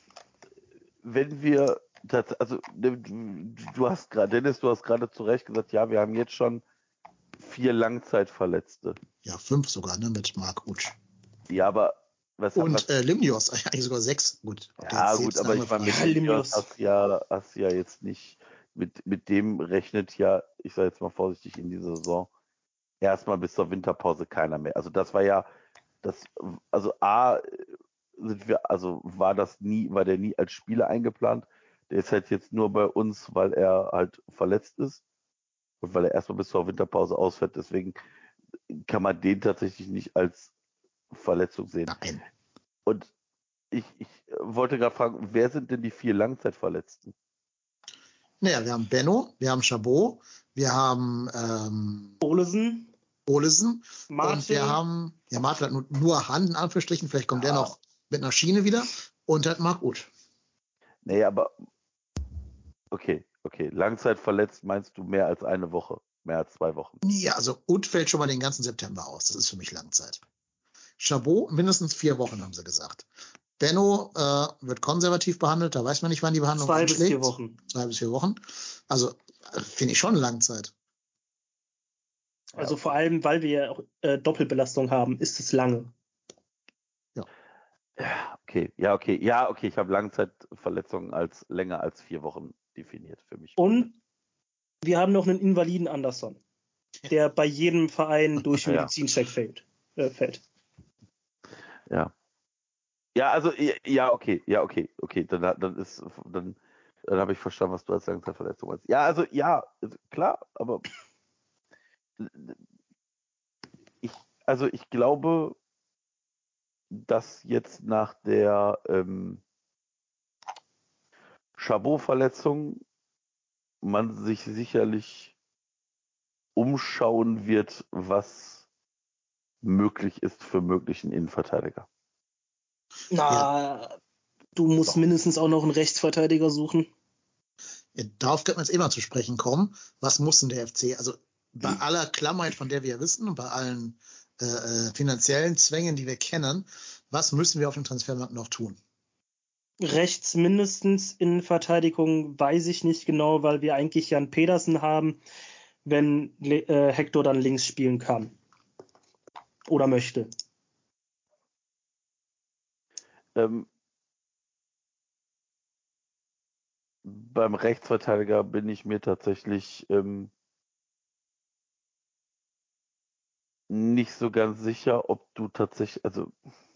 wenn wir, das, also, du hast gerade, Dennis, du hast gerade zu Recht gesagt, ja, wir haben jetzt schon vier Langzeitverletzte. Ja, fünf sogar, ne, mit Marc Utsch. Ja, aber was Und was, äh, Limnios, eigentlich sogar sechs. Gut, ob der ja, jetzt zählt, gut, ist eine aber ich andere meine, mit Frage. Ja, Limnios Limnios. hast ja, hast ja jetzt nicht, mit, mit dem rechnet ja, ich sage jetzt mal vorsichtig, in dieser Saison erstmal bis zur Winterpause keiner mehr. Also das war ja, das, also A, sind wir, also war das nie, war der nie als Spieler eingeplant. Der ist halt jetzt nur bei uns, weil er halt verletzt ist und weil er erstmal bis zur Winterpause ausfällt. Deswegen kann man den tatsächlich nicht als Verletzung sehen. Nein. Und ich, ich wollte gerade fragen, wer sind denn die vier Langzeitverletzten? Naja, wir haben Benno, wir haben Chabot, wir haben ähm, Olesen, Olesen Martin. und wir haben, ja, Martin hat nur, nur Hand in Anführungsstrichen, vielleicht kommt Ja. der noch mit einer Schiene wieder und hat Marc Uth. Nee, aber okay, okay. Langzeitverletzt meinst du mehr als eine Woche, mehr als zwei Wochen? Ja, also Uth fällt schon mal den ganzen September aus. Das ist für mich Langzeit. Chabot mindestens vier Wochen, haben sie gesagt. Benno äh, wird konservativ behandelt, da weiß man nicht, wann die Behandlung Zwei bis einschlägt. vier Wochen. Zwei bis vier Wochen. Also äh, finde ich schon Langzeit. Also Ja. vor allem, weil wir ja auch äh, Doppelbelastung haben, ist es lange. Ja, okay, ja, okay, ja, okay. Ich habe Langzeitverletzungen als länger als vier Wochen definiert für mich. Und wir haben noch einen Invaliden Anderson. der bei jedem Verein durch Ja. Medizincheck fällt. Äh, fällt. Ja. Ja, also, ja, okay, ja, okay, okay, dann, dann ist, dann, dann habe ich verstanden, was du als Langzeitverletzung meinst. Ja, also, ja, klar, aber ich, also ich glaube, dass jetzt nach der ähm, Chabot-Verletzung man sich sicherlich umschauen wird, was möglich ist für möglichen Innenverteidiger. Na, ja. Du musst Doch. mindestens auch noch einen Rechtsverteidiger suchen. Ja, darauf könnte man jetzt immer zu sprechen kommen. Was muss denn der F C? Also bei mhm. aller Klammerheit, von der wir ja wissen und bei allen äh, finanziellen Zwängen, die wir kennen, was müssen wir auf dem Transfermarkt noch tun? Rechts mindestens, Innenverteidigung weiß ich nicht genau, weil wir eigentlich Jan Pedersen haben, wenn äh, Hector dann links spielen kann. Oder möchte. Ähm, beim Rechtsverteidiger bin ich mir tatsächlich ähm, nicht so ganz sicher, ob du tatsächlich, also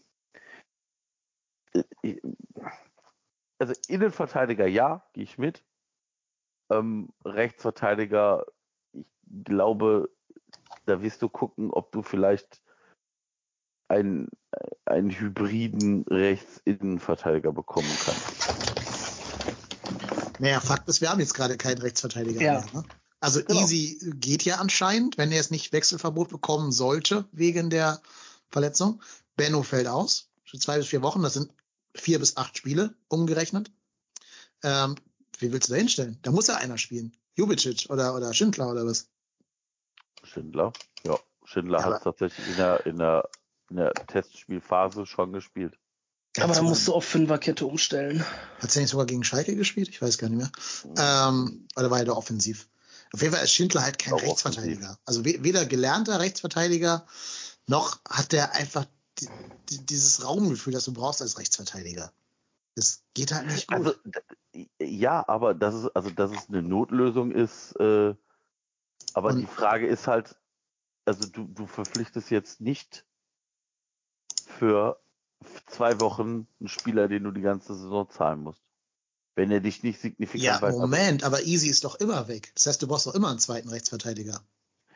äh, also Innenverteidiger, ja, gehe ich mit. Ähm, Rechtsverteidiger, ich glaube, da wirst du gucken, ob du vielleicht einen, einen hybriden Rechtsinnenverteidiger bekommen kannst. Naja, Fakt ist, wir haben jetzt gerade keinen Rechtsverteidiger ja. mehr. Ne? Also genau. Easy geht ja anscheinend, wenn er es nicht Wechselverbot bekommen sollte wegen der Verletzung. Benno fällt aus. Für zwei bis vier Wochen, das sind vier bis acht Spiele umgerechnet. Ähm, wie willst du da hinstellen? Da muss ja einer spielen. Jubicic oder, oder Schindler oder was? Schindler, ja. Schindler ja, hat es tatsächlich in der, in, der, in der Testspielphase schon gespielt. Aber da musst du auf Fünferkette umstellen. Hat er nicht sogar gegen Schalke gespielt? Ich weiß gar nicht mehr. Mhm. Ähm, oder war er da offensiv? Auf jeden Fall ist Schindler halt kein Auch Rechtsverteidiger. Offensiv. Also weder gelernter Rechtsverteidiger, noch hat der einfach die, die, dieses Raumgefühl, das du brauchst als Rechtsverteidiger. Das geht halt nicht gut. Also, ja, aber dass es, also, dass es eine Notlösung ist, äh, aber Und die Frage ist halt, also du, du verpflichtest jetzt nicht für zwei Wochen einen Spieler, den du die ganze Saison zahlen musst. Wenn er dich nicht signifikant Ja, weiter Moment, bringt. Aber Easy ist doch immer weg. Das heißt, du brauchst doch immer einen zweiten Rechtsverteidiger.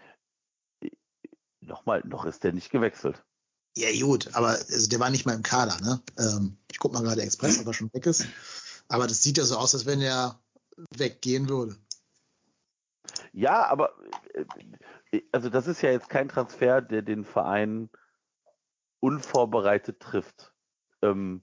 Nochmal, noch ist der nicht gewechselt. Ja, gut, aber also der war nicht mal im Kader, ne? Ähm, ich guck mal gerade Express, ob er schon weg ist. Aber das sieht ja so aus, als wenn er weggehen würde. Ja, aber also das ist ja jetzt kein Transfer, der den Verein unvorbereitet trifft. Ähm,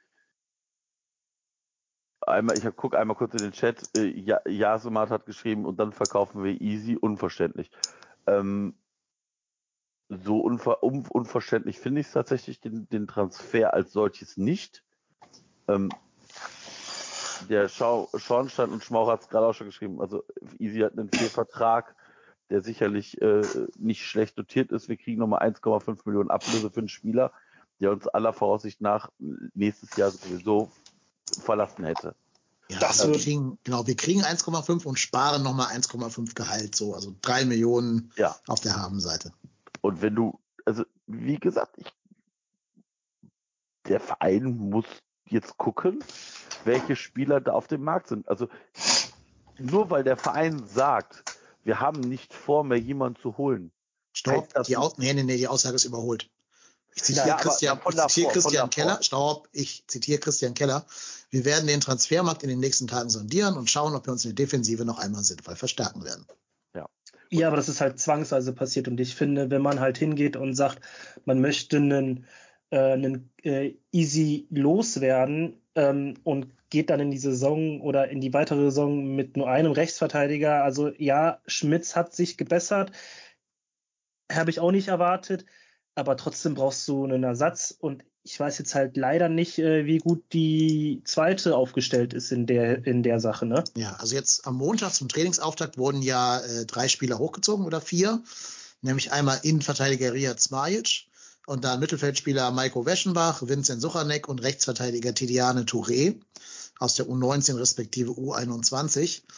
einmal, ich gucke einmal kurz in den Chat. Äh, ja, Jasomat hat geschrieben und dann verkaufen wir Easy. Unverständlich. Ähm, so unver, un, unverständlich finde ich es tatsächlich, den, den Transfer als solches nicht. Ähm, der Schau, Schornstein und Schmauch hat es gerade auch schon geschrieben. Also Easy hat einen Fehlvertrag, der sicherlich äh, nicht schlecht dotiert ist. Wir kriegen nochmal eins Komma fünf Millionen Ablöse für einen Spieler, der uns aller Voraussicht nach nächstes Jahr sowieso verlassen hätte. Ja, das also wir kriegen, genau, wir kriegen eins Komma fünf und sparen nochmal eins Komma fünf Gehalt, so, also drei Millionen ja. auf der Habenseite. Und wenn du, also wie gesagt, ich, der Verein muss jetzt gucken, welche Spieler da auf dem Markt sind. Also nur weil der Verein sagt, wir haben nicht vor, mehr jemanden zu holen. Stopp, die, Aus- nee, nee, nee, die Aussage ist überholt. Ich zitiere ja, Christian, ich zitiere davor, Christian Keller. Stopp, ich zitiere Christian Keller. Wir werden den Transfermarkt in den nächsten Tagen sondieren und schauen, ob wir uns in der Defensive noch einmal sinnvoll verstärken werden. Ja. Ja, aber das ist halt zwangsweise passiert. Und ich finde, wenn man halt hingeht und sagt, man möchte einen, äh, einen äh, Easy loswerden ähm, und geht dann in die Saison oder in die weitere Saison mit nur einem Rechtsverteidiger. Also ja, Schmitz hat sich gebessert. Habe ich auch nicht erwartet. Aber trotzdem brauchst du einen Ersatz. Und ich weiß jetzt halt leider nicht, äh, wie gut die zweite aufgestellt ist in der, in der Sache, ne? Ja, also jetzt am Montag zum Trainingsauftakt wurden ja äh, drei Spieler hochgezogen oder vier. Nämlich einmal Innenverteidiger Riyad Smajic und dann Mittelfeldspieler Maiko Weschenbach, Vincent Suchanek und Rechtsverteidiger Tidiane Touré aus der U neunzehn respektive U einundzwanzig.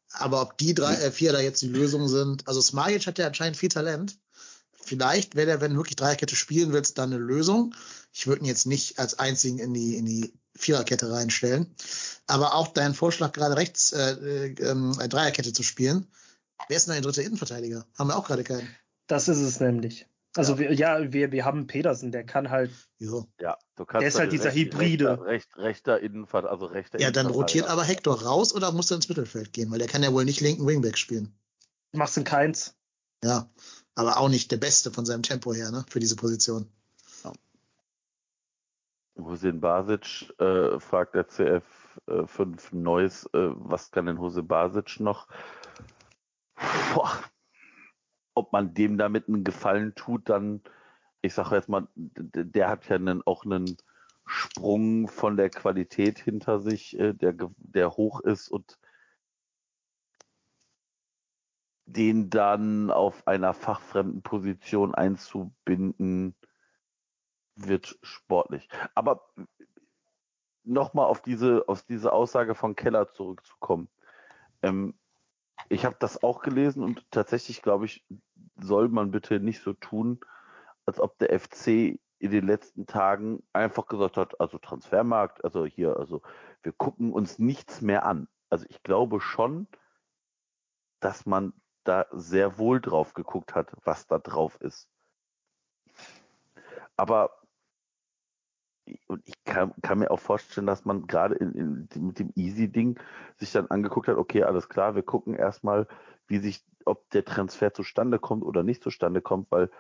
Aber ob die drei, äh, vier da jetzt die Lösung sind, also Smajic hat ja anscheinend viel Talent. Vielleicht wäre der, wenn du wirklich Dreierkette spielen willst, dann eine Lösung. Ich würde ihn jetzt nicht als einzigen in die, in die Viererkette reinstellen. Aber auch dein Vorschlag, gerade rechts äh, äh, Dreierkette zu spielen. Wer ist denn ein dritter Innenverteidiger? Haben wir auch gerade keinen. Das ist es nämlich. Also Ja. wir, ja, wir, wir haben Petersen, der kann halt, Jo. Ja, du kannst der ist halt dieser recht, Hybride. Rechter, recht, rechter Innenvert, also rechter Ja, dann rotiert Innenverteidiger. aber Hector raus oder muss er ins Mittelfeld gehen? Weil der kann ja wohl nicht linken Wingback spielen. Machst du keins. Ja, aber auch nicht der Beste von seinem Tempo her, ne, für diese Position. Ja. Hussein Basic äh, fragt der C F fünf Neues, äh, was kann denn Hussein Basic noch? Boah. Ob man dem damit einen Gefallen tut, dann, ich sage jetzt mal, der hat ja einen, auch einen Sprung von der Qualität hinter sich, äh, der, der hoch ist und den dann auf einer fachfremden Position einzubinden, wird sportlich. Aber nochmal auf diese, auf diese Aussage von Keller zurückzukommen. Ähm, ich habe das auch gelesen und tatsächlich, glaube ich, soll man bitte nicht so tun, als ob der F C in den letzten Tagen einfach gesagt hat, also Transfermarkt, also hier, also wir gucken uns nichts mehr an. Also ich glaube schon, dass man da sehr wohl drauf geguckt hat, was da drauf ist. Aber und ich kann, kann mir auch vorstellen, dass man gerade in, in, mit dem Easy-Ding sich dann angeguckt hat, okay, alles klar, wir gucken erstmal, wie sich, ob der Transfer zustande kommt oder nicht zustande kommt, weil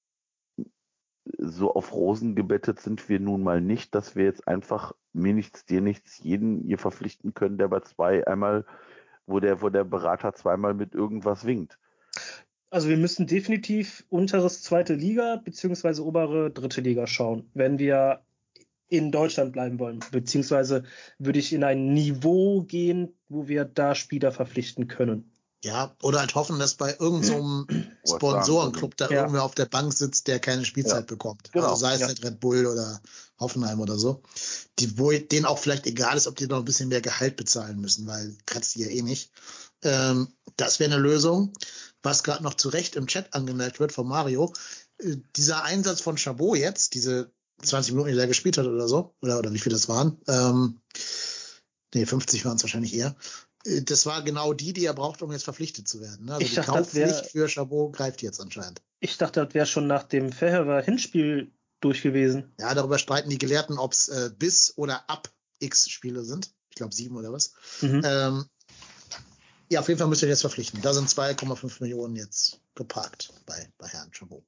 so auf Rosen gebettet sind wir nun mal nicht, dass wir jetzt einfach mir nichts, dir nichts, jeden hier verpflichten können, der bei zwei einmal, wo der, wo der Berater zweimal mit irgendwas winkt. Also wir müssen definitiv unteres zweite Liga beziehungsweise obere dritte Liga schauen, wenn wir in Deutschland bleiben wollen. Beziehungsweise würde ich in ein Niveau gehen, wo wir da Spieler verpflichten können. Ja, oder halt hoffen, dass bei irgendeinem so Sponsorenclub da Ja. irgendwer auf der Bank sitzt, der keine Spielzeit Ja. bekommt. Genau. Also sei es Ja. nicht Red Bull oder Hoffenheim oder so. Die, wo denen auch vielleicht egal ist, ob die noch ein bisschen mehr Gehalt bezahlen müssen, weil kratzt die ja eh nicht. Ähm, das wäre eine Lösung. Was gerade noch zu Recht im Chat angemerkt wird von Mario, äh, dieser Einsatz von Chabot jetzt, diese zwanzig Minuten, die er gespielt hat oder so, oder, oder wie viel das waren, ähm, nee, fünfzig waren es wahrscheinlich eher, äh, das war genau die, die er braucht, um jetzt verpflichtet zu werden. Ne? Also Ich die dachte, das wär- Kaufpflicht für Chabot greift jetzt anscheinend. Ich dachte, das wäre schon nach dem Verheerer Hinspiel durch gewesen. Ja, darüber streiten die Gelehrten, ob es äh, bis oder ab X Spiele sind. Ich glaube sieben oder was. Mhm. Ähm, ja, auf jeden Fall müsst ihr jetzt verpflichten. Da sind zwei Komma fünf Millionen jetzt geparkt bei, bei Herrn Chabot.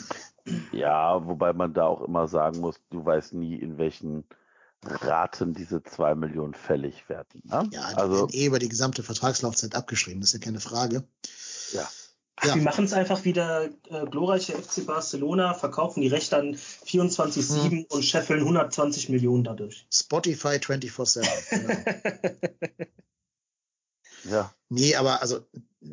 Ja, wobei man da auch immer sagen muss, du weißt nie, in welchen Raten diese zwei Millionen fällig werden. Ne? Ja, die Also, werden eh über die gesamte Vertragslaufzeit abgeschrieben, das ist ja keine Frage. ja. Ach, Ja. wir machen es einfach wieder äh, glorreiche F C Barcelona, verkaufen die Rechte an vierundzwanzig sieben Hm. und scheffeln hundertzwanzig Millionen dadurch. Spotify vierundzwanzig sieben. Genau. Ja, Nee, aber also,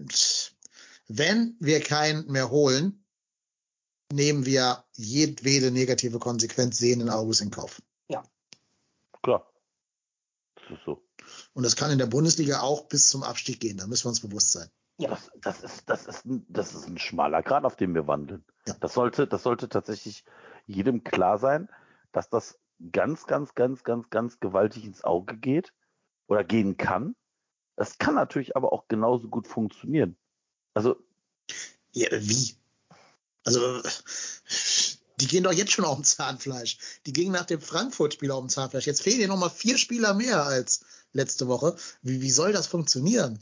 wenn wir keinen mehr holen, nehmen wir jedwede negative Konsequenz sehenden Auges in Kauf. klar. Das ist so. Und das kann in der Bundesliga auch bis zum Abstieg gehen, da müssen wir uns bewusst sein. Ja. Das, das, ist, das, ist ein, das ist ein schmaler Grat, auf dem wir wandeln. Ja. Das sollte, das sollte tatsächlich jedem klar sein, dass das ganz, ganz, ganz, ganz, ganz gewaltig ins Auge geht oder gehen kann. Das kann natürlich aber auch genauso gut funktionieren. Also, Ja, wie? Also, die gehen doch jetzt schon auf dem Zahnfleisch. Die gingen nach dem Frankfurt-Spiel auf dem Zahnfleisch. Jetzt fehlen dir noch mal vier Spieler mehr als letzte Woche. Wie, wie soll das funktionieren?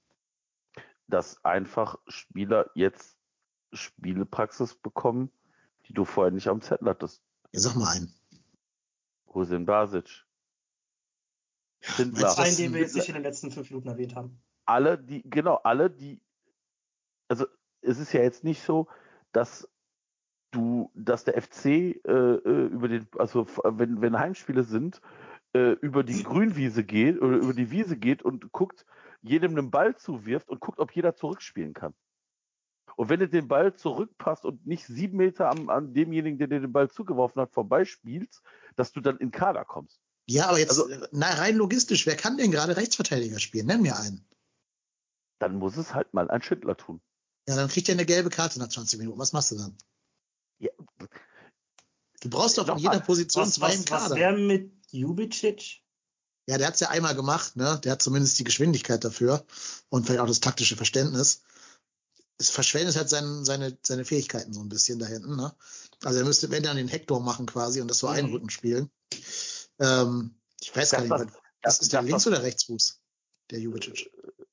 dass einfach Spieler jetzt Spielepraxis bekommen, die du vorher nicht am Zettel hattest. Ja, sag mal einen. Hussein Basic. Schindler. meinst du, Einen, das den wir jetzt Schindler. nicht in den letzten fünf Minuten erwähnt haben. Alle, die, genau, alle, die, also es ist ja jetzt nicht so, dass du, dass der F C äh, äh, über den, also f- wenn, wenn Heimspiele sind, äh, über die Grünwiese geht oder über die Wiese geht und guckt, jedem einen Ball zuwirft und guckt, ob jeder zurückspielen kann. Und wenn du den Ball zurückpasst und nicht sieben Meter am, an demjenigen, der dir den Ball zugeworfen hat, vorbeispielst, dass du dann in Kader kommst. Ja, aber jetzt Also- äh, na, rein logistisch, wer kann denn gerade Rechtsverteidiger spielen? Nenn mir einen. dann muss es halt mal ein Schindler tun. Ja, dann kriegt er eine gelbe Karte nach zwanzig Minuten. Was machst du dann? Ja. Du brauchst doch in Nochmal, jeder Position Was, zwei im was, was Kader. wäre mit Jubicic? Ja, der hat's ja einmal gemacht, ne? Der hat zumindest die Geschwindigkeit dafür und vielleicht auch das taktische Verständnis. Es verschwendet halt seine, seine, seine Fähigkeiten so ein bisschen da hinten, ne? Also er müsste, wenn dann den Hector machen quasi und das so Mhm. einrücken spielen. Ähm, ich weiß gar Das- nicht, das- was, was das- ist der das- Links- das- oder Rechtsfuß? Der Jubicic.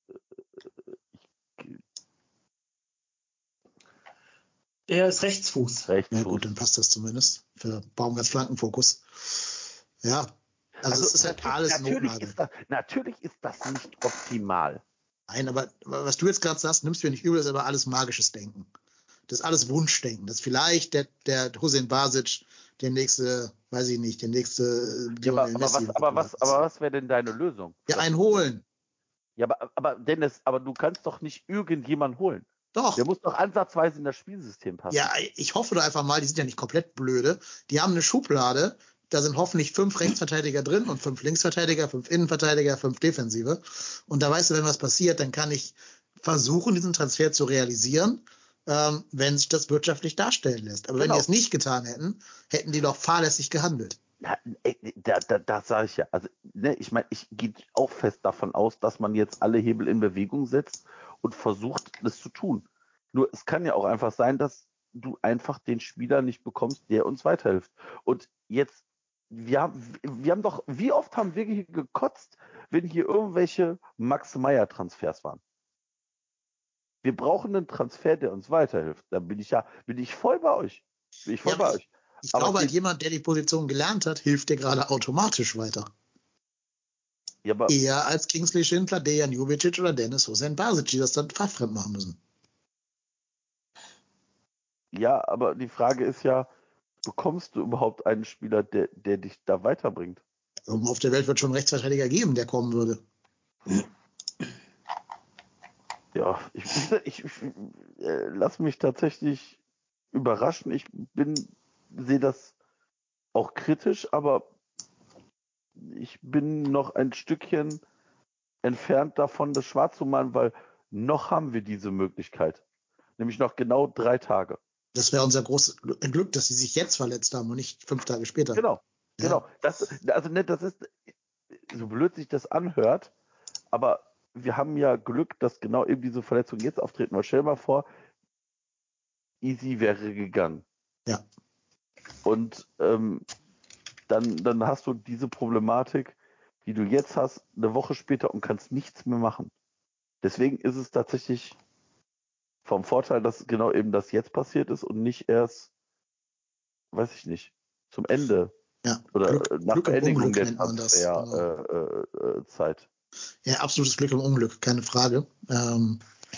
Er ist Rechtsfuß. Ja Rechtsfuß. gut, dann passt das zumindest für Baumgarts Flankenfokus. Ja, also, Also es ist halt natürlich, alles natürlich, Notnagel. ist das, natürlich ist das nicht optimal. Nein, aber was du jetzt gerade sagst, nimmst du mir nicht übel, das ist aber alles magisches Denken. Das ist alles Wunschdenken. Das ist vielleicht der, der Hussein Basic, der nächste, weiß ich nicht, der nächste äh, Ja, aber, Lionel aber Messi. was, aber was, aber was wäre denn deine Lösung? Ja, einen holen. Ja, aber, aber Dennis, aber du kannst doch nicht irgendjemanden holen. Doch. Der muss doch ansatzweise in das Spielsystem passen. Ja, ich hoffe doch einfach mal, die sind ja nicht komplett blöde. Die haben eine Schublade, da sind hoffentlich fünf Rechtsverteidiger drin und fünf Linksverteidiger, fünf Innenverteidiger, fünf Defensive. Und da weißt du, wenn was passiert, dann kann ich versuchen, diesen Transfer zu realisieren, ähm, wenn sich das wirtschaftlich darstellen lässt. Aber Genau. wenn die es nicht getan hätten, hätten die doch fahrlässig gehandelt. Ja, ey, da, da, das sage ich ja. Also, ne, ich meine, ich gehe auch fest davon aus, dass man jetzt alle Hebel in Bewegung setzt und versucht, das zu tun. Nur es kann ja auch einfach sein, dass du einfach den Spieler nicht bekommst, der uns weiterhilft. Und jetzt, wir haben, wir haben doch, wie oft haben wir hier gekotzt, wenn hier irgendwelche Max-Meyer-Transfers waren? Wir brauchen einen Transfer, der uns weiterhilft. Da bin ich ja, bin ich voll bei euch. Bin ich voll Ja, bei aber euch. Ich Aber glaube halt, hier- jemand, der die Position gelernt hat, hilft dir gerade automatisch weiter. Ja, aber Eher als Kingsley Schindler, Dejan Jubicic oder Dennis Hussein Basic, die das dann fachfremd machen müssen. Ja, aber die Frage ist ja, bekommst du überhaupt einen Spieler, der, der dich da weiterbringt? Irgendwo auf der Welt wird schon einen Rechtsverteidiger geben, der kommen würde. Ja, ich, ich, ich äh, lass mich tatsächlich überraschen. Ich bin, sehe das auch kritisch, aber ich bin noch ein Stückchen entfernt davon, das schwarz zu malen, weil noch haben wir diese Möglichkeit. Nämlich noch genau drei Tage. Das wäre unser großes Glück, dass sie sich jetzt verletzt haben und nicht fünf Tage später. Genau, Ja. genau. Das, also ne, das ist, so blöd sich das anhört, aber wir haben ja Glück, dass genau eben diese Verletzungen jetzt auftreten. Weil stell dir mal vor, Easy wäre gegangen. Ja. Und ähm, dann, dann hast du diese Problematik, die du jetzt hast, eine Woche später und kannst nichts mehr machen. Deswegen ist es tatsächlich vom Vorteil, dass genau eben das jetzt passiert ist und nicht erst, weiß ich nicht, zum Ende Ja. oder Glück, nach Glück im Beendigung Unglück der nennt man das. Genau. Transferzeit. Äh, äh, äh, Zeit. Ja, absolutes Glück im Unglück, keine Frage. Ähm,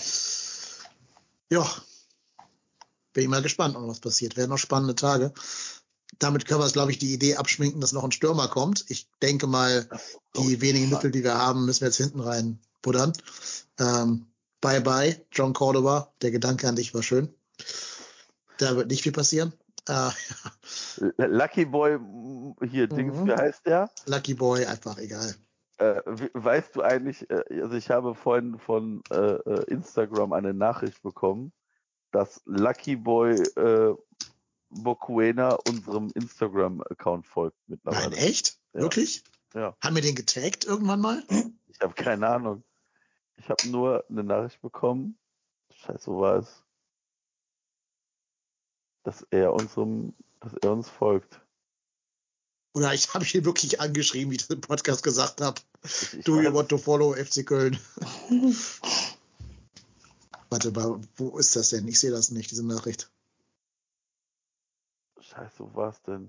ja, bin ich mal gespannt, was passiert. Werden noch spannende Tage. Damit können wir, glaube ich, die Idee abschminken, dass noch ein Stürmer kommt. Ich denke mal, die wenigen Mittel, die wir haben, müssen wir jetzt hinten rein buddern. Ähm, bye bye, John Cordoba. Der Gedanke an dich war schön. Da wird nicht viel passieren. Äh, Lucky Boy, hier, Mhm. Dings, wie heißt der? Lucky Boy, einfach egal. Äh, we- weißt du eigentlich, äh, also ich habe vorhin von äh, äh, Instagram eine Nachricht bekommen, dass Lucky Boy äh, Bokuena unserem Instagram-Account folgt Nein, mittlerweile. echt? Ja. Wirklich? Ja, Haben wir den getaggt irgendwann mal? ich habe keine Ahnung. Ich habe nur eine Nachricht bekommen, scheiße, wo war es? Dass er unserem, dass er uns folgt. Oder ich habe ihn wirklich angeschrieben, wie ich das im Podcast gesagt habe. Ich, ich Do you weiß- want to follow F C Köln? Warte mal, wo ist das denn? Ich sehe das nicht, diese Nachricht. Scheiße, wo war es denn?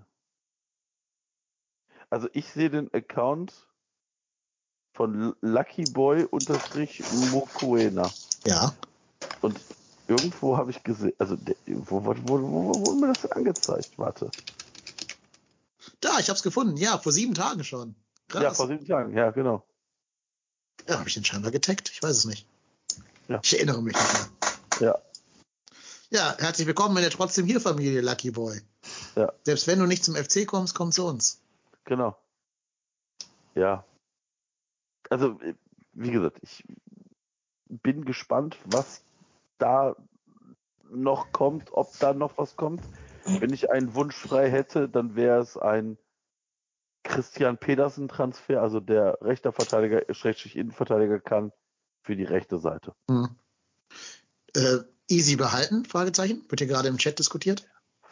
Also ich sehe den Account von Lucky Boy unterstrich Mokuena. Ja. Und irgendwo habe ich gesehen, also der, wo, wo, wo, wo wurde mir das denn angezeigt? Warte. Da, ich habe es gefunden. Ja, vor sieben Tagen schon. Krass. Ja, vor sieben Tagen, ja, genau. Ja, habe ich den scheinbar getaggt? Ich weiß es nicht. Ja. Ich erinnere mich nicht mehr. Ja, Ja, herzlich willkommen in der trotzdem hier Familie Lucky Boy. ja, Selbst wenn du nicht zum F C kommst, komm zu uns. genau. Ja. Also, wie gesagt, ich bin gespannt, was da noch kommt, ob da noch was kommt. Wenn ich einen Wunsch frei hätte, dann wäre es ein Christian Pedersen-Transfer, also der rechter Verteidiger, Schrägstrich Innenverteidiger kann für die rechte Seite. Hm. Äh, easy behalten? Fragezeichen. Wird hier gerade im Chat diskutiert.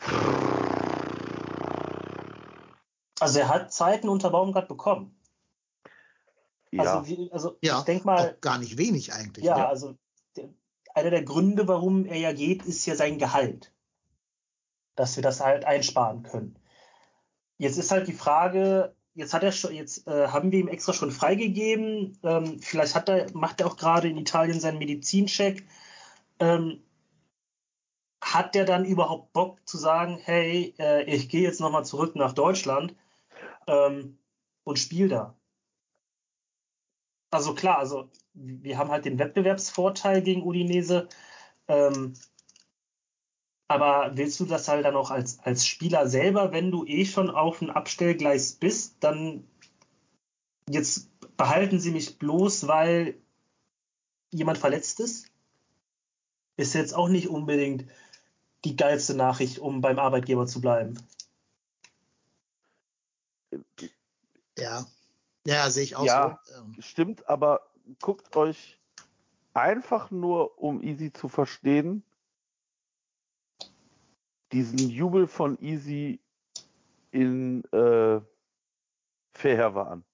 Also er hat Zeiten unter Baumgart bekommen. Ja, Also, wie, also Ja, ich denke mal, auch gar nicht wenig eigentlich. ja, ne? also der, einer der Gründe, warum er ja geht, ist ja sein Gehalt. Dass wir das halt einsparen können. Jetzt ist halt die Frage, jetzt hat er schon, jetzt äh, haben wir ihm extra schon freigegeben. Ähm, vielleicht hat er, macht er auch gerade in Italien seinen Medizincheck. Ähm, hat der dann überhaupt Bock zu sagen, hey, äh, ich gehe jetzt nochmal zurück nach Deutschland ähm, und spiele da? Also klar, also wir haben halt den Wettbewerbsvorteil gegen Udinese. Ähm, aber willst du das halt dann auch als, als Spieler selber, wenn du eh schon auf dem Abstellgleis bist, dann jetzt behalten sie mich bloß, weil jemand verletzt ist? Ist jetzt auch nicht unbedingt die geilste Nachricht, um beim Arbeitgeber zu bleiben. Ja, ja, sehe ich auch ja, so. Ähm, stimmt, aber guckt euch einfach nur, um Easy zu verstehen, diesen Jubel von Easy in äh, Fairhaven an.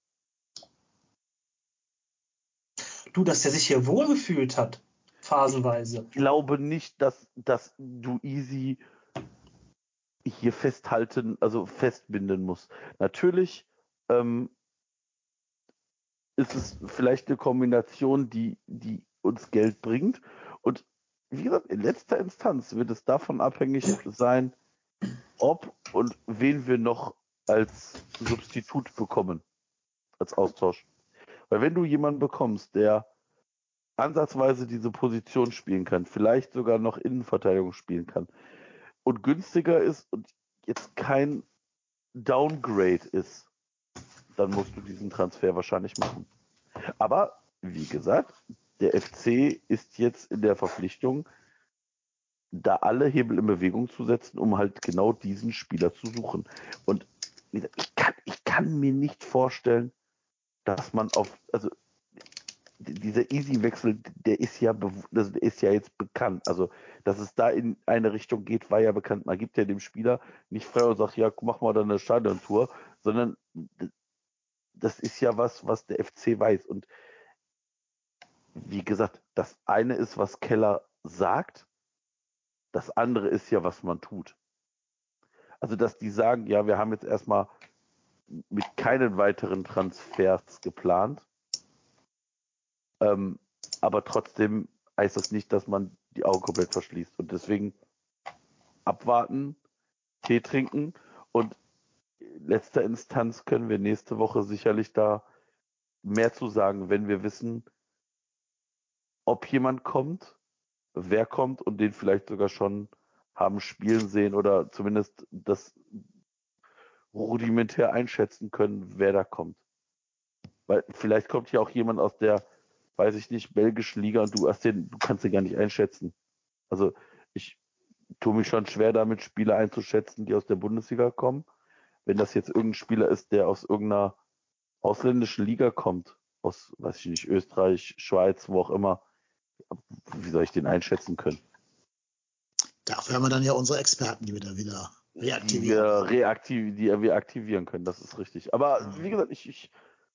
Du, dass der sich hier wohlgefühlt hat, phasenweise. Ich glaube nicht, dass, dass du Easy hier festhalten, also festbinden musst. Natürlich ähm, ist es vielleicht eine Kombination, die, die uns Geld bringt. Und wie gesagt, in letzter Instanz wird es davon abhängig sein, ob und wen wir noch als Substitut bekommen, als Austausch. Weil wenn du jemanden bekommst, der ansatzweise diese Position spielen kann, vielleicht sogar noch Innenverteidigung spielen kann und günstiger ist und jetzt kein Downgrade ist, dann musst du diesen Transfer wahrscheinlich machen. Aber wie gesagt, der F C ist jetzt in der Verpflichtung, da alle Hebel in Bewegung zu setzen, um halt genau diesen Spieler zu suchen. Und wie gesagt, ich kann, ich kann mir nicht vorstellen, dass man auf, also dieser Easy-Wechsel, der ist ja, der ist ja jetzt bekannt. Also, dass es da in eine Richtung geht, war ja bekannt. Man gibt ja dem Spieler nicht frei und sagt, ja, mach mal dann eine Stadiontour, sondern das ist ja was, was der F C weiß. Und wie gesagt, das eine ist, was Keller sagt, das andere ist ja, was man tut. Also, dass die sagen, ja, wir haben jetzt erstmal mit keinen weiteren Transfers geplant, ähm, aber trotzdem heißt das nicht, dass man die Augen komplett verschließt. Und deswegen abwarten, Tee trinken und in letzter Instanz können wir nächste Woche sicherlich da mehr zu sagen, wenn wir wissen, ob jemand kommt, wer kommt und den vielleicht sogar schon haben spielen sehen oder zumindest das rudimentär einschätzen können, wer da kommt. Weil vielleicht kommt ja auch jemand aus der, weiß ich nicht, belgischen Liga und du hast den, du kannst den gar nicht einschätzen. Also ich tue mich schon schwer damit, Spieler einzuschätzen, die aus der Bundesliga kommen. Wenn das jetzt irgendein Spieler ist, der aus irgendeiner ausländischen Liga kommt, aus, weiß ich nicht, Österreich, Schweiz, wo auch immer, wie soll ich den einschätzen können? Dafür haben wir dann ja unsere Experten, die wir da wieder Die wir, reaktivieren. reaktiv, die wir aktivieren können, das ist richtig. Aber Ja. wie gesagt, ich, ich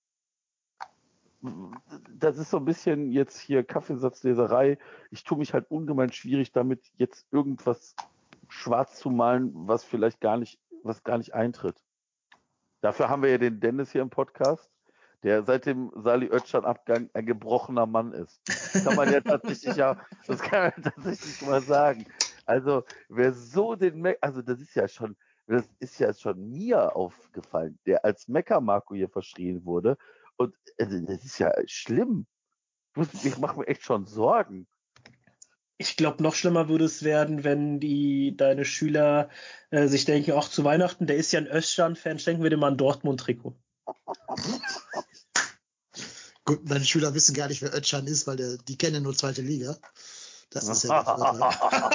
das ist so ein bisschen jetzt hier Kaffeesatzleserei. Ich tue mich halt ungemein schwierig damit, jetzt irgendwas schwarz zu malen, was vielleicht gar nicht, was gar nicht eintritt. Dafür haben wir ja den Dennis hier im Podcast, der seit dem Sali Özcan-Abgang ein gebrochener Mann ist. Das kann man ja tatsächlich ja, das kann man tatsächlich mal sagen. Also, wer so den, Me also das ist ja schon, das ist ja schon mir aufgefallen, der als Mecker-Marco hier verschrien wurde. Und also, das ist ja schlimm. Ich mache mir echt schon Sorgen. Ich glaube, noch schlimmer würde es werden, wenn die deine Schüler äh, sich denken, ach, zu Weihnachten, der ist ja ein Özcan-Fan, schenken wir dem mal ein Dortmund-Trikot. Gut, meine Schüler wissen gar nicht, wer Özcan ist, weil der, die kennen nur zweite Liga. Das ist ja der Vorteil.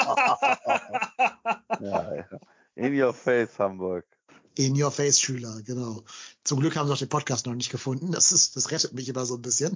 Ja, ja. In your face, Hamburg. In-Your-Face-Schüler, genau. Zum Glück haben sie auch den Podcast noch nicht gefunden. Das ist, das rettet mich immer so ein bisschen.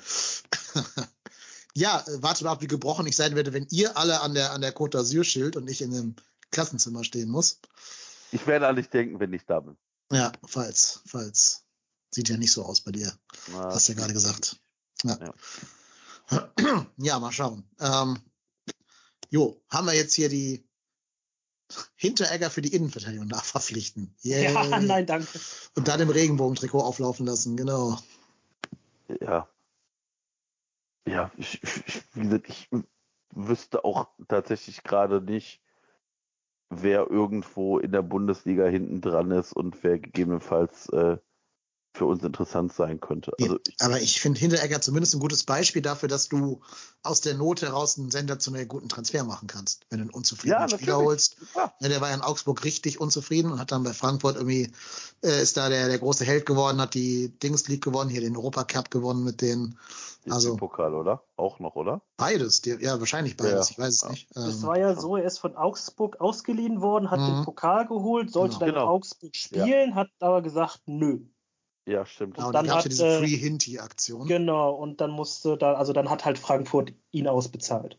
Ja, äh, wartet mal ab, wie gebrochen ich sein werde, wenn ihr alle an der, an der Côte d'Azur schild und ich in einem Klassenzimmer stehen muss. Ich werde an dich denken, wenn ich da bin. Ja, falls, falls. Sieht ja nicht so aus bei dir. Na, Hast ja gerade gesagt. Ja. Ja. Ja, mal schauen. Ähm, jo, haben wir jetzt hier die Hinteregger für die Innenverteidigung nachverpflichten. Yay. Ja, nein, danke. Und dann im Regenbogentrikot auflaufen lassen, genau. Ja. Ja, ich, ich, wie gesagt, ich wüsste auch tatsächlich gerade nicht, wer irgendwo in der Bundesliga hinten dran ist und wer gegebenenfalls äh, für uns interessant sein könnte. Also ich, Aber ich finde Hinteregger zumindest ein gutes Beispiel dafür, dass du aus der Not heraus einen sensationell guten Transfer machen kannst, wenn du einen unzufriedenen Ja, Spieler natürlich. holst. Ja. Ja, der war ja in Augsburg richtig unzufrieden und hat dann bei Frankfurt irgendwie, äh, ist da der, der große Held geworden, hat die Dings League gewonnen, hier den Europa Cup gewonnen mit den, also Pokal, oder? Auch noch, oder? beides, die, ja, wahrscheinlich beides, Ja, ich weiß es ja. nicht. Es Ähm, war ja schon. so, er ist von Augsburg ausgeliehen worden, hat den Mhm. Pokal geholt, sollte Genau. dann in Genau. Augsburg spielen, hat aber gesagt, nö. Ja, stimmt. genau, Und und da dann gab es ja hat, diese äh, Free Hinty-Aktion. Genau, und dann musste da, also dann hat halt Frankfurt ihn ausbezahlt.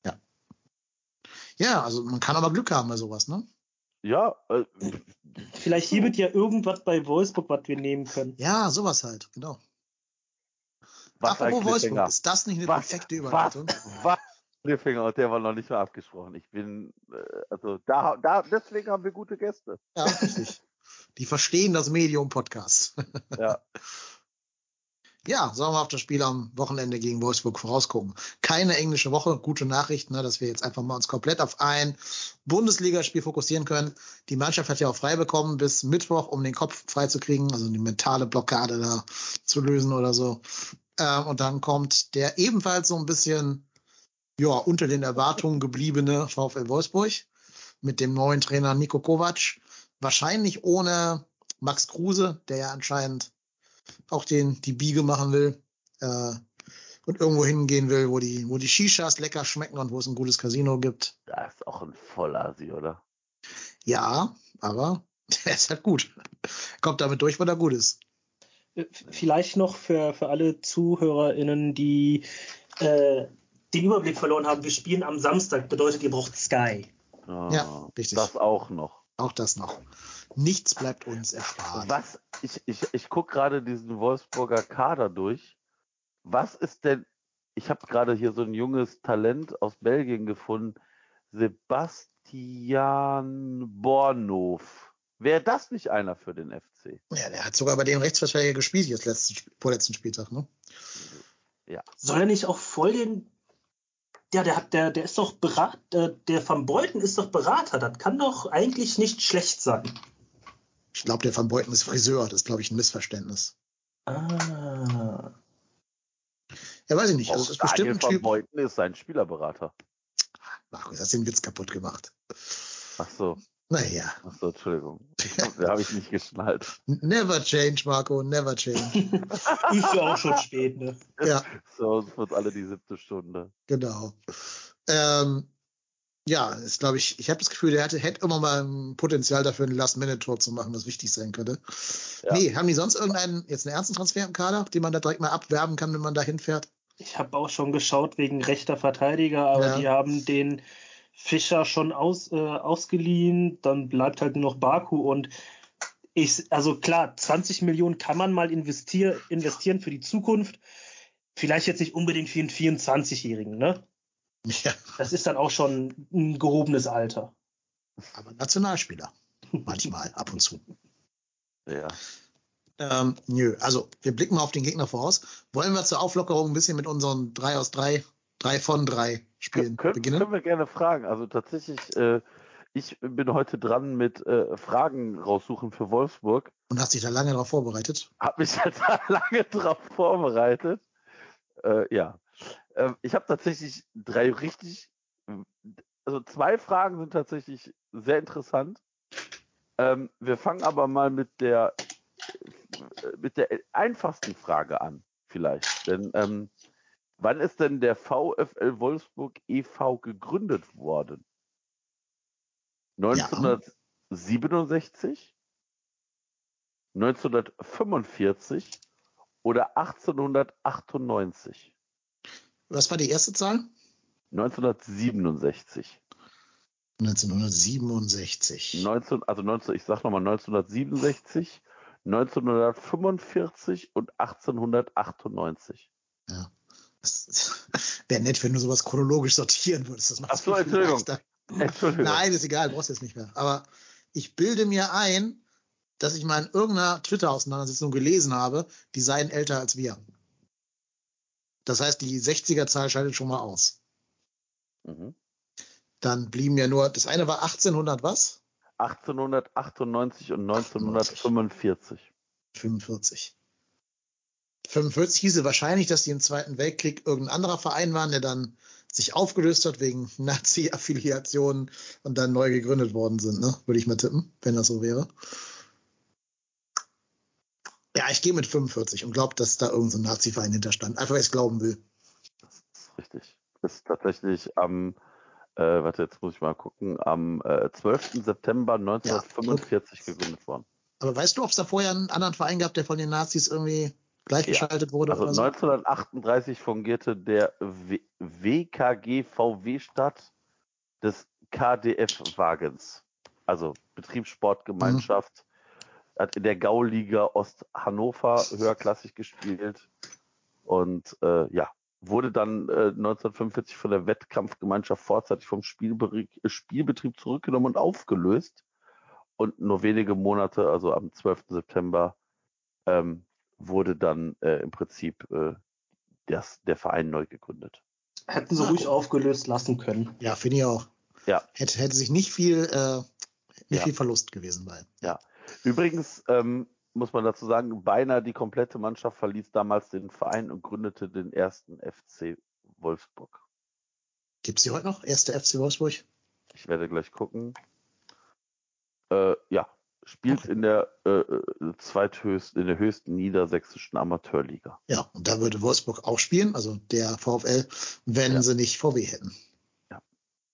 Ja, also man kann aber Glück haben bei sowas, ne? Ja, äh, Vielleicht hier wird ja irgendwas bei Wolfsburg, was wir nehmen können. Ja, sowas halt, genau. was ein Apropos Wolfsburg, Cliffhanger. ist das nicht eine Was, perfekte was, Überleitung? was? Cliffhanger, und der war noch nicht mal abgesprochen. Ich bin, äh, also da, da, deswegen haben wir gute Gäste. Ja, richtig. Die verstehen das Medium Podcast. Ja. Ja, sollen wir auf das Spiel am Wochenende gegen Wolfsburg vorausgucken. Keine englische Woche, gute Nachricht, ne, dass wir jetzt einfach mal uns komplett auf ein Bundesligaspiel fokussieren können. Die Mannschaft hat ja auch frei bekommen bis Mittwoch, um den Kopf frei zu kriegen, also die mentale Blockade da zu lösen oder so. Ähm, und dann kommt der ebenfalls so ein bisschen ja unter den Erwartungen gebliebene VfL Wolfsburg mit dem neuen Trainer Niko Kovac. Wahrscheinlich ohne Max Kruse, der ja anscheinend auch den, die Biege machen will äh, und irgendwo hingehen will, wo die, wo die Shishas lecker schmecken und wo es ein gutes Casino gibt. Da ist auch ein Vollasi, oder? Ja, aber der ist halt gut. Kommt damit durch, weil er gut ist. Äh, Vielleicht noch für, für alle ZuhörerInnen, die äh, den Überblick verloren haben, wir spielen am Samstag, bedeutet, ihr braucht Sky. Ja, Ja, richtig. Das auch noch. Auch das noch. Nichts bleibt uns erspart. Was? Ich, ich, ich gucke gerade diesen Wolfsburger Kader durch. Was ist denn, ich habe gerade hier so ein junges Talent aus Belgien gefunden, Sebastian Bornhof. Wäre das nicht einer für den F C? Ja, der hat sogar bei den Rechtsverteidiger gespielt, jetzt letzten, vorletzten Spieltag, ne? Ja. Soll er nicht auch voll den. Ja, der hat, der, der ist doch Berat, der, der Van Beuten ist doch Berater. Das kann doch eigentlich nicht schlecht sein. Ich glaube, der Van Beuten ist Friseur. Das ist, glaube ich, ein Missverständnis. Ah. Ja, weiß ich nicht. Also, es Auch ist bestimmt Daniel ein van Typ. Beuten ist sein Spielerberater. Markus, hast den Witz kaputt gemacht. Ach so, Naja. ach so, Entschuldigung. Da habe ich nicht geschnallt. Never change, Marco, never change. Ist ja auch schon spät, ne? Ja, So, für uns alle die siebte Stunde. genau. Ähm, ja, ist, glaube ich, ich habe das Gefühl, der hatte, hätte immer mal ein Potenzial dafür, ein Last-Minute-Tor zu machen, was wichtig sein könnte. Ja. Nee, haben die sonst irgendeinen, jetzt einen ernsten Transfer im Kader, den man da direkt mal abwerben kann, wenn man da hinfährt? Ich habe auch schon geschaut wegen rechter Verteidiger, aber Ja. die haben den Fischer schon aus, äh, ausgeliehen. Dann bleibt halt nur noch Baku und ich, also klar, zwanzig Millionen kann man mal investier, investieren für die Zukunft. Vielleicht jetzt nicht unbedingt für einen vierundzwanzigjährigen, ne? Ja, Das ist dann auch schon ein gehobenes Alter. aber Nationalspieler. Manchmal, ab und zu. Ja. Ähm, nö, also wir blicken mal auf den Gegner voraus. Wollen wir zur Auflockerung ein bisschen mit unseren drei aus drei, drei von drei Spielen Können, beginnen? können wir gerne fragen. Also tatsächlich, äh, ich bin heute dran mit äh, Fragen raussuchen für Wolfsburg. Und hast dich da lange darauf vorbereitet? Habe mich halt da lange drauf vorbereitet. Äh, ja. Ähm, ich habe tatsächlich drei richtig, also zwei Fragen sind tatsächlich sehr interessant. Ähm, wir fangen aber mal mit der, mit der einfachsten Frage an. vielleicht. Denn ähm, wann ist denn der VfL Wolfsburg e V gegründet worden? neunzehnhundertsiebenundsechzig, neunzehnhundertfünfundvierzig oder achtzehnhundertachtundneunzig? Was war die erste Zahl? neunzehnhundertsiebenundsechzig. neunzehnhundertsiebenundsechzig. neunzehn, also neunzehn, ich sag nochmal neunzehnhundertsiebenundsechzig, neunzehnhundertfünfundvierzig und achtzehnhundertachtundneunzig. Ja. Wäre nett, wenn du sowas chronologisch sortieren würdest. Das macht Ach so, viel, viel Entschuldigung. leichter. Entschuldigung. Nein, ist egal, brauchst du jetzt nicht mehr. Aber ich bilde mir ein, dass ich mal in irgendeiner Twitter-Auseinandersetzung gelesen habe, die seien älter als wir. Das heißt, die sechziger-Zahl schaltet schon mal aus. Mhm. Dann blieben ja nur, das eine war achtzehnhundert was? achtzehnhundertachtundneunzig und neunzehnhundertfünfundvierzig. fünfundvierzig. fünfundvierzig hieße wahrscheinlich, dass die im Zweiten Weltkrieg irgendein anderer Verein waren, der dann sich aufgelöst hat wegen Nazi-Affiliationen und dann neu gegründet worden sind, ne? Würde ich mal tippen, wenn das so wäre. Ja, ich gehe mit fünfundvierzig und glaube, dass da irgendein so Nazi-Verein hinterstand. Einfach, weil ich es glauben will. Das ist richtig. Das ist tatsächlich am, äh, warte, jetzt muss ich mal gucken, am äh, zwölften September neunzehnhundertfünfundvierzig Ja, gegründet worden. Aber weißt du, ob es da vorher einen anderen Verein gab, der von den Nazis irgendwie gleichgeschaltet Ja. wurde? Also oder so? neunzehnhundertachtunddreißig fungierte der W K G V W-Stadt des K D F-Wagens, also Betriebssportgemeinschaft, mhm. hat in der Gauliga Osthannover höherklassig gespielt und äh, ja, wurde dann äh, neunzehnhundertfünfundvierzig von der Wettkampfgemeinschaft vorzeitig vom Spielbe- Spielbetrieb zurückgenommen und aufgelöst. Und nur wenige Monate, also am zwölften September, ähm, wurde dann äh, im Prinzip äh, das, der Verein neu gegründet. Hätten sie Ah, ruhig cool. aufgelöst lassen können. Ja, finde ich auch. Ja. Hätte, hätte sich nicht viel, äh, nicht Ja. viel Verlust gewesen bei. Ja. Übrigens ähm, muss man dazu sagen, beinahe die komplette Mannschaft verließ damals den Verein und gründete den ersten F C Wolfsburg. Gibt es die heute noch? Erste F C Wolfsburg? Ich werde gleich gucken. Äh, ja, spielt Okay. in der äh, zweithöchsten, in der höchsten niedersächsischen Amateurliga. Ja, und da würde Wolfsburg auch spielen, also der VfL, wenn Ja. sie nicht V W hätten. Ja.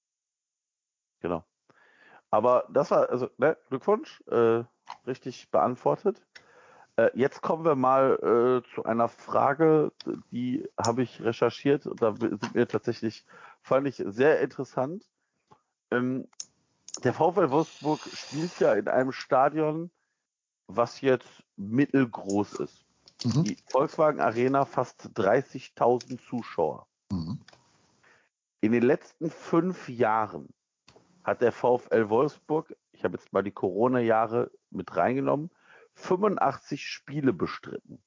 Genau. Aber das war, also, ne, Glückwunsch, äh, richtig beantwortet. Äh, jetzt kommen wir mal äh, zu einer Frage, die habe ich recherchiert und da sind wir tatsächlich, fand ich sehr interessant. Ähm, der VfL Wolfsburg spielt ja in einem Stadion, was jetzt mittelgroß ist. Mhm. Die Volkswagen Arena, fast dreißigtausend Zuschauer. Mhm. In den letzten fünf Jahren hat der VfL Wolfsburg, ich habe jetzt mal die Corona-Jahre mit reingenommen, fünfundachtzig Spiele bestritten.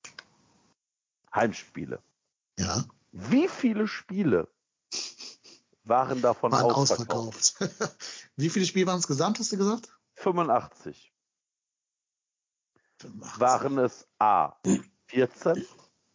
Heimspiele. Ja. Wie viele Spiele waren davon Waren ausverkauft? ausverkauft. Wie viele Spiele waren es gesamt, hast du gesagt? fünfundachtzig. fünfundachtzig. Waren es A vierzehn,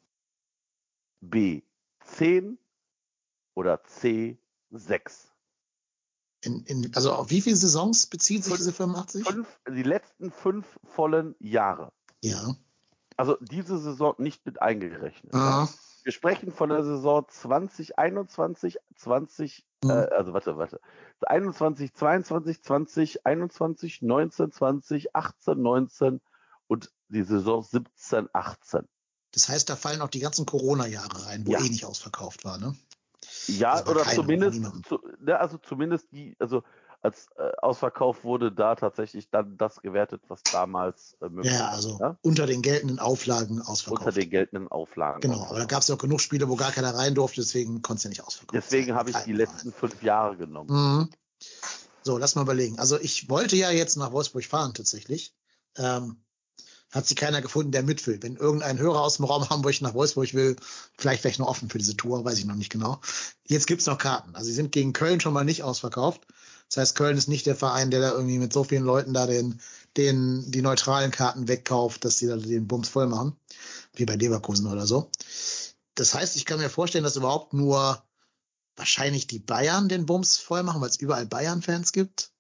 B zehn oder C sechs? In, in, also auf wie viele Saisons beziehen sich Fünf, diese fünfundachtzig? Fünf, die letzten fünf vollen Jahre. Ja. Also diese Saison nicht mit eingerechnet. Ah. Ja? Wir sprechen von der Saison zwanzig einundzwanzig, zwanzig, Mhm. äh, also warte, warte. einundzwanzig, zweiundzwanzig, zwanzig, einundzwanzig, neunzehn, zwanzig, achtzehn, neunzehn und die Saison siebzehn, achtzehn. Das heißt, da fallen auch die ganzen Corona-Jahre rein, wo Ja. eh nicht ausverkauft war, ne? Ja, Also bei oder keinem, zumindest, niemandem. zu, ne, also zumindest die, also als äh, ausverkauft wurde da tatsächlich dann das gewertet, was damals äh, möglich Ja, war. also Ne? unter den geltenden Auflagen ausverkauft. Unter den geltenden Auflagen. Genau, aber da gab es ja auch genug Spiele, wo gar keiner rein durfte, deswegen konnte es ja nicht ausverkauft Deswegen sein. habe ich die letzten fünf Jahre genommen. Mhm. So, lass mal überlegen. Also ich wollte ja jetzt nach Wolfsburg fahren tatsächlich. Ähm, hat sich keiner gefunden, der mit will. Wenn irgendein Hörer aus dem Raum Hamburg nach Wolfsburg will, vielleicht wäre ich noch offen für diese Tour, weiß ich noch nicht genau. Jetzt gibt's noch Karten. Also sie sind gegen Köln schon mal nicht ausverkauft. Das heißt, Köln ist nicht der Verein, der da irgendwie mit so vielen Leuten da den, den, die neutralen Karten wegkauft, dass sie da den Bums voll machen. Wie bei Leverkusen oder so. Das heißt, ich kann mir vorstellen, dass überhaupt nur wahrscheinlich die Bayern den Bums voll machen, weil es überall Bayern-Fans gibt.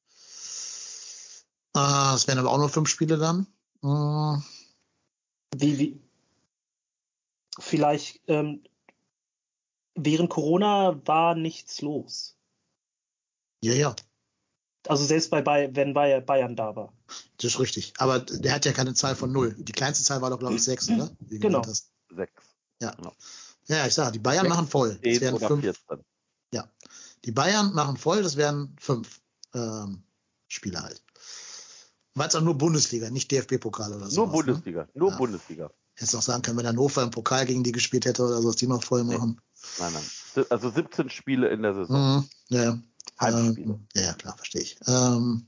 Äh, es wären aber auch nur fünf Spiele dann. Äh, Wie, wie? vielleicht ähm, während Corona war nichts los. Ja, ja, Also selbst bei, bei wenn Bayern, Bayern da war. das ist richtig. Aber der hat ja keine Zahl von null. Die kleinste Zahl war doch, glaube ich, sechs, oder? Wie du Genau. genannt hast. Sechs. Ja. Genau. Ja, ich sage, die Bayern Sechs, machen voll. Das zehn wären oder fünf. vierzehn. Ja. Die Bayern machen voll, das wären fünf ähm, Spiele halt. War jetzt auch nur Bundesliga, nicht D F B-Pokal oder so. Nur Bundesliga. Ne? Nur Ja. Bundesliga. Hättest auch sagen können, wenn Hannover im Pokal gegen die gespielt hätte oder so, dass die noch voll machen. Nein, nein. Si- Also siebzehn Spiele in der Saison. Mhm. Ja, ja. Heimspiele. Ähm, ja, ja, klar, verstehe ich. Ähm,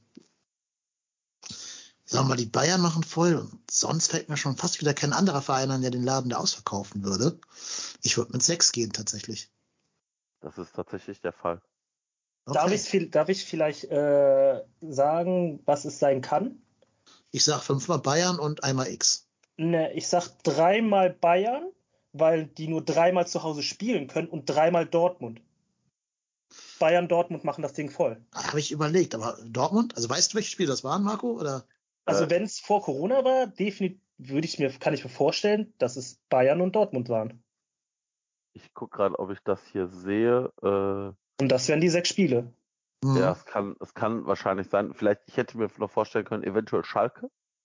sagen wir mal, die Bayern machen voll. Und sonst fällt mir schon fast wieder kein anderer Verein an, der den Laden da ausverkaufen würde. Ich würde mit sechs gehen, tatsächlich. Das ist tatsächlich der Fall. Okay. Darf, ich, viel- darf ich vielleicht äh, sagen, was es sein kann? Ich sag fünfmal Bayern und einmal X. Ne, ich sag dreimal Bayern, weil die nur dreimal zu Hause spielen können und dreimal Dortmund. Bayern, Dortmund machen das Ding voll. Habe ich überlegt, aber Dortmund? Also weißt du, welche Spiele das waren, Marco? Oder? Also Äh, wenn es vor Corona war, definitiv würde ich mir, kann ich mir vorstellen, dass es Bayern und Dortmund waren. Ich gucke gerade, ob ich das hier sehe. Äh, Und das wären die sechs Spiele. Mhm. ja, es kann, es kann wahrscheinlich sein. Vielleicht, ich hätte mir noch vorstellen können, eventuell Schalke.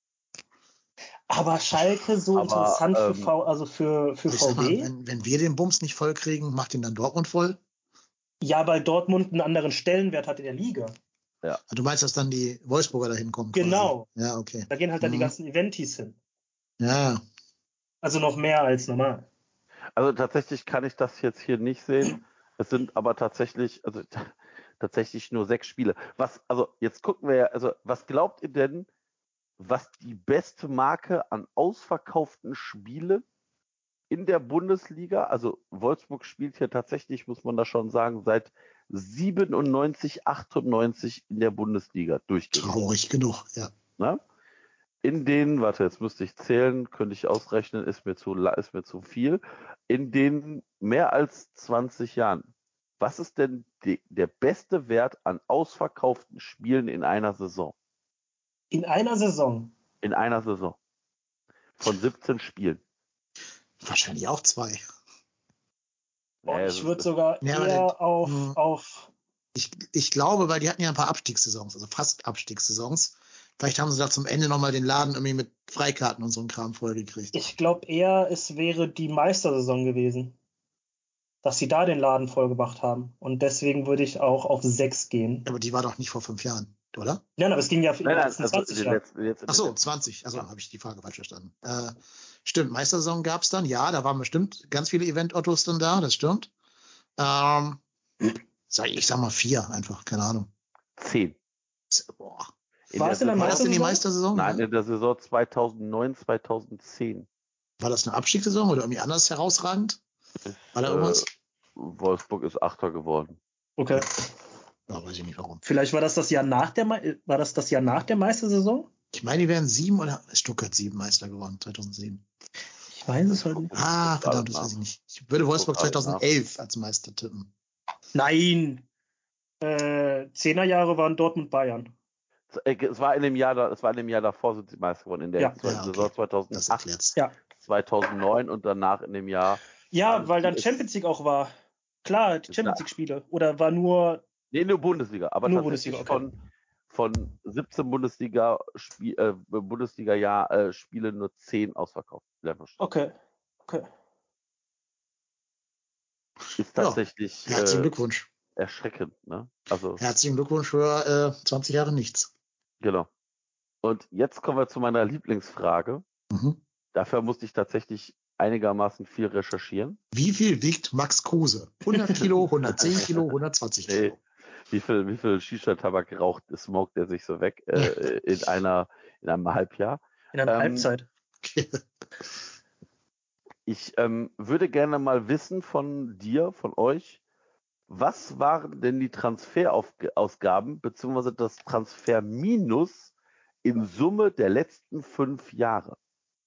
Aber Schalke so Aber, interessant für, ähm, v, also für, für Ich sag mal, V W? wenn, wenn wir den Bums nicht voll kriegen, macht ihn dann Dortmund voll? Ja, weil Dortmund einen anderen Stellenwert hat in der Liga. Ah, du meinst, dass dann die Wolfsburger da hinkommen? Genau. Quasi. Ja, okay. Da gehen halt dann die Mhm. ganzen Eventis hin. Ja, Also noch mehr als normal. Also tatsächlich kann ich das jetzt hier nicht sehen. Es sind aber tatsächlich, also t- tatsächlich nur sechs Spiele. Was, also jetzt gucken wir ja, also was glaubt ihr denn, was die beste Marke an ausverkauften Spielen in der Bundesliga, also Wolfsburg spielt hier tatsächlich, muss man da schon sagen, seit siebenundneunzig, achtundneunzig in der Bundesliga durchgängig. traurig genug, ja. Ne? In den, warte, jetzt müsste ich zählen, könnte ich ausrechnen, ist mir zu, la- ist mir zu viel. In den mehr als zwanzig Jahren. Was ist denn die, der beste Wert an ausverkauften Spielen in einer Saison? In einer Saison. In einer Saison. Von siebzehn Spielen. Wahrscheinlich auch zwei. Oh, Nee, ich es- würde es- sogar Ja, aber eher das- auf, hm. auf. Ich, ich glaube, weil die hatten ja ein paar Abstiegssaisons, also fast Abstiegssaisons. Vielleicht haben sie da zum Ende nochmal den Laden irgendwie mit Freikarten und so einem Kram vollgekriegt. Ich glaube eher, es wäre die Meistersaison gewesen. Dass sie da den Laden voll gemacht haben. Und deswegen würde ich auch auf sechs gehen. Aber die war doch nicht vor fünf Jahren, oder? Nein, aber es ging ja in Nein, den nein, letzten also in zwanzig den Jahren. letzten, jetzt in Ach den so, letzten- zwanzig. Also habe ich die Frage falsch verstanden. Äh, stimmt, Meistersaison gab's dann. Ja, da waren bestimmt ganz viele Event-Ottos dann da, das stimmt. Ähm, sag, ich sag mal vier einfach, keine Ahnung. Zehn. Boah. In War der es in der Saison- War das denn die Meistersaison? Meistersaison? Nein, Ja? in der Saison zweitausendneun, zweitausendzehn. War das eine Abstiegssaison oder irgendwie anders herausragend? War da Äh, irgendwas? Wolfsburg ist Achter geworden. Okay. Ja, weiß ich nicht warum. Vielleicht war das das Jahr nach der, Me- war das das Jahr nach der Meistersaison? Ich meine, die wären sieben oder Stuttgart sieben Meister geworden, zweitausendsieben. Ich weiß es halt nicht. Ah, guck verdammt, gerade das weiß ich nach. nicht. Ich würde Wolfsburg Guck gerade zweitausendelf als Meister tippen. Nein! Äh, Zehnerjahre waren Dortmund Bayern. Äh, Es war in dem Jahr, da- es war in dem Jahr davor sind sie Meister geworden, in der Ja. zwei- Ja, okay. Saison Das zweitausendacht, erklärt's. Ja. zweitausendneun und danach in dem Jahr. Ja, Haben weil dann sie es- Champions League auch war. Klar, die Champions League Spiele. Oder war nur. Nee, nur Bundesliga, aber Nur tatsächlich Bundesliga, okay. von, von siebzehn Bundesliga Spiel, äh, Bundesliga Jahr äh, Spiele nur zehn ausverkauft. Okay. Okay. Ist Ja, tatsächlich Herzlichen äh, Glückwunsch. erschreckend, ne? Also, Herzlichen Glückwunsch für äh, zwanzig Jahre nichts. genau. Und jetzt kommen wir zu meiner Lieblingsfrage. Mhm. Dafür musste ich tatsächlich einigermaßen viel recherchieren. Wie viel wiegt Max Kruse? hundert Kilo, hundertzehn Kilo, hundertzwanzig Nee, Kilo. wie viel, wie viel Shisha-Tabak raucht, smoked er sich so weg äh, in einer, in einem Halbjahr? In einer Ähm, Halbzeit. Okay. Ich ähm, würde gerne mal wissen von dir, von euch, was waren denn die Transferausgaben beziehungsweise das Transferminus in Summe der letzten fünf Jahre?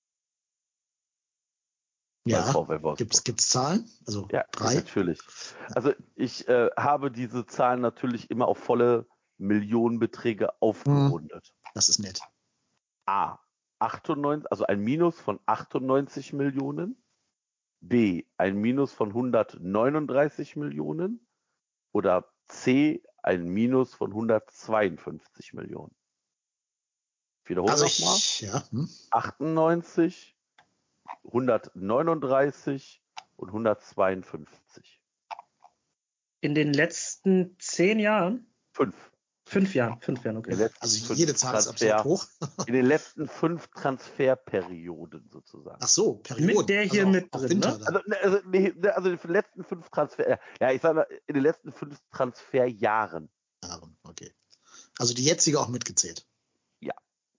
Bei Ja, VfL Wolfsburg. gibt's, gibt's Zahlen? Also Ja, drei? natürlich. Also ich äh, habe diese Zahlen natürlich immer auf volle Millionenbeträge aufgerundet. Das ist nett. A. achtundneunzig, also ein Minus von achtundneunzig Millionen. B, ein Minus von hundertneununddreißig Millionen oder C, ein Minus von hundertzweiundfünfzig Millionen? Ich wiederhole Also nochmal. ich, ja, hm. achtundneunzig, hundertneununddreißig und hundertzweiundfünfzig. In den letzten zehn Jahren? Fünf. Fünf Jahren, fünf Jahren, In okay. den letzten Also fünf jede Zahl ist Transfer- absurd hoch. In den letzten fünf Transferperioden sozusagen. Ach so, Perioden. Mit der hier also mit auf, auf drin, Winter ne? dann. Also, ne, also, nee, ne, also in den letzten fünf Transfer, ja, ich sag mal, in den letzten fünf Transferjahren. Jahren, okay. Also die jetzige auch mitgezählt. Ja.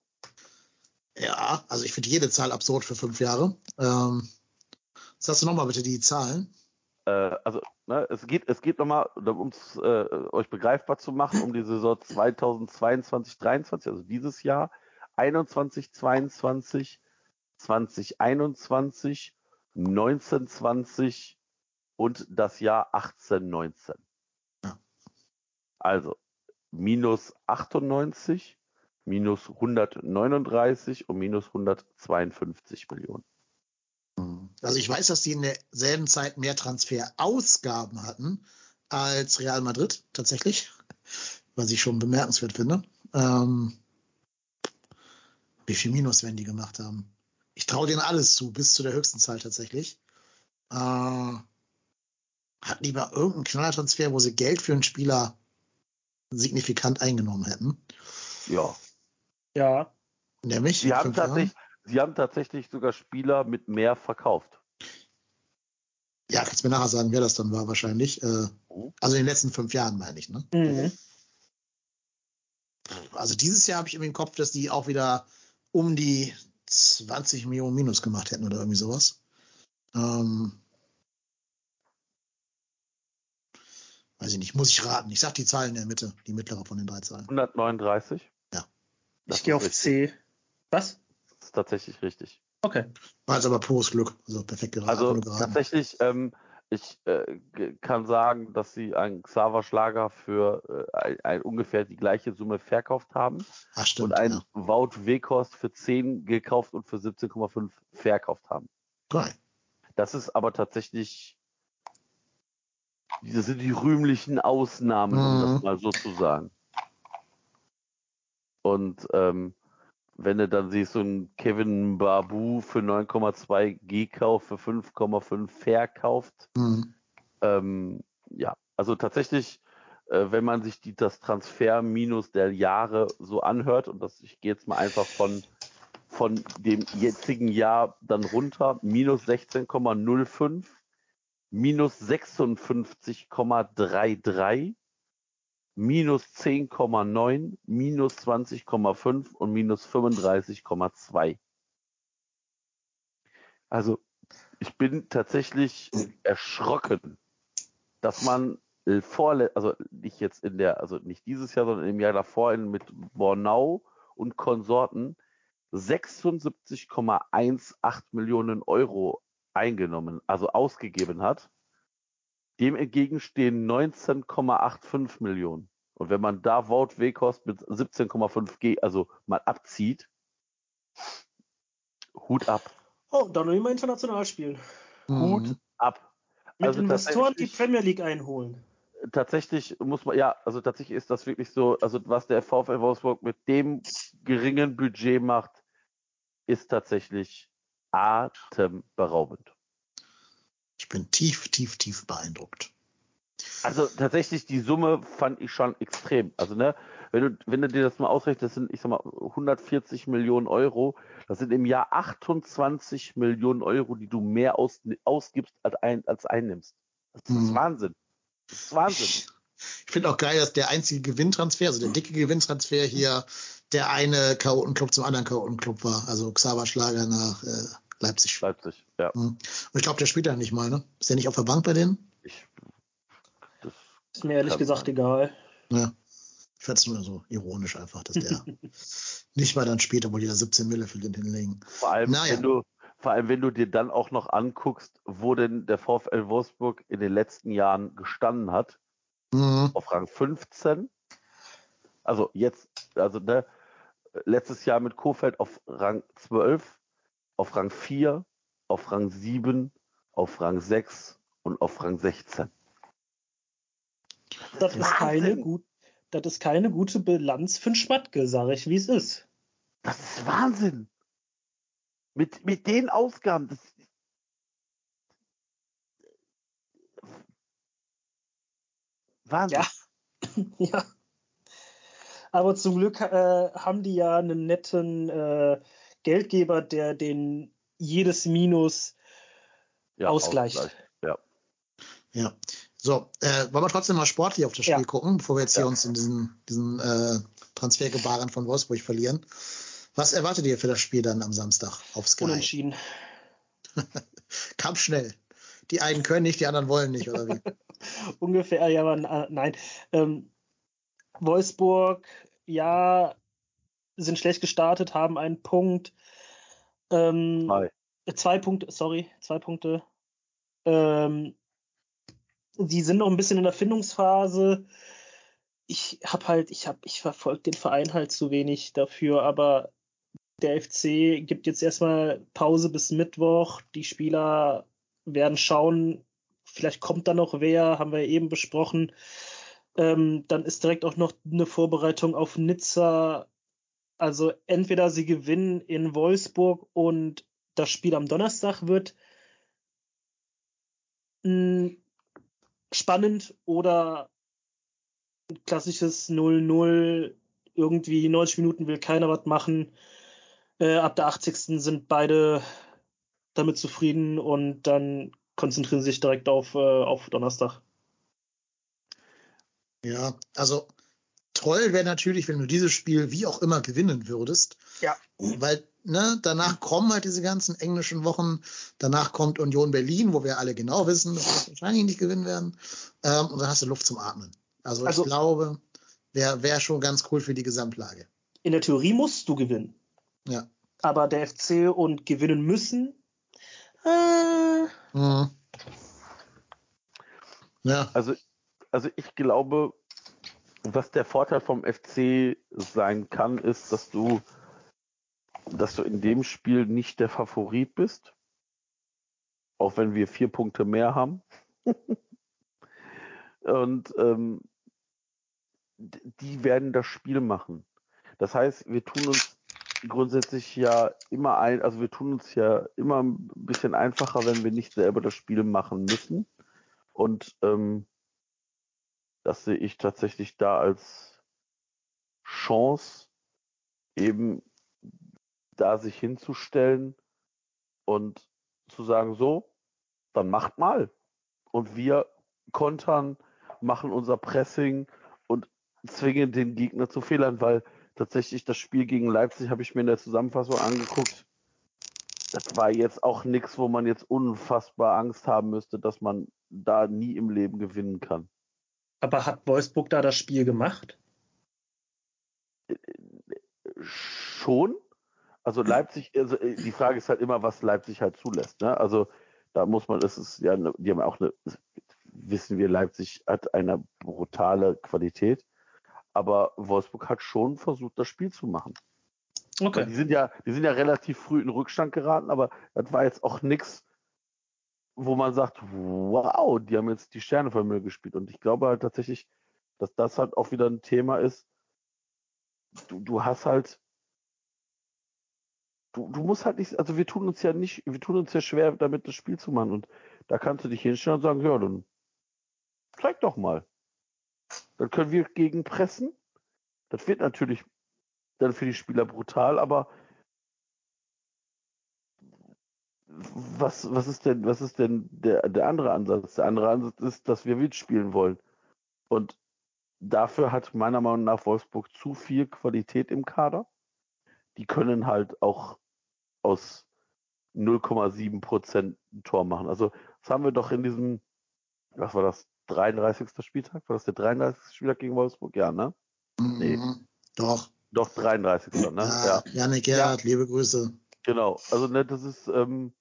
Ja, also ich finde jede Zahl absurd für fünf Jahre. Ähm, sagst du nochmal bitte die Zahlen? Äh, also, ne, es geht, es geht nochmal, um es äh, euch begreifbar zu machen, um die Saison zweitausendzweiundzwanzig dreiundzwanzig, also dieses Jahr, einundzwanzig zweiundzwanzig, zwanzig einundzwanzig, neunzehn zwanzig und das Jahr achtzehn neunzehn. Ja. Also minus achtundneunzig, minus hundertneununddreißig und minus hundertzweiundfünfzig Millionen. Also ich weiß, dass die in derselben Zeit mehr Transferausgaben hatten als Real Madrid tatsächlich, was ich schon bemerkenswert finde. Ähm, wie viel Minus werden die gemacht haben? Ich traue denen alles zu, bis zu der höchsten Zahl tatsächlich. Äh, hatten die mal irgendeinen Knallertransfer, wo sie Geld für einen Spieler signifikant eingenommen hätten? Ja. Ja. Nämlich Sie in haben, fünf Jahren? tatsächlich, sie haben tatsächlich sogar Spieler mit mehr verkauft. Ja, kannst du mir nachher sagen, wer das dann war wahrscheinlich. Äh, Mhm. also in den letzten fünf Jahren meine ich, ne? Mhm. Also dieses Jahr habe ich im Kopf, dass die auch wieder um die zwanzig Millionen Minus gemacht hätten oder irgendwie sowas. Ähm, weiß ich nicht, muss ich raten. Ich sag die Zahlen in der Mitte, die mittlere von den drei Zahlen. hundertneununddreißig? Ja. Das Ich gehe ist auf richtig. C. Was? Das ist tatsächlich richtig. Okay. War jetzt aber pures Glück. Also perfekt geraten. Also einfach nur geraten. tatsächlich, ähm, ich äh, g- kann sagen, dass sie einen Xaver Schlager für äh, ein, ein, ungefähr die gleiche Summe verkauft haben Ach, stimmt, und einen ja. Wout Weghorst für zehn gekauft und für siebzehn Komma fünf verkauft haben. Geil. Das ist aber tatsächlich, das sind die rühmlichen Ausnahmen, um das Mhm. mal so zu sagen. Und ähm, wenn du dann siehst, so ein Kevin Babu für neun Komma zwei gekauft, für fünf Komma fünf verkauft, Mhm. ähm, ja, also tatsächlich, äh, wenn man sich die, das Transfer-Minus der Jahre so anhört, und das, ich gehe jetzt mal einfach von, von dem jetzigen Jahr dann runter, minus sechzehn Komma null fünf, minus sechsundfünfzig Komma dreiunddreißig, minus zehn Komma neun, minus zwanzig Komma fünf und minus fünfunddreißig Komma zwei. Also ich bin tatsächlich erschrocken, dass man äh, vorle also nicht jetzt in der, also nicht dieses Jahr, sondern im Jahr davor in, mit Bornau und Konsorten sechsundsiebzig Komma achtzehn Millionen Euro eingenommen, also ausgegeben hat. Dem entgegenstehen neunzehn Komma fünfundachtzig Millionen. Und wenn man da Wout Weghorst mit siebzehn Komma fünf G, also mal abzieht, Hut ab. Oh, dann will ich mal international spielen. Hut Mhm. ab. Mit Also Investoren die tatsächlich- Premier League einholen. Tatsächlich muss man, ja, also tatsächlich ist das wirklich so, also was der VfL Wolfsburg mit dem geringen Budget macht, ist tatsächlich atemberaubend. Ich bin tief, tief, tief beeindruckt. Also tatsächlich, die Summe fand ich schon extrem. Also, ne, wenn du, wenn du dir das mal ausrechnest, das sind, ich sag mal, hundertvierzig Millionen Euro. Das sind im Jahr achtundzwanzig Millionen Euro, die du mehr aus, ausgibst, als, ein, als einnimmst. Das ist Mhm. Wahnsinn. Das ist Wahnsinn. Ich, ich finde auch geil, dass der einzige Gewinntransfer, also der dicke Gewinntransfer hier, der eine Chaotenclub zum anderen Chaotenclub war. Also Xaver Schlager nach äh, Leipzig. Leipzig, ja. Mhm. Und ich glaube, der spielt da nicht mal, ne? Ist der nicht auf der Bank bei denen? Ich, das Ist mir ehrlich kann gesagt sein. egal. Ja. Ich fand es nur so ironisch einfach, dass der nicht mal dann spielt, obwohl die da siebzehn Mille für den hinlegen. Vor allem, Naja. wenn du, vor allem, wenn du dir dann auch noch anguckst, wo denn der VfL Wolfsburg in den letzten Jahren gestanden hat, Mhm. auf Rang fünfzehn. Also jetzt, also ne, letztes Jahr mit Kofeld auf Rang zwölf, auf Rang vier, auf Rang sieben, auf Rang sechs und auf Rang sechzehn. Das ist keine gut, das ist keine gute Bilanz für einen Schmatke, sage ich, wie es ist. Das ist Wahnsinn. Mit, mit den Ausgaben, das Wahnsinn. Ja. Ja. Aber zum Glück äh, haben die ja einen netten äh, Geldgeber, der den jedes Minus Ja, ausgleicht. Ausgleich. Ja. Ja. So, äh, wollen wir trotzdem mal sportlich auf das Spiel Ja. gucken, bevor wir jetzt hier Ja. uns in diesen, diesen äh, Transfergebaren von Wolfsburg verlieren. Was erwartet ihr für das Spiel dann am Samstag auf Sky? Unentschieden. Kam schnell. Die einen können nicht, die anderen wollen nicht, oder wie? Ungefähr, ja, aber äh, nein. Ähm, Wolfsburg, ja, sind schlecht gestartet, haben einen Punkt. Ähm, Zwei. äh, zwei Punkte, sorry, zwei Punkte. Ähm, die sind noch ein bisschen in der Findungsphase. Ich hab halt, ich hab, ich verfolge den Verein halt zu wenig dafür, aber der F C gibt jetzt erstmal Pause bis Mittwoch. Die Spieler werden schauen, vielleicht kommt da noch wer, haben wir eben besprochen. Ähm, dann ist direkt auch noch eine Vorbereitung auf Nizza. Also entweder sie gewinnen in Wolfsburg und das Spiel am Donnerstag wird mh, spannend oder ein klassisches null null. Irgendwie neunzig Minuten will keiner was machen. Äh, ab der achtzigsten sind beide damit zufrieden und dann konzentrieren sie sich direkt auf, äh, auf Donnerstag. Ja, also toll wäre natürlich, wenn du dieses Spiel wie auch immer gewinnen würdest. Ja. Weil ne, danach kommen halt diese ganzen englischen Wochen. Danach kommt Union Berlin, wo wir alle genau wissen, dass wir das wahrscheinlich nicht gewinnen werden. Ähm, und dann hast du Luft zum Atmen. Also, Also ich glaube, wäre wär schon ganz cool für die Gesamtlage. in der Theorie musst du gewinnen. Ja. Aber der F C und gewinnen müssen. Äh, Mhm. Ja. Also, also ich glaube, was der Vorteil vom F C sein kann, ist, dass du, dass du in dem Spiel nicht der Favorit bist, auch wenn wir vier Punkte mehr haben. Und ähm, die werden das Spiel machen. Das heißt, wir tun uns grundsätzlich ja immer ein, also wir tun uns ja immer ein bisschen einfacher, wenn wir nicht selber das Spiel machen müssen. Und ähm, das sehe ich tatsächlich da als Chance, eben da sich hinzustellen und zu sagen, so, dann macht mal. Und wir kontern, machen unser Pressing und zwingen den Gegner zu Fehlern, weil tatsächlich das Spiel gegen Leipzig habe ich mir in der Zusammenfassung angeguckt. Das war jetzt auch nichts, wo man jetzt unfassbar Angst haben müsste, dass man da nie im Leben gewinnen kann. aber hat Wolfsburg da das Spiel gemacht? Schon. Also Leipzig, also die Frage ist halt immer, was Leipzig halt zulässt. Ne? Also da muss man, das ist ja, eine, die haben auch eine, wissen wir, Leipzig hat eine brutale Qualität, aber Wolfsburg hat schon versucht, das Spiel zu machen. Okay. Die sind ja, die sind ja relativ früh in Rückstand geraten, aber das war jetzt auch nichts, wo man sagt, wow, die haben jetzt die Sterne vom Himmel gespielt. Und ich glaube halt tatsächlich, dass das halt auch wieder ein Thema ist. Du, du hast halt, du, du musst halt nicht, also wir tun uns ja nicht, wir tun uns ja schwer, damit das Spiel zu machen. Und da kannst du dich hinstellen und sagen, ja, dann zeig doch mal. Dann können wir gegen pressen. Das wird natürlich dann für die Spieler brutal, aber was, was ist denn, was ist denn der, der andere Ansatz? Der andere Ansatz ist, dass wir mitspielen wollen. Und dafür hat meiner Meinung nach Wolfsburg zu viel Qualität im Kader. Die können halt auch aus null Komma sieben Prozent ein Tor machen. Also, das haben wir doch in diesem, was war das, dreiunddreißigsten Spieltag? War das der dreiunddreißigste Spieltag gegen Wolfsburg? Ja, ne? Nee. Mhm. Doch. Doch, dreiunddreißigsten ne? Ja, Ja. Janik Ja. Gerhardt, liebe Grüße. Genau. Also, ne, das ist, ähm,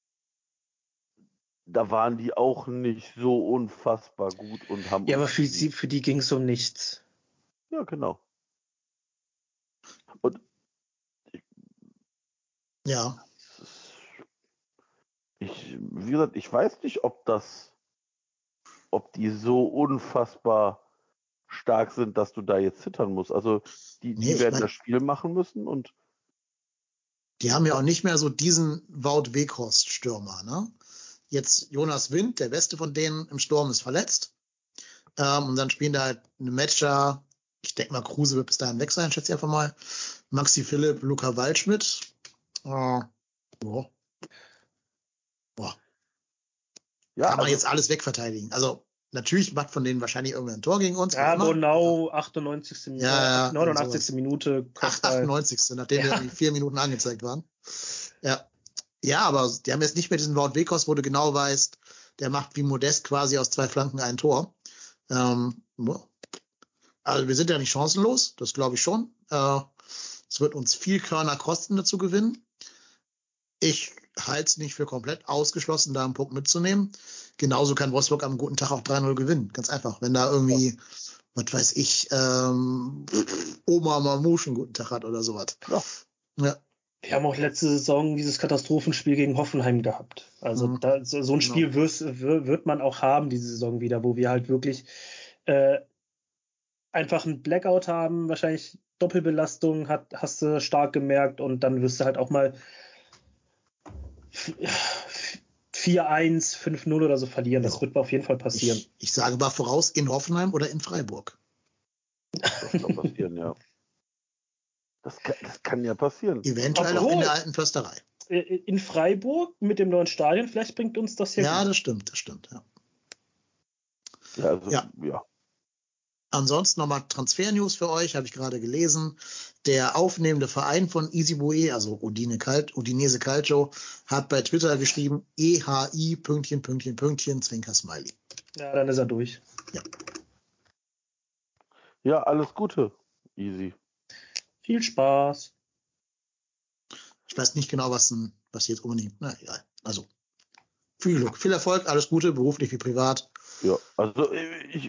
da waren die auch nicht so unfassbar gut und haben Ja, uns aber für, besiegt. sie, für die ging es um nichts. Ja, genau. Und Ja. es ist- ich, wie gesagt, ich weiß nicht, ob das, ob die so unfassbar stark sind, dass du da jetzt zittern musst. Also die, Nee, die ich werden mein- das Spiel machen müssen und Die haben ja auch nicht mehr so diesen Wout Weghorst-Stürmer, ne? Jetzt Jonas Wind, der beste von denen im Sturm, ist verletzt. Ähm, und dann spielen da halt eine Matcher. Ich denke mal, Kruse wird bis dahin weg sein, schätze ich einfach mal. Maxi Philipp, Luca Waldschmidt. Äh, boah. Boah. ja, Kann man also, jetzt alles wegverteidigen. Also natürlich macht von denen wahrscheinlich irgendwer ein Tor gegen uns. Ja, wie immer. Bonau, achtundneunzigste. Ja, ja, neunundachtzigste sowas. Minute. Ach, Kopfball. achtundneunzigste nachdem Ja. wir irgendwie vier Minuten angezeigt waren. Ja. Ja, aber die haben jetzt nicht mehr diesen Wout Weghorst, wo du genau weißt, der macht wie Modest quasi aus zwei Flanken ein Tor. Ähm, boah. Also wir sind ja nicht chancenlos, das glaube ich schon. Äh, es wird uns viel Körner kosten, dazu gewinnen. Ich halte es nicht für komplett ausgeschlossen, da einen Punkt mitzunehmen. Genauso kann Wolfsburg am guten Tag auch drei null gewinnen. Ganz einfach. Wenn da irgendwie, was weiß ich, ähm, Oma Mamouche einen guten Tag hat oder sowas. Ja. Ja. Wir haben auch letzte Saison dieses Katastrophenspiel gegen Hoffenheim gehabt. Also Mhm. da, so, so ein Genau. Spiel wirst, wir- wird man auch haben diese Saison wieder, wo wir halt wirklich äh, einfach einen Blackout haben, wahrscheinlich Doppelbelastung hat, hast du stark gemerkt und dann wirst du halt auch mal vier eins, fünf null oder so verlieren. Das Ja. wird auf jeden Fall passieren. Ich, ich sage mal voraus, in Hoffenheim oder in Freiburg. das kann passieren, ja. Das kann, das kann ja passieren. Eventuell auch Obwohl- in der alten Försterei. In Freiburg mit dem neuen Stadion, vielleicht bringt uns das ja, Ja, gut. das stimmt, das stimmt. Ja. Ja, also, Ja. ja. Ansonsten nochmal Transfer-News für euch, habe ich gerade gelesen. Der aufnehmende Verein von Isibue, also Udine Cal- Udinese Calcio, hat bei Twitter geschrieben, E H I, Pünktchen, Pünktchen, Pünktchen, Zwinker Smiley. Ja, dann ist er durch. Ja, alles Gute. Easy. Viel Spaß. Ich weiß nicht genau, was, ein, was jetzt unbedingt, na egal. Also, viel Glück, viel Erfolg, alles Gute, beruflich wie privat. Ja, also äh, ich,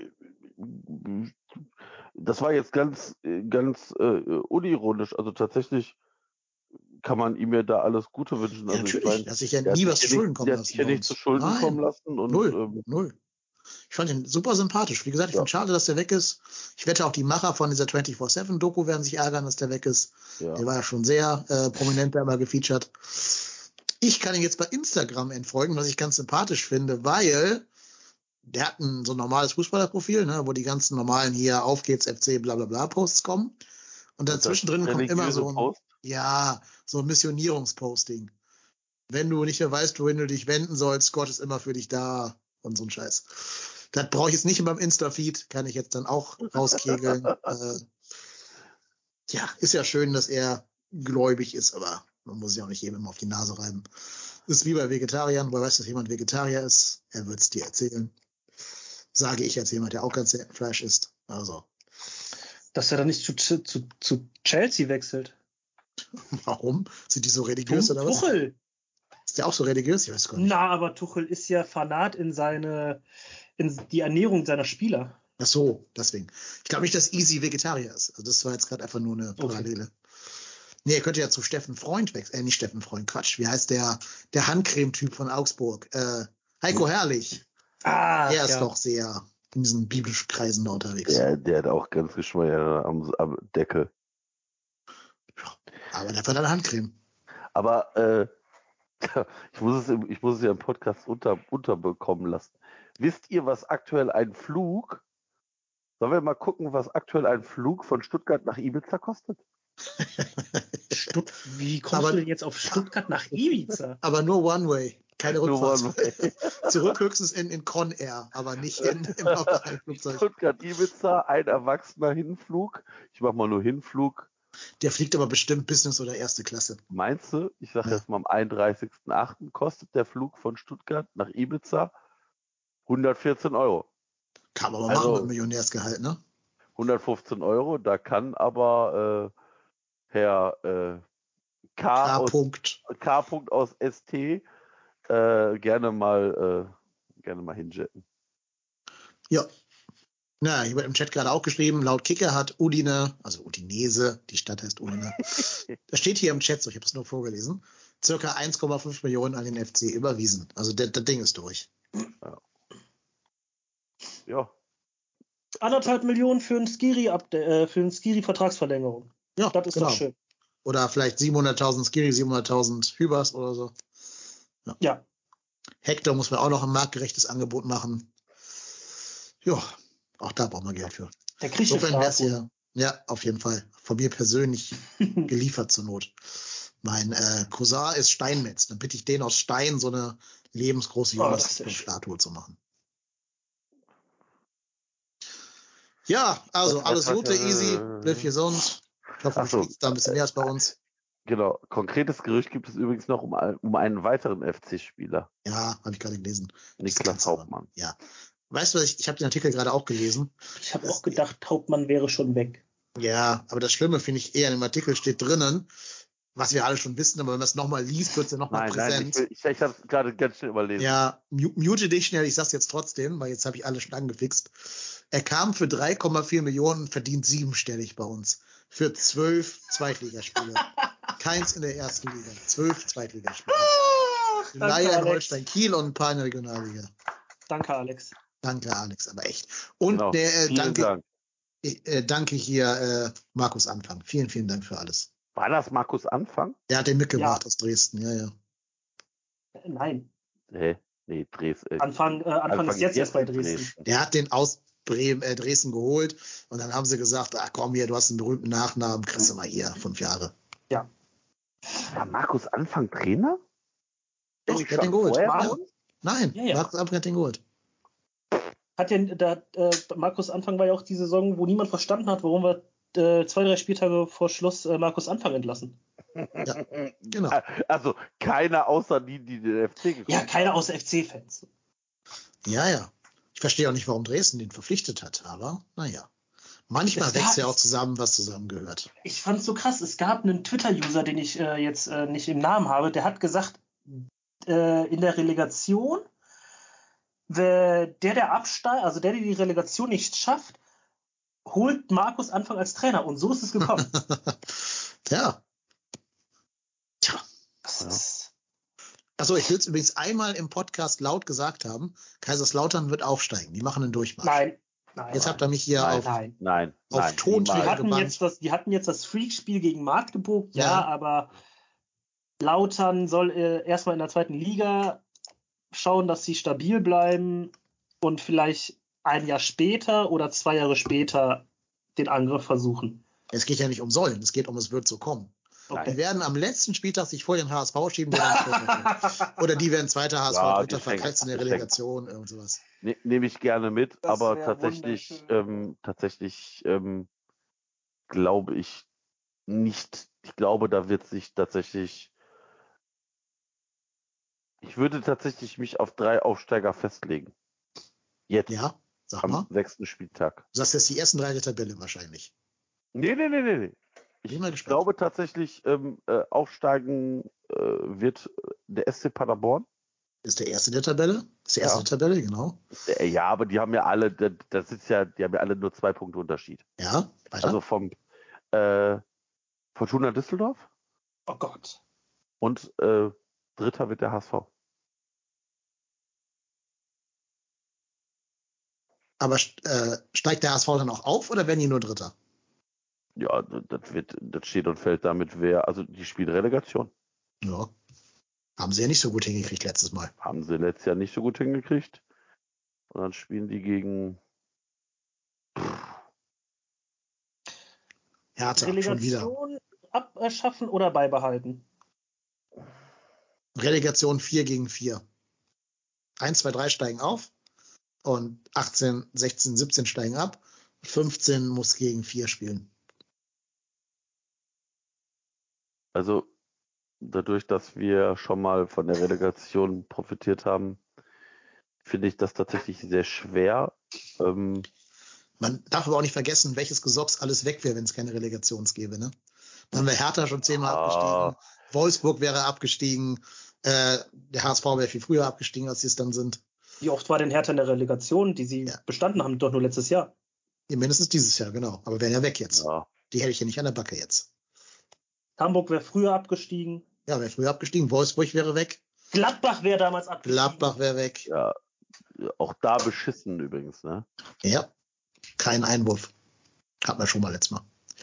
das war jetzt ganz, äh, ganz äh, unironisch. Also tatsächlich kann man ihm ja da alles Gute wünschen. Ja, Also ich natürlich, meine, der hat sich ja der hat nie sich was zu hier Schulden nicht, kommen der hat lassen. sich hier bei nicht uns. zu Schulden Nein, kommen lassen und null, ähm, null. Ich fand ihn super sympathisch. Wie gesagt, ich Ja. finde schade, dass der weg ist. Ich wette, auch die Macher von dieser vierundzwanzig sieben Doku werden sich ärgern, dass der weg ist. ja. Der war ja schon sehr äh, prominent da immer gefeatured. Ich kann ihn jetzt bei Instagram entfolgen, was ich ganz sympathisch finde, weil der hat ein so ein normales Fußballerprofil, ne, wo die ganzen normalen hier auf geht's F C bla bla bla Posts kommen. Und das dazwischen drin kommt immer religiöse so ein, Post. ja, so ein Missionierungsposting. Wenn du nicht mehr weißt, wohin du dich wenden sollst, Gott ist immer für dich da und so ein Scheiß. Das brauche ich jetzt nicht in meinem Insta-Feed, kann ich jetzt dann auch rauskegeln. äh, ja, ist ja schön, dass er gläubig ist, aber man muss ja auch nicht jedem immer auf die Nase reiben. Ist wie bei Vegetariern, woher weiß, dass jemand Vegetarier ist? Er wird es dir erzählen. Sage ich als jemand, der auch ganz selten Fleisch isst. Also, Dass er dann nicht zu, zu, zu Chelsea wechselt. warum? Sind die so religiös oder was? Tuchel. Ist der auch so religiös? Ich weiß gar nicht. Na, aber Tuchel ist ja Fanat in seine, in die Ernährung seiner Spieler. Ach so, deswegen. Ich glaube nicht, dass Easy Vegetarier ist. Also das war jetzt gerade einfach nur eine Parallele. Nee, er könnte ja zu Steffen Freund wechseln. Äh, nicht Steffen Freund, Quatsch. Wie heißt der, der Handcreme-Typ von Augsburg? Äh, Heiko Herrlich. Ah, Der ist ja. doch sehr in diesen biblischen Kreisen da unterwegs. Der, der hat auch ganz Geschmäcker am, am Deckel. Aber dafür hat er eine Handcreme. Aber äh, ich, muss es im, ich muss es ja im Podcast unter, unterbekommen lassen. Wisst ihr, was aktuell ein Flug, sollen wir mal gucken, was aktuell ein Flug von Stuttgart nach Ibiza kostet? Stutt Wie kommst Aber- du denn jetzt auf Stuttgart nach Ibiza? Aber nur One-Way. Keine Nur Rückfahrt. One-Way. Zurück höchstens in, in Con Air, aber nicht in, im normalen Flugzeug. Stuttgart Ibiza, ein erwachsener Hinflug. Ich mach mal nur Hinflug. Der fliegt aber bestimmt Business oder erste Klasse. Meinst du? Ich sage Ja. jetzt mal am einunddreißigsten achten kostet der Flug von Stuttgart nach Ibiza hundertvierzehn Euro. Kann man aber Also- machen mit dem Millionärsgehalt, ne? hundertfünfzehn Euro, da kann aber äh, Herr äh, K, K. aus, Punkt. K. aus S T äh, gerne mal äh, gerne mal hinjetten. Ja. Na, hier wird im Chat gerade auch geschrieben, laut Kicker hat Udine, also Udinese, die Stadt heißt Udine, das steht hier im Chat so, ich habe es nur vorgelesen, circa eins Komma fünf Millionen an den F C überwiesen. Also das, das Ding ist durch. Ja. ja. Anderthalb Millionen für ein Skiri, äh, für ein Skiri-Vertragsverlängerung. Ja, das ist genau. doch schön. Oder vielleicht siebenhunderttausend Skiri, siebenhunderttausend Hübers oder so. Ja. ja. Hector muss man auch noch ein marktgerechtes Angebot machen. Ja, auch da braucht man Geld für. Der kriegt Insofern wär's ja, ja, auf jeden Fall. Von mir persönlich geliefert zur Not. Mein äh, Cousin ist Steinmetz. Dann bitte ich den aus Stein so eine lebensgroße Oh, Statue zu machen. Ja, also Was- alles was- Gute, was- easy, bleib gesund. Ich hoffe, Ach du so. spielst da ein bisschen mehr als bei uns. Genau. Konkretes Gerücht gibt es übrigens noch um, ein- um einen weiteren F C-Spieler. Ja, habe ich gerade gelesen. Das Niklas kannst du aber. Hauptmann. Ja. Weißt du, was ich, ich habe den Artikel gerade auch gelesen. Ich habe auch gedacht, Hauptmann wäre schon weg. Ja, aber das Schlimme finde ich eher, im Artikel steht drinnen, was wir alle schon wissen, aber wenn man es nochmal liest, wird es ja nochmal Nein, nein, ich, präsent. will- ich, ich habe es gerade ganz schnell überlesen. Ja, mu- mute dich schnell, ich sag's jetzt trotzdem, weil jetzt habe ich alle schon angefixt. Er kam für drei Komma vier Millionen, verdient siebenstellig bei uns. Für zwölf Zweitligaspiele. Keins in der ersten Liga. Zwölf Zweitligaspiele. Danke, Leier in Alex. Holstein Kiel und ein paar in der Regionalliga. Danke, Alex. Danke, Alex, aber echt. Und Genau. der, äh, Vielen danke, Dank. äh, danke hier äh, Markus Anfang. Vielen, vielen Dank für alles. War das Markus Anfang? Der hat den mitgebracht Ja. aus Dresden, ja, ja. Äh, Nein. Hä? Nee, Dresden. Äh, Anfang, äh, Anfang, ist jetzt erst bei Dresden. Der hat den aus Bremen, äh, Dresden geholt und dann haben sie gesagt, ach komm hier, du hast einen berühmten Nachnamen, kriegst du mal hier, fünf Jahre. Ja. War Markus Anfang Trainer? Doch, Nicht der hat den schon geholt. vorher Ja. bei uns? Nein, Ja, ja. Markus Anfang hat den geholt. Hat den, da, äh, Markus Anfang war ja auch die Saison, wo niemand verstanden hat, warum wir äh, zwei, drei Spieltage vor Schluss äh, Markus Anfang entlassen. Ja, genau. Also keiner außer die, die den F C gekommen Ja, keiner außer F C-Fans. Ja, ja. Ich verstehe auch nicht, warum Dresden den verpflichtet hat, aber naja. Manchmal Es wächst gab- ja auch zusammen, was zusammengehört. Ich fand's so krass. Es gab einen Twitter-User, den ich äh, jetzt äh, nicht im Namen habe, der hat gesagt, äh, in der Relegation, wer, der, der absteigt, also der, der die Relegation nicht schafft, holt Markus Anfang als Trainer. Und so ist es gekommen. Ja. Tja. Das Ja. ist, Achso, ich will es übrigens einmal im Podcast laut gesagt haben. Kaiserslautern wird aufsteigen. Die machen einen Durchmarsch. nein, nein. Jetzt habt ihr mich hier Nein. auf, nein. Nein, Auf nein. Ton- Die niemals. Frage- hatten, gebannt. jetzt das, die hatten jetzt das Freakspiel gegen Magdeburg, ja, Ja. aber Lautern soll äh, erstmal in der zweiten Liga schauen, dass sie stabil bleiben und vielleicht ein Jahr später oder zwei Jahre später den Angriff versuchen. es geht ja nicht um sollen, es geht um, es wird so kommen. Die Okay. werden am letzten Spieltag sich vor den H S V schieben, der dann Vierter wird. Oder die werden zweiter H S V, Ja, dritter geschenkt, verkratzt in der geschenkt. Relegation, irgend sowas. Ne, nehme ich gerne mit, Das aber wär tatsächlich, wunderschön. ähm, tatsächlich ähm, glaube ich nicht. Ich glaube, da wird sich tatsächlich. Ich würde tatsächlich mich auf drei Aufsteiger festlegen. Jetzt Ja, sag am mal. sechsten Spieltag. Du sagst jetzt die ersten drei der Tabelle wahrscheinlich. Nee, nee, nee, nee, nee. Ich, Bin mal ich gespannt. glaube tatsächlich, ähm, äh, aufsteigen äh, wird der S C Paderborn. Ist der erste der Tabelle? Ist der erste Ja. der Tabelle, genau. Äh, ja, aber die haben ja alle, das, das ist ja, die haben ja alle nur zwei Punkte Unterschied. Ja, weiter. Also vom äh, Fortuna Düsseldorf Oh Gott. und äh, Dritter wird der H S V. Aber äh, steigt der H S V dann auch auf oder werden die nur Dritter? Ja, das wird, das steht und fällt damit, wer, also die spielen Relegation. Ja. Haben sie ja nicht so gut hingekriegt letztes Mal. Haben sie letztes Jahr nicht so gut hingekriegt. Und dann spielen die gegen. Hertha, schon wieder. Relegation abschaffen oder beibehalten? Relegation vier gegen vier. eins, zwei, drei steigen auf und achtzehn, sechzehn, siebzehn steigen ab. fünfzehn muss gegen vier spielen. Also dadurch, dass wir schon mal von der Relegation profitiert haben, finde ich das tatsächlich sehr schwer. Ähm, Man darf aber auch nicht vergessen, welches Gesocks alles weg wäre, wenn es keine Relegations gäbe. Ne? Dann wäre Hertha schon zehnmal Ah. abgestiegen. Wolfsburg wäre abgestiegen. Äh, der H S V wäre viel früher abgestiegen, als sie es dann sind. Wie oft war denn Hertha in der Relegation, die sie Ja. bestanden haben? Doch nur letztes Jahr. Ja, mindestens dieses Jahr, genau. Aber wären ja weg jetzt. ja. Die hätte ich ja nicht an der Backe jetzt. Hamburg wäre früher abgestiegen. Ja, wäre früher abgestiegen. Wolfsburg wäre weg. Gladbach wäre damals abgestiegen. Gladbach wäre weg. Ja, auch da beschissen übrigens, ne? Ja, kein Einwurf. Hatten wir schon mal letztes Mal.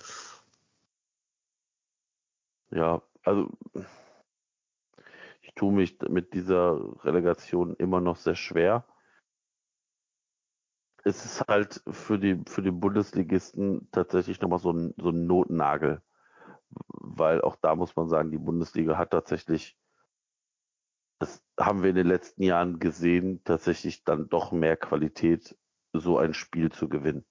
Ja, also ich tue mich mit dieser Relegation immer noch sehr schwer. Es ist halt für die, für die Bundesligisten tatsächlich nochmal so ein, so ein Notnagel. Weil auch da muss man sagen, die Bundesliga hat tatsächlich, das haben wir in den letzten Jahren gesehen, tatsächlich dann doch mehr Qualität, so ein Spiel zu gewinnen.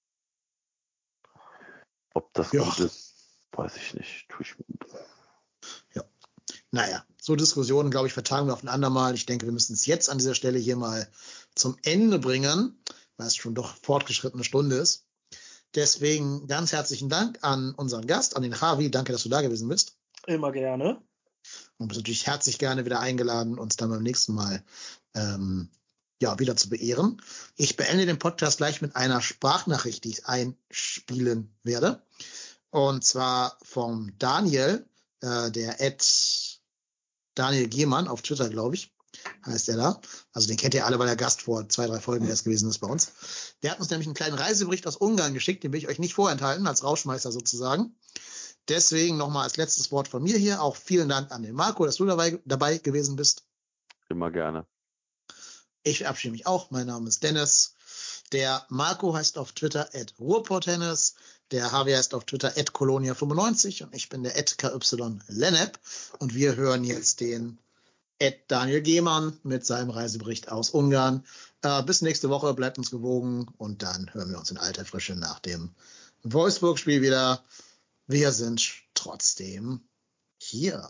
Ob das Ja. gut ist, weiß ich nicht. Tue ich, Ja. Naja, so Diskussionen, glaube ich, vertagen wir auf ein andermal. Ich denke, wir müssen es jetzt an dieser Stelle hier mal zum Ende bringen, weil es schon doch fortgeschrittene Stunde ist. Deswegen ganz herzlichen Dank an unseren Gast, an den Javi. Danke, dass du da gewesen bist. Immer gerne. Und bist natürlich herzlich gerne wieder eingeladen, uns dann beim nächsten Mal ähm, ja, wieder zu beehren. Ich beende den Podcast gleich mit einer Sprachnachricht, die ich einspielen werde. Und zwar vom Daniel, äh, der Ed Daniel Gehmann auf Twitter, glaube ich, heißt er da. Also den kennt ihr alle, weil er Gast vor zwei, drei Folgen erst gewesen ist bei uns. Der hat uns nämlich einen kleinen Reisebericht aus Ungarn geschickt, den will ich euch nicht vorenthalten, als Rauschmeister sozusagen. Deswegen nochmal als letztes Wort von mir hier. Auch vielen Dank an den Marco, dass du dabei, dabei gewesen bist. immer gerne. Ich verabschiede mich auch. Mein Name ist Dennis. Der Marco heißt auf Twitter at Ruhrpott-Tennis. Der Javier heißt auf Twitter at Colonia fünfundneunzig. Und ich bin der at K Y Lennep. Und wir hören jetzt den at Daniel Gehmann mit seinem Reisebericht aus Ungarn. Äh, bis nächste Woche. Bleibt uns gewogen. Und dann hören wir uns in alter Frische nach dem Wolfsburg-Spiel wieder. Wir sind trotzdem hier.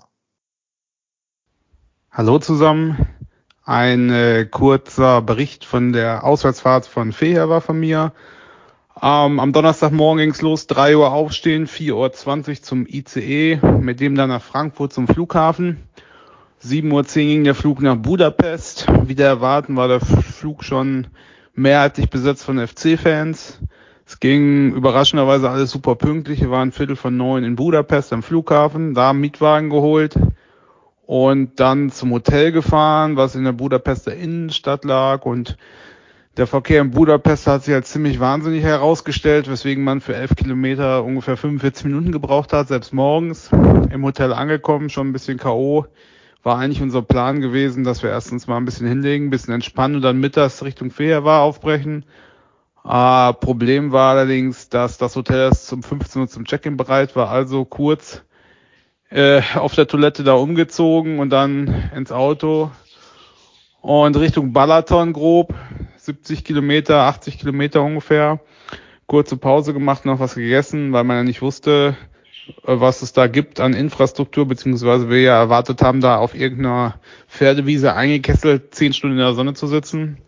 Hallo zusammen. Ein äh, kurzer Bericht von der Auswärtsfahrt von Feher war von mir. Ähm, am Donnerstagmorgen ging's los, drei Uhr aufstehen, vier Uhr zwanzig zum I C E, mit dem dann nach Frankfurt zum Flughafen. sieben Uhr zehn ging der Flug nach Budapest. Wieder erwarten war der Flug schon mehrheitlich besetzt von F C-Fans. Es ging überraschenderweise alles super pünktlich. Wir waren Viertel von neun in Budapest am Flughafen, da einen Mietwagen geholt und dann zum Hotel gefahren, was in der Budapester Innenstadt lag. Und der Verkehr in Budapest hat sich als ziemlich wahnsinnig herausgestellt, weswegen man für elf Kilometer ungefähr fünfundvierzig Minuten gebraucht hat, selbst morgens. Im Hotel angekommen, schon ein bisschen K O War eigentlich unser Plan gewesen, dass wir erstens mal ein bisschen hinlegen, ein bisschen entspannen und dann mittags Richtung Fehervar aufbrechen. Äh, Problem war allerdings, dass das Hotel erst zum fünfzehn Uhr zum Check-in bereit war, also kurz äh, auf der Toilette da umgezogen und dann ins Auto und Richtung Balaton grob, siebzig Kilometer, achtzig Kilometer ungefähr. Kurze Pause gemacht, noch was gegessen, weil man ja nicht wusste, was es da gibt an Infrastruktur, beziehungsweise wir ja erwartet haben, da auf irgendeiner Pferdewiese eingekesselt zehn Stunden in der Sonne zu sitzen.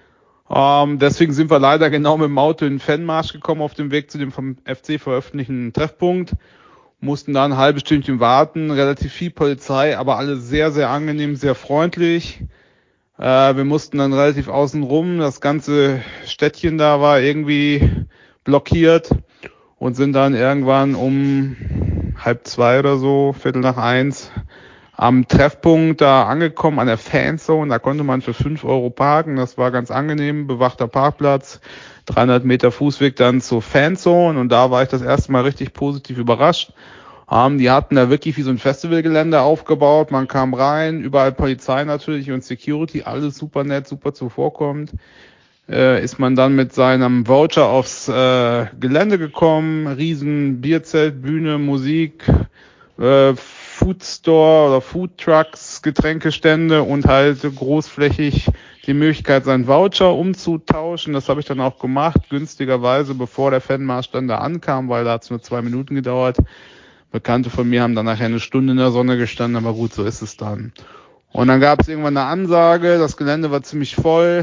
Ähm, deswegen sind wir leider genau mit dem Auto in den Fanmarsch gekommen auf dem Weg zu dem vom F C veröffentlichten Treffpunkt. Mussten da ein halbes Stündchen warten, relativ viel Polizei, aber alle sehr, sehr angenehm, sehr freundlich. Äh, wir mussten dann relativ außen rum, das ganze Städtchen da war irgendwie blockiert und sind dann irgendwann um halb zwei oder so, Viertel nach eins, am Treffpunkt da angekommen, an der Fanzone. Da konnte man für fünf Euro parken. Das war ganz angenehm, bewachter Parkplatz, dreihundert Meter Fußweg dann zur Fanzone. Und da war ich das erste Mal richtig positiv überrascht. Ähm, die hatten da wirklich wie so ein Festivalgelände aufgebaut. Man kam rein, überall Polizei natürlich und Security, alles super nett, super zuvorkommend. Äh, ist man dann mit seinem Voucher aufs äh, Gelände gekommen, riesen Bierzelt, Bühne, Musik, äh, Food Store oder Food Trucks, Getränkestände und halt großflächig die Möglichkeit, seinen Voucher umzutauschen. Das habe ich dann auch gemacht, günstigerweise, bevor der Fanmarsch dann da ankam, weil da hat es nur zwei Minuten gedauert. Bekannte von mir haben dann nachher eine Stunde in der Sonne gestanden, aber gut, so ist es dann. Und dann gab es irgendwann eine Ansage, das Gelände war ziemlich voll,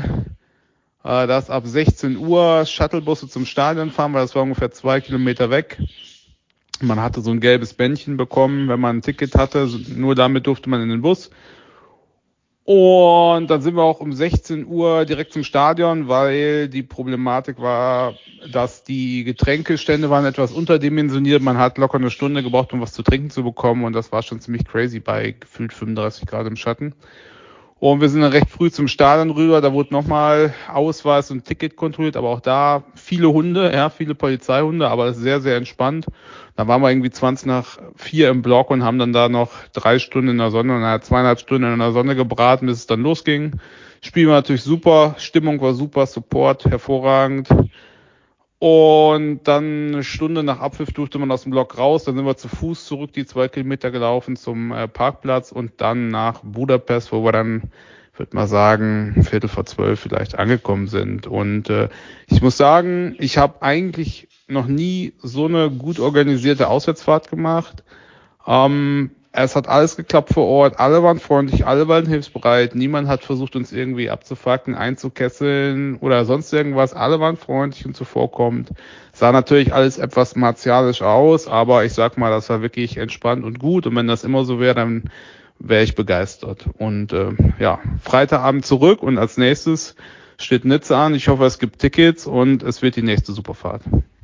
äh, dass ab sechzehn Uhr Shuttlebusse zum Stadion fahren, weil das war ungefähr zwei Kilometer weg. Man hatte so ein gelbes Bändchen bekommen, wenn man ein Ticket hatte. Nur damit durfte man in den Bus. Und dann sind wir auch um sechzehn Uhr direkt zum Stadion, weil die Problematik war, dass die Getränkestände waren etwas unterdimensioniert. Man hat locker eine Stunde gebraucht, um was zu trinken zu bekommen. Und das war schon ziemlich crazy bei gefühlt fünfunddreißig Grad im Schatten. Und wir sind dann recht früh zum Stadion rüber. Da wurde nochmal Ausweis und Ticket kontrolliert. Aber auch da viele Hunde, ja, viele Polizeihunde, aber sehr, sehr entspannt. Da waren wir irgendwie zwanzig nach vier im Block und haben dann da noch drei Stunden in der Sonne, naja, zweieinhalb Stunden in der Sonne gebraten, bis es dann losging. Spiel war natürlich super, Stimmung war super, Support hervorragend. Und dann eine Stunde nach Abpfiff durfte man aus dem Block raus. Dann sind wir zu Fuß zurück, die zwei Kilometer gelaufen zum äh, Parkplatz und dann nach Budapest, wo wir dann, würde mal sagen, Viertel vor zwölf vielleicht angekommen sind. Und äh, ich muss sagen, ich habe eigentlich noch nie so eine gut organisierte Auswärtsfahrt gemacht. Ähm, es hat alles geklappt vor Ort, alle waren freundlich, alle waren hilfsbereit, niemand hat versucht, uns irgendwie abzufacken, einzukesseln oder sonst irgendwas. Alle waren freundlich und zuvorkommend. Sah natürlich alles etwas martialisch aus, aber ich sag mal, das war wirklich entspannt und gut. Und wenn das immer so wäre, dann wäre ich begeistert. Und äh, ja, Freitagabend zurück und als nächstes steht Nizza an. Ich hoffe, es gibt Tickets und es wird die nächste Superfahrt.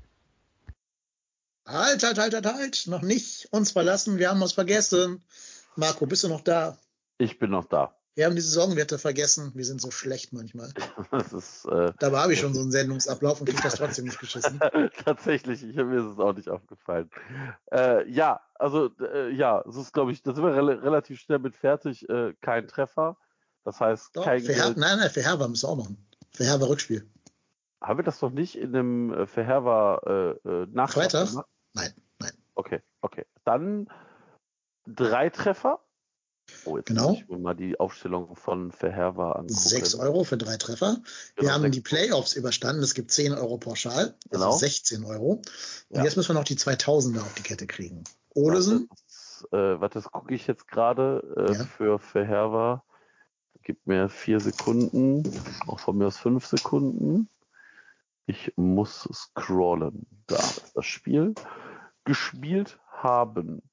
Halt, halt, halt, halt, halt. Noch nicht uns verlassen. Wir haben was vergessen. Marco, bist du noch da? Ich bin noch da. Wir haben die Saisonwerte vergessen. Wir sind so schlecht manchmal. Das ist, äh, Dabei habe ich schon so einen Sendungsablauf und kriege das trotzdem nicht geschissen. Tatsächlich, ich, mir ist es auch nicht aufgefallen. Äh, ja, also äh, ja, es ist, glaube ich, da sind wir rel relativ schnell mit fertig. Äh, kein Treffer. Das heißt, Doch, kein für Her Geld. nein, nein, für Herber müssen wir auch machen. Für Herber Rückspiel. Haben wir das noch nicht in dem äh, Verherber äh, äh, Nachtrag Freitag? gemacht? Nein, nein. Okay, okay. Dann drei Treffer. Oh, jetzt Genau. muss ich mir mal die Aufstellung von Verherber angucken. sechs Euro für drei Treffer. Wir Genau, haben sechs die Playoffs überstanden. Es gibt zehn Euro pauschal, also Genau. sechzehn Euro. Und Ja. jetzt müssen wir noch die zweitausender auf die Kette kriegen. Warte, Olesen, das, äh, warte, das gucke ich jetzt gerade äh, Ja. für Verherber. Gib mir vier Sekunden, auch von mir aus fünf Sekunden. Ich muss scrollen. Da ist das Spiel. Gespielt haben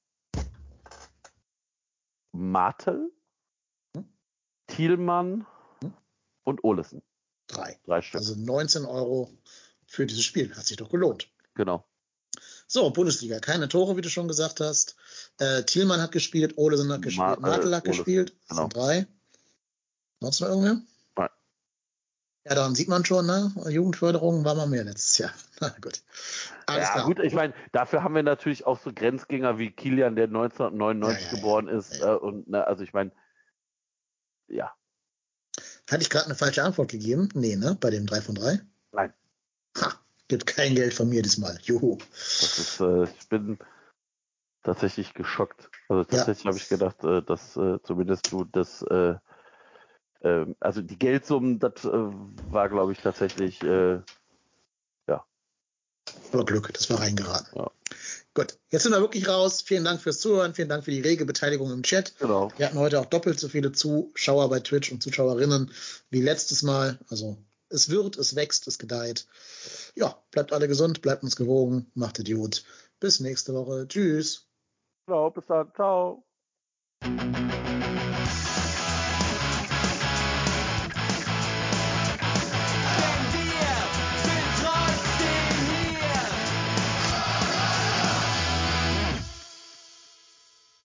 Martel, Hm? Thielmann Hm? und Olesen. drei. Drei Stück. Also neunzehn Euro für dieses Spiel. Hat sich doch gelohnt. Genau. So, Bundesliga. Keine Tore, wie du schon gesagt hast. Äh, Thielmann hat gespielt, Olesen hat gespielt, Ma- äh, Martel hat Olesen, gespielt. Das genau. sind drei. Sonst noch irgendwer? Nein. Ja, daran sieht man schon, ne? Jugendförderung war mal mehr letztes Jahr. Na gut. Alles ja, klar. gut, ich meine, dafür haben wir natürlich auch so Grenzgänger wie Kilian, der neunzehnhundertneunundneunzig Ja, ja, ja. geboren ist. Ja, ja. Äh, und ne, also ich meine, ja. Hatte ich gerade eine falsche Antwort gegeben? Nee, ne? Bei dem drei von drei? Nein. Ha, gibt kein Geld von mir diesmal. Juhu. Das ist, äh, ich bin tatsächlich geschockt. Also Ja. tatsächlich habe ich gedacht, äh, dass äh, zumindest du das, äh, äh, also die Geldsummen, das äh, war, glaube ich, tatsächlich, äh, ja. War Glück, das war reingeraten. Ja. Gut, jetzt sind wir wirklich raus. Vielen Dank fürs Zuhören. Vielen Dank für die rege Beteiligung im Chat. Genau. Wir hatten heute auch doppelt so viele Zuschauer bei Twitch und Zuschauerinnen wie letztes Mal. Also es wird, es wächst, es gedeiht. Ja, bleibt alle gesund, bleibt uns gewogen, macht Idiot. Bis nächste Woche. Tschüss. Genau, bis dann. Ciao.